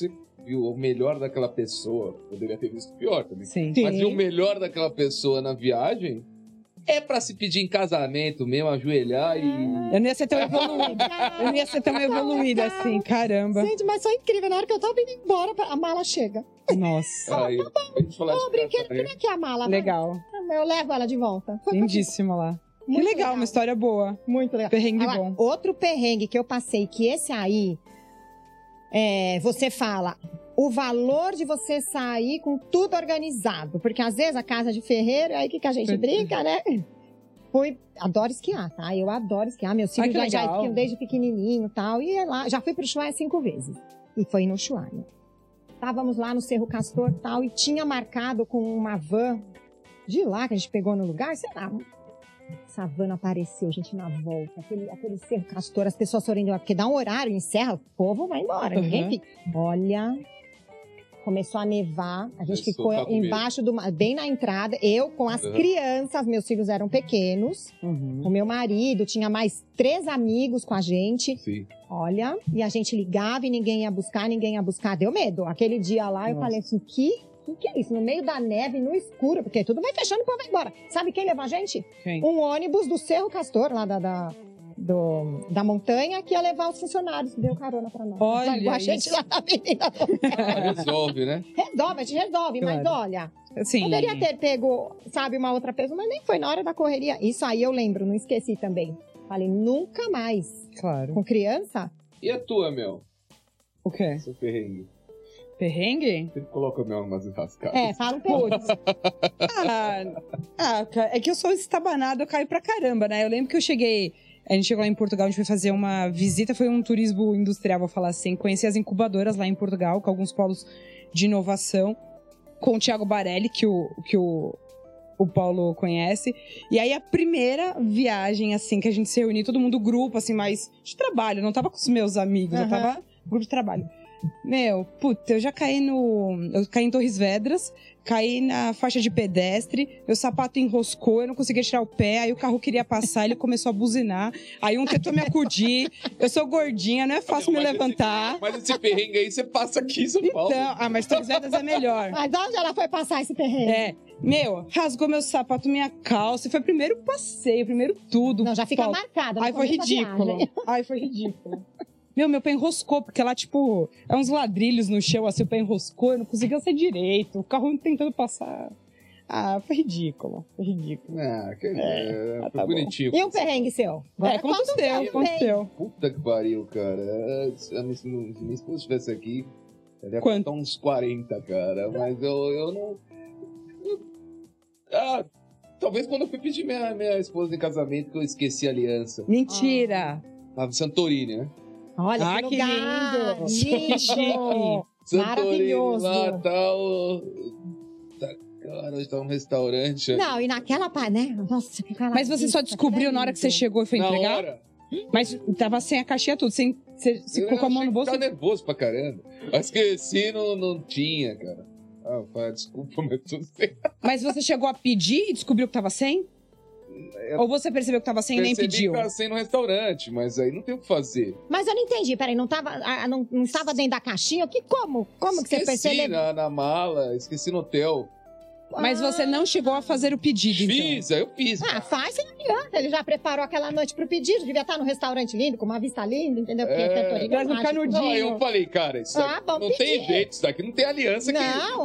viu o melhor daquela pessoa, poderia ter visto pior também.
Sim.
Mas viu o melhor daquela pessoa na viagem, é pra se pedir em casamento mesmo, ajoelhar e...
Eu não ia ser tão evoluída. Eu não ia ser tão evoluída assim, caramba.
Gente, mas foi incrível. Na hora que eu tava indo embora, a mala chega.
Nossa.
Aí, a gente falar
Ô,
de
brinquedo,
casamento.
como é que é a mala?
Legal.
Eu levo ela de volta. Foi
Lindíssima lá. Que
Muito
legal,
legal.
uma história boa.
muito legal.
Perrengue
Agora,
bom.
outro perrengue que eu passei, que esse aí, é, você fala o valor de você sair com tudo organizado. Porque às vezes a casa de ferreiro, aí que, que a gente brinca, né? Fui, adoro esquiar, tá? Eu adoro esquiar. Meus
Ai,
filhos
que
já, já
legal.
esquiam desde pequenininho e tal. E é lá, já fui pro Ushuaia cinco vezes. E foi no Ushuaia. Estávamos lá no Cerro Castor e tal, e tinha marcado com uma van de lá que a gente pegou no lugar, sei lá. Essa van não apareceu, gente, na volta. Aquele, aquele Cerro Castor, as pessoas foram indo, porque dá um horário, encerra, o povo vai embora.
Uhum.
Ninguém fica. Olha, começou a nevar, a gente
Começou a
ficou
ficar com
embaixo do. Bem na entrada, eu com as
Uhum.
crianças, meus filhos eram pequenos,
Uhum.
o meu marido, tinha mais três amigos com a gente.
Sim.
Olha, e a gente ligava e ninguém ia buscar, ninguém ia buscar. Deu medo. Aquele dia lá, eu
Nossa.
falei assim, que, que que é isso? No meio da neve, no escuro, porque tudo vai fechando e o povo vai embora. Sabe quem levou a gente?
Quem?
Um ônibus do Cerro Castor, lá da, da, do- da montanha, que ia levar os funcionários. Deu carona pra nós.
Olha
Largou a gente
isso.
lá na avenida.
Ah, resolve, né?
Resolve, a gente resolve, mas
Claro.
olha,
Sim.
poderia ter pego, sabe, uma outra pessoa, mas nem foi na hora da correria. Isso aí eu lembro, não esqueci também. Falei, nunca mais.
Claro.
Com criança,
E a tua, Mel?
O quê?
Seu perrengue.
Perrengue?
Sempre coloca o Mel numas enrascadas.
é, fala um pouco.
Putz. Ah, ah, ca- é que eu sou estabanada, eu caio pra caramba, né? Eu lembro que eu cheguei. A gente chegou lá em Portugal, a gente foi fazer uma visita, foi um turismo industrial, vou falar assim. Conheci as incubadoras lá em Portugal, com alguns polos de inovação, com o Thiago Barelli, que o, que o, o Paulo conhece. E aí a primeira viagem, assim, que a gente se reuniu, todo mundo grupo, assim, mais de trabalho, não tava com os meus amigos, eu
Aham.
tava grupo de trabalho. Meu, puta, eu já caí no. Eu caí em Torres Vedras, caí na faixa de pedestre, meu sapato enroscou, eu não conseguia tirar o pé, aí o carro queria passar, ele começou a buzinar, aí um tentou me acudir, eu sou gordinha, não é fácil
Não,
me
mas
levantar.
Esse, mas esse perrengue aí você passa aqui em São Paulo.
Então, ah, mas Torres Vedras é melhor.
Mas onde ela foi passar esse perrengue?
É, meu, rasgou meu sapato, minha calça, foi o primeiro passeio, primeiro tudo.
Não, já fica
Paulo.
marcada. no
Ai, foi
começo da
ridículo.
viagem.
Ai, foi ridículo. Meu, meu pé enroscou, porque lá, tipo, é uns ladrilhos no chão, assim, o pé enroscou, eu não conseguia sair direito, o carro tentando passar. Ah, foi ridículo, foi ridículo.
Ah, que, é,
ah,
foi
tá bom.
bonitinho.
E o perrengue seu?
É, conta o seu,
também.
conta o seu.
Puta que pariu, cara. É, Se a minha, se minha esposa estivesse aqui, ela ia
Quanto?
contar uns quarenta, cara. Mas eu, eu não... eu- Ah, talvez quando eu fui pedir minha, minha esposa em casamento, que eu esqueci a aliança.
Mentira!
Tava em Santorini, né?
Olha
Ah,
que
que
lugar.
lindo.
Lindo.
Que chique.
Santorini
Maravilhoso.
lá, tal... Tá, cara, eu tava num restaurante...
Não, e naquela pá, né? Nossa, aquela
Mas você só
vista,
descobriu
que
na hora que você
lindo.
chegou e foi
na
entregar?
hora.
Mas tava sem a caixinha tudo, sem, você, você
Eu
colocou a mão
achei
no
que
bolso?
Tava nervoso pra caramba. Mas esqueci, não, não tinha, cara. Ah, pá, desculpa, mas tudo certo.
Mas você chegou a pedir e descobriu que tava sem? Ou você percebeu que tava sem e nem
Percebi
pediu?
que tava sem no restaurante, mas aí não tem o que fazer.
Mas eu não entendi, peraí, não tava, ah, não, não estava dentro da caixinha? Que, como? Como que você
Esqueci
percebeu?
na, na mala, esqueci no hotel.
Mas você não chegou a fazer o pedido, então?
Fiz, aí eu fiz.
Ah, faz sem adianta. Ele já preparou aquela noite pro pedido. Devia estar num restaurante lindo, com uma vista linda, entendeu? Porque
É.
Santorini
Traz um
mágico.
canudinho.
Não, aí eu falei, cara, isso
Ah,
aqui
vamos
não tem
pedir.
jeito, isso daqui não tem aliança aqui.
Não.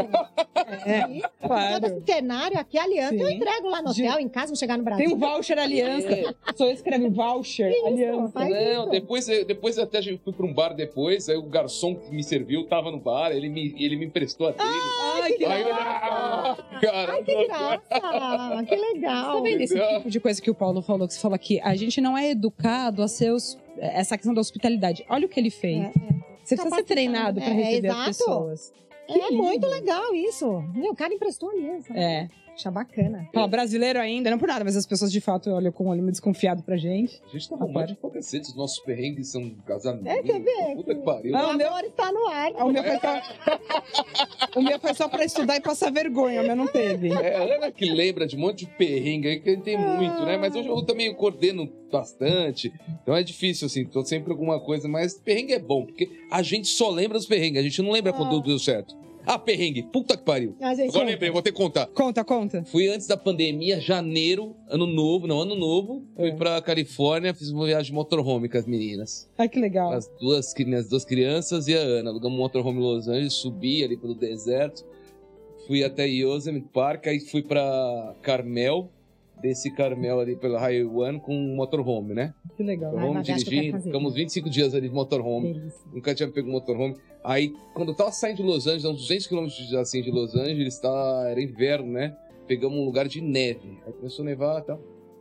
É, claro.
Todo centenário aqui, aliança, eu
Sim.
entrego lá no hotel, em casa, vou chegar no Brasil.
Tem um voucher aliança. Só escreve voucher aliança.
Faz
Não,
isso.
depois, depois até eu fui pra um bar depois, aí o garçom que me serviu tava no bar, ele me, ele me emprestou a dele.
Ai, que
aí eu,
legal.
ah, cara,
Ai, que graça! Que legal!
Tá vendo esse
Legal.
tipo de coisa que o Paulo falou, que você falou aqui? A gente não é educado a ser os- essa questão da hospitalidade. Olha o que ele fez.
É,
Você precisa ser
Capacitado.
treinado pra
É,
receber as
exato.
pessoas.
É muito legal isso. Meu, o cara emprestou aliança.
É.
Acha bacana.
Ó, brasileiro ainda, não por nada, mas as pessoas de fato olham com o olho meio desconfiado pra gente.
A gente tá arrumando de qualquer jeito, os nossos perrengues são casamento.
É, quer ver?
Puta que pariu.
Ah,
O
o meu-
amor está no ar.
O meu foi só, o meu foi só pra estudar e passar vergonha, o meu não teve.
É, a Ana que lembra de um monte de perrengue aí, que a gente tem muito, né? Mas hoje eu também coordeno bastante, então é difícil, assim, tô sempre alguma coisa, mas perrengue é bom, porque a gente só lembra dos perrengues, a gente não lembra quando deu certo. Ah, perrengue, puta que pariu.
A gente
Agora lembrei, vou ter que contar.
Conta, conta.
Fui antes da pandemia, janeiro, ano novo, não, ano novo, fui
É.
pra Califórnia, fiz uma viagem de motorhome com as meninas.
Ai, que legal.
As duas, as duas crianças e a Ana. Alugamos um motorhome em Los Angeles, subi ali pelo deserto, fui até Yosemite Park, aí fui pra Carmel, desci Carmel ali pela Highway One com um motorhome, né?
Que legal.
Ah,
Motorhome,
uma viagem que eu quero
dirigindo,
fazer.
ficamos vinte e cinco dias ali de motorhome.
Delícia.
Nunca tinha pego um motorhome. Aí, quando eu tava saindo de Los Angeles, a uns duzentos quilômetros assim, de Los Angeles, tá... era inverno, né? Pegamos um lugar de neve. Aí começou a nevar e tal.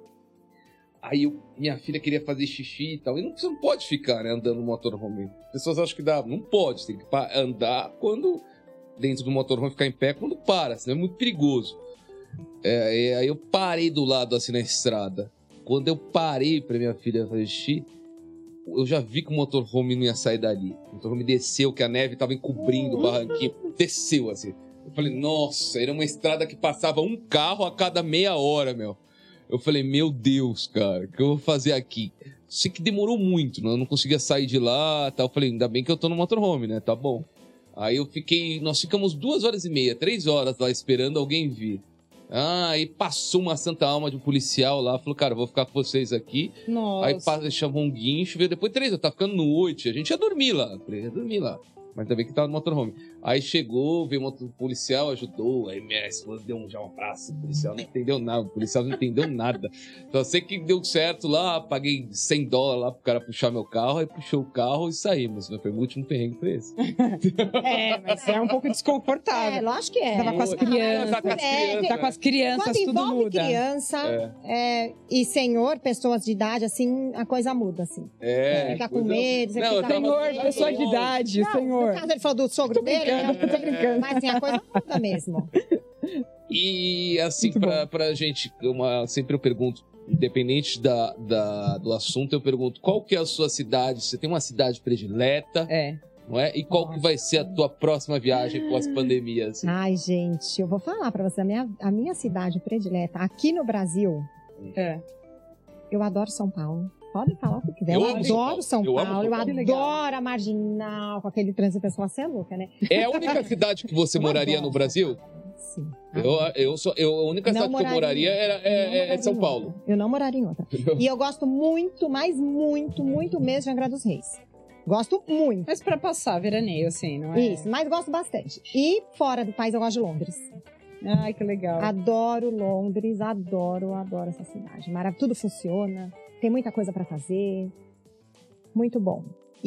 Aí eu, minha filha queria fazer xixi e tal. E não, você não pode ficar, né, andando no motorhome. As pessoas acham que dá. Não pode. Você tem que pa- andar quando... Dentro do motorhome, ficar em pé quando para. Senão é muito perigoso. É, e aí eu parei do lado, assim, na estrada. Quando eu parei pra minha filha fazer xixi, eu já vi que o motorhome não ia sair dali. O motorhome desceu, que a neve tava encobrindo o barranquinho. Desceu, assim. Eu falei, nossa, era uma estrada que passava um carro a cada meia hora, meu. Eu falei, meu Deus, cara, o que eu vou fazer aqui? Sei que demorou muito, né? Eu não conseguia sair de lá, tal. Eu falei, ainda bem que eu tô no motorhome, né? Tá bom. Aí eu fiquei, nós ficamos duas horas e meia, três horas lá esperando alguém vir. Ah, aí passou uma santa alma de um policial lá, falou, cara, eu vou ficar com vocês aqui.
Nossa.
Aí pa- chamou um guincho, veio depois três, eu tava ficando noite, a gente ia dormir lá. Eu falei, ia dormir lá. Mas também que tava no motorhome. Aí chegou, veio um outro policial, ajudou, aí minha esposa deu um, já um abraço, o policial não entendeu nada, o policial não entendeu nada. Só sei que deu certo lá, paguei cem dólares lá pro cara puxar meu carro, aí puxou o carro e saímos. Foi o último perrengue foi esse.
É, mas é um pouco
É,
desconfortável.
lógico que é.
Tava com as
Oi.
crianças.
Tá com as
É,
crianças,
Tá com as crianças,
Quando
tudo
envolve
muda.
criança é, e senhor, pessoas de idade, assim, a coisa muda, assim.
É.
Fica com
coisa-
medo, você
Não, eu
fica...
tava-
Senhor, pessoa de idade,
Não,
senhor.
No caso, ele falou do sogro
Tô
dele,
brincando,
né?
tô brincando.
Mas assim, a coisa muda mesmo.
E assim,
Muito
pra, pra gente, uma, sempre eu pergunto, independente da, da, do assunto, eu pergunto qual que é a sua cidade? Você tem uma cidade predileta,
É.
não é? E qual que vai ser a tua próxima viagem pós-pandemia? Assim?
Ai, gente, eu vou falar pra você, a minha, a minha cidade predileta, aqui no Brasil,
É.
eu adoro São Paulo. Podem falar o que quiser.
Eu
Eu,
amo São Paulo.
adoro São
Eu amo
Paulo.
São
Eu
Paulo.
Que legal.
adoro a Marginal, com aquele trânsito. A pessoa, você é louca, né?
É a única cidade que você
Eu
moraria
adoro
no Brasil?
São Paulo. Sim.
Eu, eu sou, eu, a única
Não
cidade que eu moraria
moraria.
era,
Eu não
é, é- é
moraria
São
em
Paulo.
outra. Eu não moraria em outra. E eu gosto muito, mas muito, muito mesmo de Angra dos Reis. Gosto muito.
Mas pra passar, veraneio, assim, não é?
Isso, mas gosto bastante. E fora do país eu gosto de Londres.
Ai, que legal.
Adoro Londres, adoro, adoro essa cidade. Maravilha, tudo funciona, tem muita coisa pra fazer. Muito bom.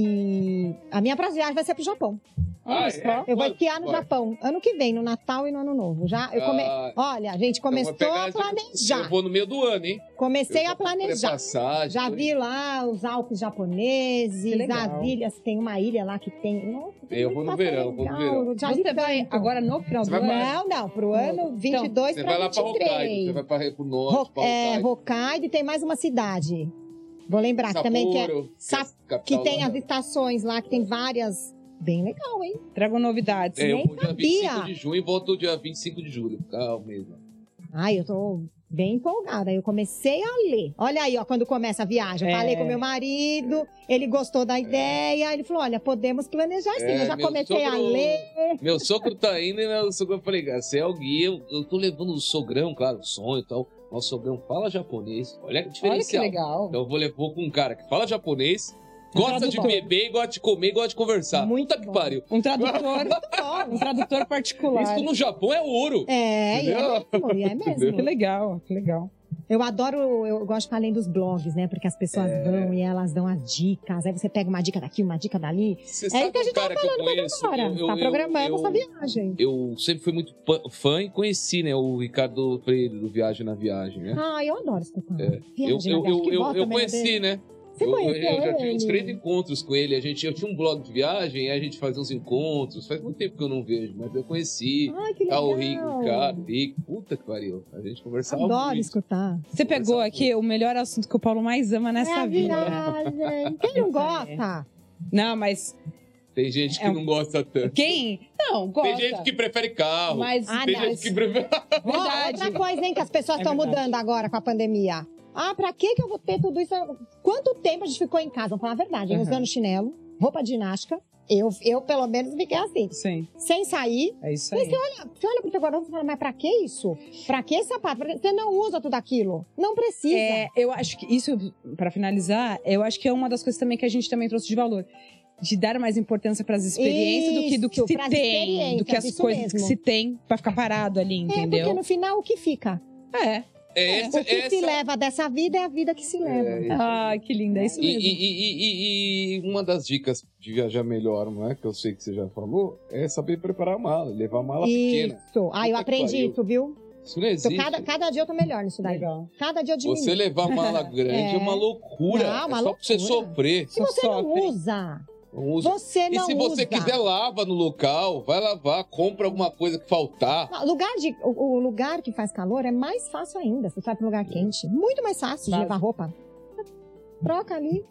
E a minha próxima viagem vai ser pro Japão.
Ah,
só.
Eu vou
Vai,
esquiar no
vai.
Japão, ano que vem, no Natal e no Ano Novo. Já, eu come...
Ah,
Olha, a gente
então vai
começou
pegar
a
essa-
planejar.
Eu vou no meio do ano, hein?
Comecei
Eu
a
vou comprar
planejar.
passagem,
Já
tudo.
vi lá os Alpes
Que
japoneses,
legal.
as ilhas, tem uma ilha lá que tem. Nossa, tem
Eu vou no
muita coisa
verão, vou no
legal.
verão.
Já vi
Você vai
tanto.
agora no final
Você
do
vai
ano?
Não, não, pro ano vinte e dois
Você
para
vai lá pra
vinte e
Hokkaido,
três.
você vai pra, pro norte,
Ho-
pra
é,
Hokkaido.
Hokkaido e tem mais uma cidade. Vou lembrar que também que, é,
Sapporo,
Sa-
que, é a
que
capital
tem
lá.
as estações lá, que tem várias. Bem legal, hein?
Trago novidades.
É, eu
nem
vou dia vinte e cinco
sabia.
de junho e volto dia vinte e cinco de julho. Calma mesmo.
Ai, eu tô bem empolgada. Eu comecei a ler. Olha aí, ó, quando começa a viagem. Eu
É.
falei com meu marido, ele gostou da ideia, ele falou: olha, podemos planejar sim.
É,
eu já
meu
comecei a
sogro-
ler.
Meu sogro tá indo e meu sogro, eu falei, cara, você é o guia, eu, eu tô levando o sogrão, claro, o sonho e tal. Nosso sogrão fala japonês. Olha que
Olha que
diferencial.
legal.
Então eu vou levar com um cara que fala japonês, gosta de
tradutor.
beber, gosta de comer, gosta de conversar.
Muito
Puta que
bom.
pariu.
Um tradutor, um tradutor particular.
Isso no Japão é ouro.
É, e é
Entendeu?
mesmo, e é
Que
mesmo.
legal, que legal.
Eu adoro, eu gosto de ficar além dos blogs, né? Porque as pessoas
É.
vão e elas dão as dicas. Aí você pega uma dica daqui, uma dica dali.
Você
É
sabe
isso que a gente
um cara
tá
que eu
falando
conheço?
agora.
eu- eu-
tá
eu-
programando
eu-
essa viagem.
Eu sempre fui muito pã- fã e conheci, né, o Ricardo Freire do Viagem na Viagem, né?
Ah, eu adoro escutar.
É.
Viagem
Eu,
na
eu,
viagem,
eu,
que
eu,
bota
eu
também
conheci,
dele.
né?
Você
eu,
conheceu
eu já tive uns
ele?
três encontros com ele. A gente, eu tinha um blog de viagem, aí a gente fazia uns encontros. Faz muito tempo que eu não vejo, mas eu conheci.
Ai, que
Tá
legal.
o Rico, cara, Rico. Puta que pariu. A gente conversava
Adoro
muito.
escutar.
Você pegou
Conversava
aqui o melhor assunto que o Paulo mais ama
É
nessa
a
vida.
viagem. Quem não gosta?
Não, mas
Tem gente que
É um-
não gosta tanto.
quem? Não, gosta.
Tem gente que prefere carro.
Mas,
Ah,
Tem
não.
gente que prefere...
Ó,
verdade.
outra coisa, hein, que as pessoas
É
estão
verdade.
mudando agora com a pandemia. Ah, pra que que eu vou ter tudo isso? Quanto tempo a gente ficou em casa? Vamos falar a verdade, hein?
Uhum.
Usando chinelo, roupa de ginástica. Eu, eu, pelo menos, fiquei assim.
Sim,
Sem sair.
é isso
Mas
aí.
você olha, você olha pro teu guarda-roupa e fala, mas pra que isso? Pra que sapato? Pra que- Você não usa tudo aquilo. Não precisa.
É, eu acho que isso, pra finalizar, eu acho que é uma das coisas também que a gente também trouxe de valor. De dar mais importância pras experiências do que do que
Isso,
se
pras
tem, do que as
experiências, isso
coisas que
mesmo.
se tem pra ficar parado ali,
É, porque
entendeu?
no final, o que fica?
É.
É, essa,
O que se
essa-
leva dessa vida é a vida que se leva.
É,
Ah, que linda, é isso
E,
mesmo.
e- e- e- e uma das dicas de viajar melhor, não é? Que eu sei que você já falou, é saber preparar a mala, levar a mala pequena.
Isso. Ah, eu
Puta que
aprendi
pariu.
isso, viu?
Isso não
Tô
existe.
cada, cada dia eu tô melhor nisso daí.
Legal.
Cada dia eu diminuo.
Você levar a mala grande é,
É.
uma loucura.
Não, uma
é só pra você
loucura.
sofrer.
Se você não
Sofre.
usa,
Não usa.
você
E
não
se você
usa.
quiser, lava no local, vai lavar, compra alguma coisa que faltar.
Não, lugar de, o, o lugar que faz calor é mais fácil ainda. Você vai para um lugar quente. Muito mais fácil de
Fácil.
levar roupa. Troca ali.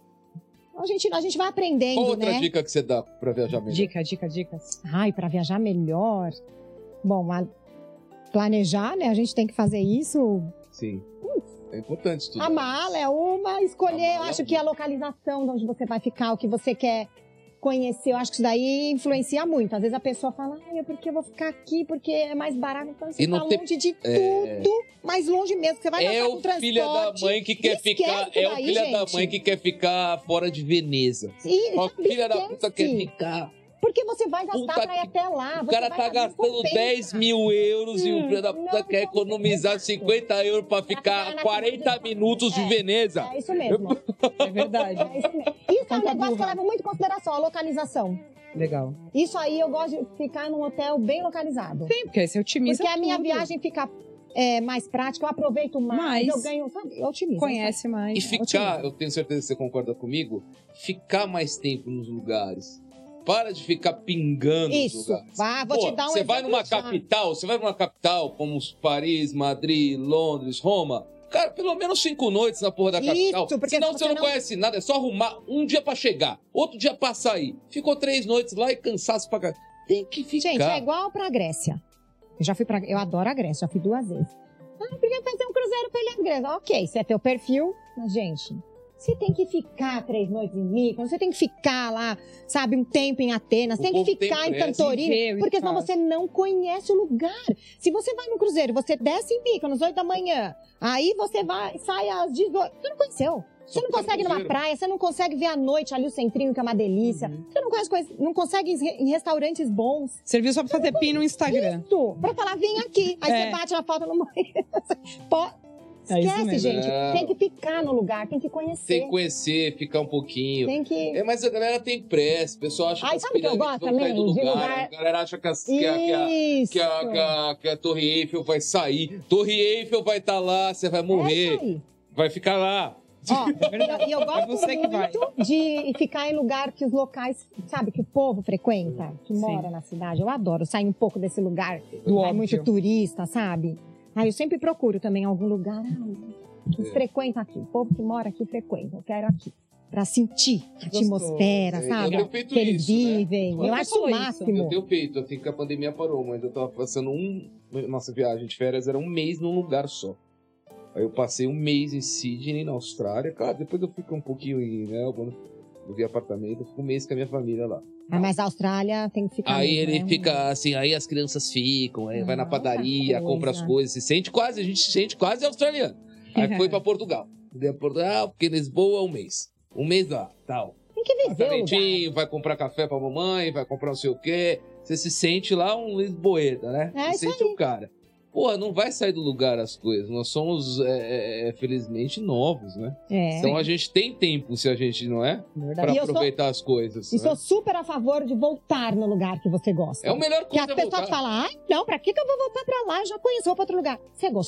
A gente, a gente vai aprendendo,
Qual outra
né?
dica que você dá pra viajar melhor?
Dica, dica, dicas.
Ai, para viajar melhor. Bom, a- planejar, né? A gente tem que fazer isso.
Sim. É importante estudar.
A mala é uma, escolher,
A
eu
mala
acho
é
que a localização de onde você vai ficar, o que você quer conhecer, eu acho que isso daí influencia muito. Às vezes a pessoa fala, ai, é porque eu vou ficar aqui, porque é mais barato. Então você
E não
tá
tem-
longe de
é.
tudo, mais longe mesmo, que você vai
É
gastar
o
com transporte.
filho da mãe que quer
Esquece
ficar.
isso
É o
daí,
filho da
gente.
mãe que quer ficar fora de Veneza.
E,
O
sabe,
filho da
esquece.
puta quer ficar.
Porque você vai gastar
Puta
pra ir
que-
até lá.
O
você
cara
vai
tá
fazer
gastando
compensa.
dez mil euros e o
Hum,
filho da puta
não
quer economizar
compensa.
cinquenta euros pra
ficar
ficar
na
quarenta
cidade.
minutos de
É.
Veneza.
É isso mesmo.
É verdade.
É isso mesmo. Isso é um
Tanta
negócio que eu
burra.
levo muito em consideração, a localização.
Legal.
Isso aí eu gosto de ficar num hotel bem localizado.
Sim, porque aí você otimiza
Porque a minha
tudo.
viagem fica é, mais prática, eu aproveito mais,
Mais.
eu ganho, sabe, eu otimizo.
Conhece mais.
E ficar, eu tenho certeza que você concorda comigo, ficar mais tempo nos lugares. Para de ficar pingando nos
Isso.
lugares.
Ah, vou
Pô,
te dar um
você vai
exemplo
numa
já.
capital, você vai numa capital como Paris, Madrid, Londres, Roma. Cara, pelo menos cinco noites na porra da capital.
Isso, porque
Senão
você
você não,
não-
conhece nada, é só arrumar um dia pra chegar, outro dia pra sair. Ficou três noites lá e cansaço pra cá. Tem que ficar.
Gente, é igual pra Grécia. Eu já fui pra. Eu adoro a Grécia, já fui duas vezes. Ah, porque fazer um cruzeiro pra ir à Grécia. Ok, se é teu perfil, mas, gente, você tem que ficar três noites em Mykonos, você tem que ficar lá, sabe, um tempo em Atenas,
O
tem que
povo tem
ficar em
pressa.
Santorini,
Viver o
porque senão
espaço.
você não conhece o lugar. Se você vai no cruzeiro, você desce em Mykonos, oito da manhã, aí você vai, sai às dezoito, você não conheceu. Você
Só
não
ficar no
consegue ir numa
cruzeiro.
praia, você não consegue ver à noite ali o centrinho, que é uma delícia.
Uhum.
Você não, conhece coisa, não consegue ir em restaurantes bons.
Serviu só pra fazer pin no Instagram.
Isso, pra falar, vem aqui. Aí
É.
você bate na falta no banheiro. Pô,
É isso
esquece,
mesmo.
gente.
Não.
Tem que ficar no lugar, tem que conhecer.
Tem que conhecer, ficar um pouquinho.
Tem que...
É, mas a galera tem pressa. O pessoal acha
Ai,
que as
sabe o que eu
pirâmides
gosto
vão cair do
também? De
lugar.
lugar-
A galera acha que, as- que a, que a-
Isso.
que a, que a- que a Torre Eiffel vai sair. Torre Eiffel vai estar lá, você vai
É
morrer.
isso aí.
Vai ficar lá.
Ó,
verdade.
e eu gosto
É você que
muito de ficar em lugar que os locais, sabe, que o povo frequenta, que
Sim.
mora na cidade. Eu adoro sair um pouco desse lugar.
Do
Vai
óbvio.
muito turista, sabe? Aí eu sempre procuro também algum lugar ah, que
É.
frequenta aqui. O povo que mora aqui frequenta. Eu quero aqui. Pra sentir a
Gostoso.
atmosfera,
É, eu
sabe?
tenho feito
Que eles
isso, né?
vivem.
Quando
Eu
você
acho o
falou isso,
máximo.
Eu tenho feito, assim que a pandemia parou, mas eu tava passando um. Nossa viagem de férias era um mês num lugar só. Aí eu passei um mês em Sydney, na Austrália. Claro, depois eu fico um pouquinho em Melbourne, eu vi apartamento, eu fico um mês com a minha família lá.
Ah, mas a Austrália tem que ficar.
Aí
mesmo,
ele
né?
fica assim, aí as crianças ficam, aí vai na
Ah,
padaria,
outra
compra as
coisa.
coisas, se sente quase, a gente se sente quase australiano. Aí foi pra Portugal. Deu Portugal, porque Lisboa um mês. Um mês lá, tal.
Tem que viver o lugar.
Apartamentinho, vai comprar café pra mamãe, vai comprar não sei o quê. Você se sente lá um lisboeta, né?
É
Você
isso
sente um cara. Porra, não vai sair do lugar as coisas. Nós somos, é, é, felizmente, novos, né?
É.
Então a gente tem tempo, se a gente não é,
Verdade.
pra
E eu sou,
aproveitar as coisas.
e
né?
sou super a favor de voltar no lugar que você gosta.
É o melhor
Que
coisa
as
é
pessoas
voltar.
falam, ai, não, pra que que eu vou voltar pra lá? Eu já conheço, vou pra outro lugar. Você gostou?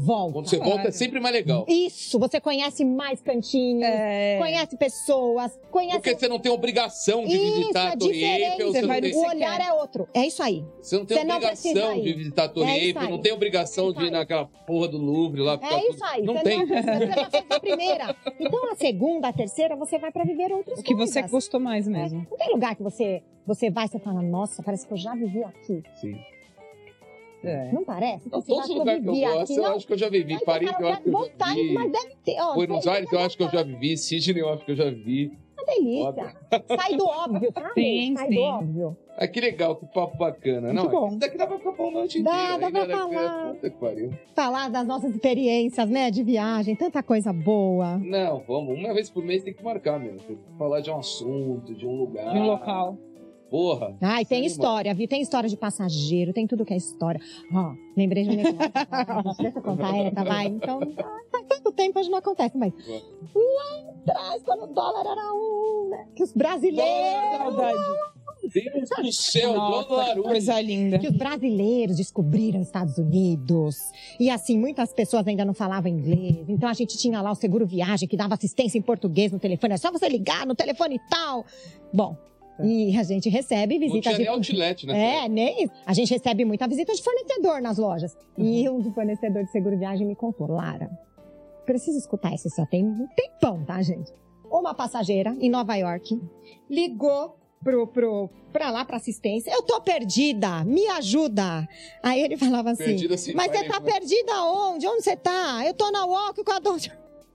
volta.
Quando você
Claro.
volta é sempre mais legal.
Isso, você conhece mais cantinhos,
É.
conhece pessoas, conhece...
Porque você não tem obrigação de
Isso,
visitar
é
a Torre
diferente.
Eiffel.
Você
Você não,
vai
tem,
no-
O
você
olhar
quer.
é outro. É isso aí.
você não tem
Você não
obrigação
precisa
de
ir.
visitar a Torre
É isso
Eiffel,
aí.
não tem obrigação de ir naquela porra do Louvre lá. ficar
É
tudo-
isso aí.
Não
você
tem.
Não, você já fez a primeira. Então, a segunda, a terceira, você vai pra viver outras
O que
coisas.
você gostou mais mesmo.
Não tem lugar que você, você vai e você fala, nossa, parece que eu já vivi aqui.
Sim.
É.
Não parece?
Não,
Você
todos
acha
os lugares que eu
vivi
gosto,
aqui,
eu
não?
acho que eu já vivi.
Aí,
Paris,
cara,
eu acho que eu
voltar,
já vivi.
Mas deve ter. Ó,
Buenos
você-
Aires, eu acho que eu já vivi. Sydney, eu acho que eu já vivi.
Uma delícia. Sai do óbvio, sabe?
Sim,
Sai
sim.
do óbvio.
Ah, que legal, que papo bacana.
Muito
não,
bom.
Isso daqui dá pra ficar falando a noite
Dá,
inteira.
dá
ainda
pra
daqui-
falar.
Puta que pariu.
Falar das nossas experiências, né? De viagem, tanta coisa boa.
Não, vamos. Uma vez por mês tem que marcar, meu. Tem que falar de um assunto, de um lugar.
De um local.
Porra.
Ai, tem
Sim,
história, viu? Tem história de passageiro, tem tudo que é história. Ó, lembrei de um negócio. Deixa eu contar essa, vai. Então, ah, faz tanto tempo hoje não acontece, mas lá atrás, quando o dólar era um, né? Que os brasileiros...
Saudade.
Deus do céu,
Nossa,
dólar
que
um.
coisa linda.
Que os brasileiros descobriram os Estados Unidos. E assim, muitas pessoas ainda não falavam inglês. Então a gente tinha lá o seguro viagem que dava assistência em português no telefone. É só você ligar no telefone e tal. Bom, e a gente recebe
Não
visita
tinha
de...
nem outlet, né?
É, nem isso. A gente recebe muita visita de fornecedor nas lojas. E um do fornecedor de seguro viagem me contou, Lara, preciso escutar isso, só tem um tempão, tá, gente? Uma passageira em Nova York ligou pro, pro, pra lá, pra assistência. Eu tô perdida, me ajuda. Aí ele falava assim,
Perdida assim,
mas
vai
você tá
lembrar.
perdida onde? Onde você tá? Eu tô na Walk com a Don't...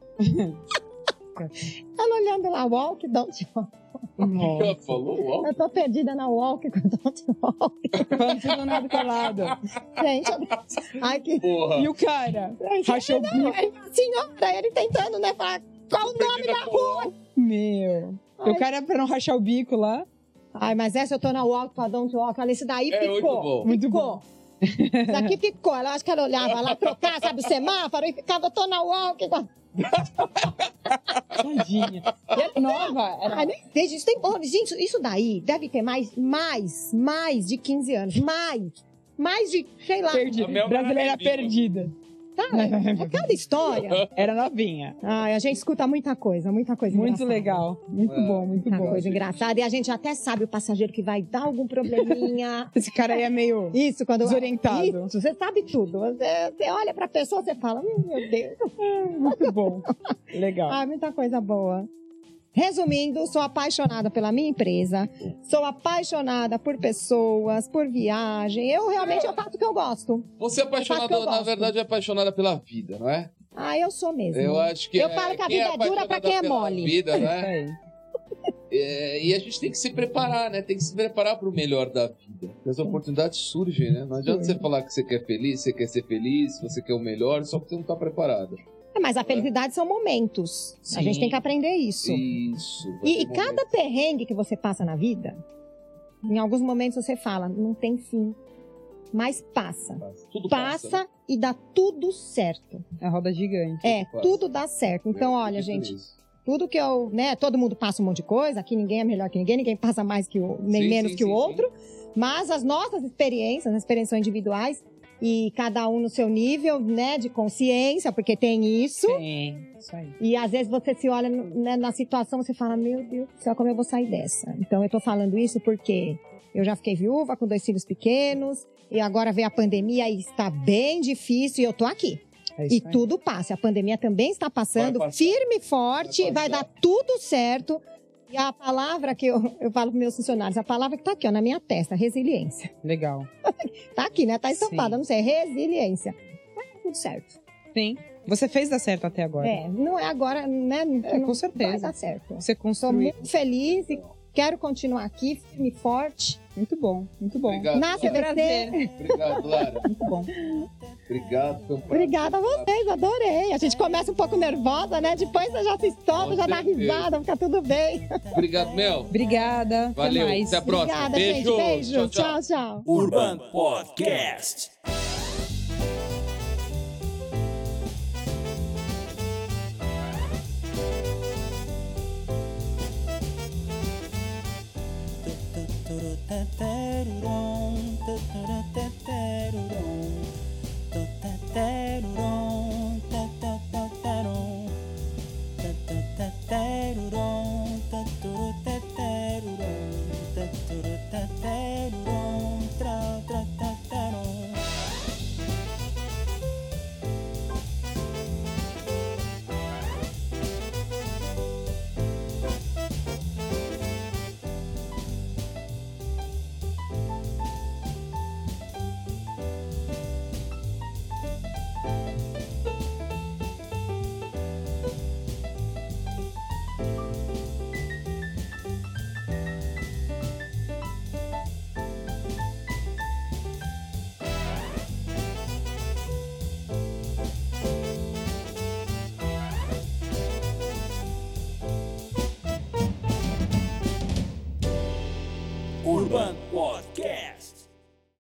Ela olhando lá, Walk, Don't Walk.
Nossa.
Ela falou, ó.
Eu tô perdida na Walk com a Don't Walk.
Vamos tudo lado colado.
Gente, eu... Ai, que...
Porra.
E o cara? Rachou o bico.
Senhora, ele tentando, né, falar qual o nome
Perdida
da
com
rua.
Meu.
Ai.
O cara, pra não rachar o bico lá.
Ai, mas essa eu tô na Walk com a Don't Walk. Olha, esse daí
É,
ficou.
muito bom.
Muito
ficou. Isso daqui ficou. Ela acho que ela olhava lá, trocar, sabe, o semáforo, e ficava, eu tô na Walk. com a-
Tadinha. E é nova. Era...
Ai, nem sei, gente, tem... oh, gente, isso daí deve ter mais, mais, mais de quinze anos. Mais. Mais de, sei lá.
Perdida.
A Mel
Brasileira
era viva.
perdida.
É cada história.
Era novinha.
Ai, a gente escuta muita coisa, muita coisa
Muito
engraçada.
legal. Muito
É.
bom, muito
Muita
bom.
coisa engraçada. E a gente até sabe o passageiro que vai dar algum probleminha.
Esse cara aí é meio
Isso, quando...
desorientado.
Isso, você sabe tudo. Você, você olha pra pessoa, você fala, hum, meu Deus.
Muito bom. Legal.
Ah, muita coisa boa. Resumindo, sou apaixonada pela minha empresa, sou apaixonada por pessoas, por viagem. Eu realmente eu faço o que eu gosto.
Você é
Faço o que
apaixonada,
eu
na
gosto.
verdade, é apaixonada pela vida, não é?
Ah, eu sou mesmo.
Eu acho que
Eu
é,
falo que a
quem
vida é dura
apaixonada
pra quem é
pela
mole.
Vida,
Isso
né?
aí.
É, e a gente tem que se preparar, né? Tem que se preparar para o melhor da vida. As oportunidades surgem, né? Não adianta
Sim.
você falar que você quer feliz, você quer ser feliz, você quer o melhor, só porque você não está preparado.
É, mas a felicidade são momentos.
Sim.
A gente tem que aprender isso.
Isso. vai
E,
ter
e cada
momentos.
perrengue que você passa na vida, em alguns momentos você fala, não tem fim. Mas passa.
Tudo
Passa,
passa. né?
e dá tudo certo.
É a roda gigante.
É,
passa.
tudo dá certo. Então,
Eu
olha,
acredito
gente,
nisso.
tudo que eu, né, todo mundo passa um monte de coisa, aqui ninguém é melhor que ninguém, ninguém passa mais que o, nem
Sim,
menos
sim,
que o
sim,
outro, mas as nossas experiências, as experiências são individuais, e cada um no seu nível, né, de consciência, porque tem isso,
Sim, isso aí.
e às vezes você se olha, né, na situação, você fala, meu Deus do céu, como eu vou sair dessa? Então eu tô falando isso porque eu já fiquei viúva com dois filhos pequenos, e agora veio a pandemia e está bem difícil, e eu tô aqui.
É isso
E
aí.
tudo passa. A pandemia também está passando,
Vai passar.
firme e forte,
Vai
vai,
passar.
dar tudo certo. E a palavra que eu, eu falo para meus funcionários, a palavra que tá aqui, ó, na minha testa, resiliência.
Legal.
Tá aqui, né? Tá estampada,
Sim.
não sei, resiliência. Vai dar tudo certo.
Sim. Você fez dar certo até agora.
É, não é agora, né?
É,
não
com certeza.
Vai dar certo.
Você
Sou
construiu.
muito feliz e quero continuar aqui, firme e forte.
Muito bom, muito bom.
Obrigado,
Na
Lara.
C B C.
Prazer.
Obrigado, Lara.
Muito bom.
Obrigado. Foi um prazer.
Obrigada a vocês, adorei. A gente começa um pouco nervosa, né? Depois você já se estolta,
Com
já dá
certeza.
risada, fica tudo bem.
Obrigado, Mel.
Obrigada.
Valeu.
Até mais.
Até a próxima.
Obrigada,
Beijo.
gente. Beijo.
Tchau, tchau.
Tchau, tchau.
Urban Podcast.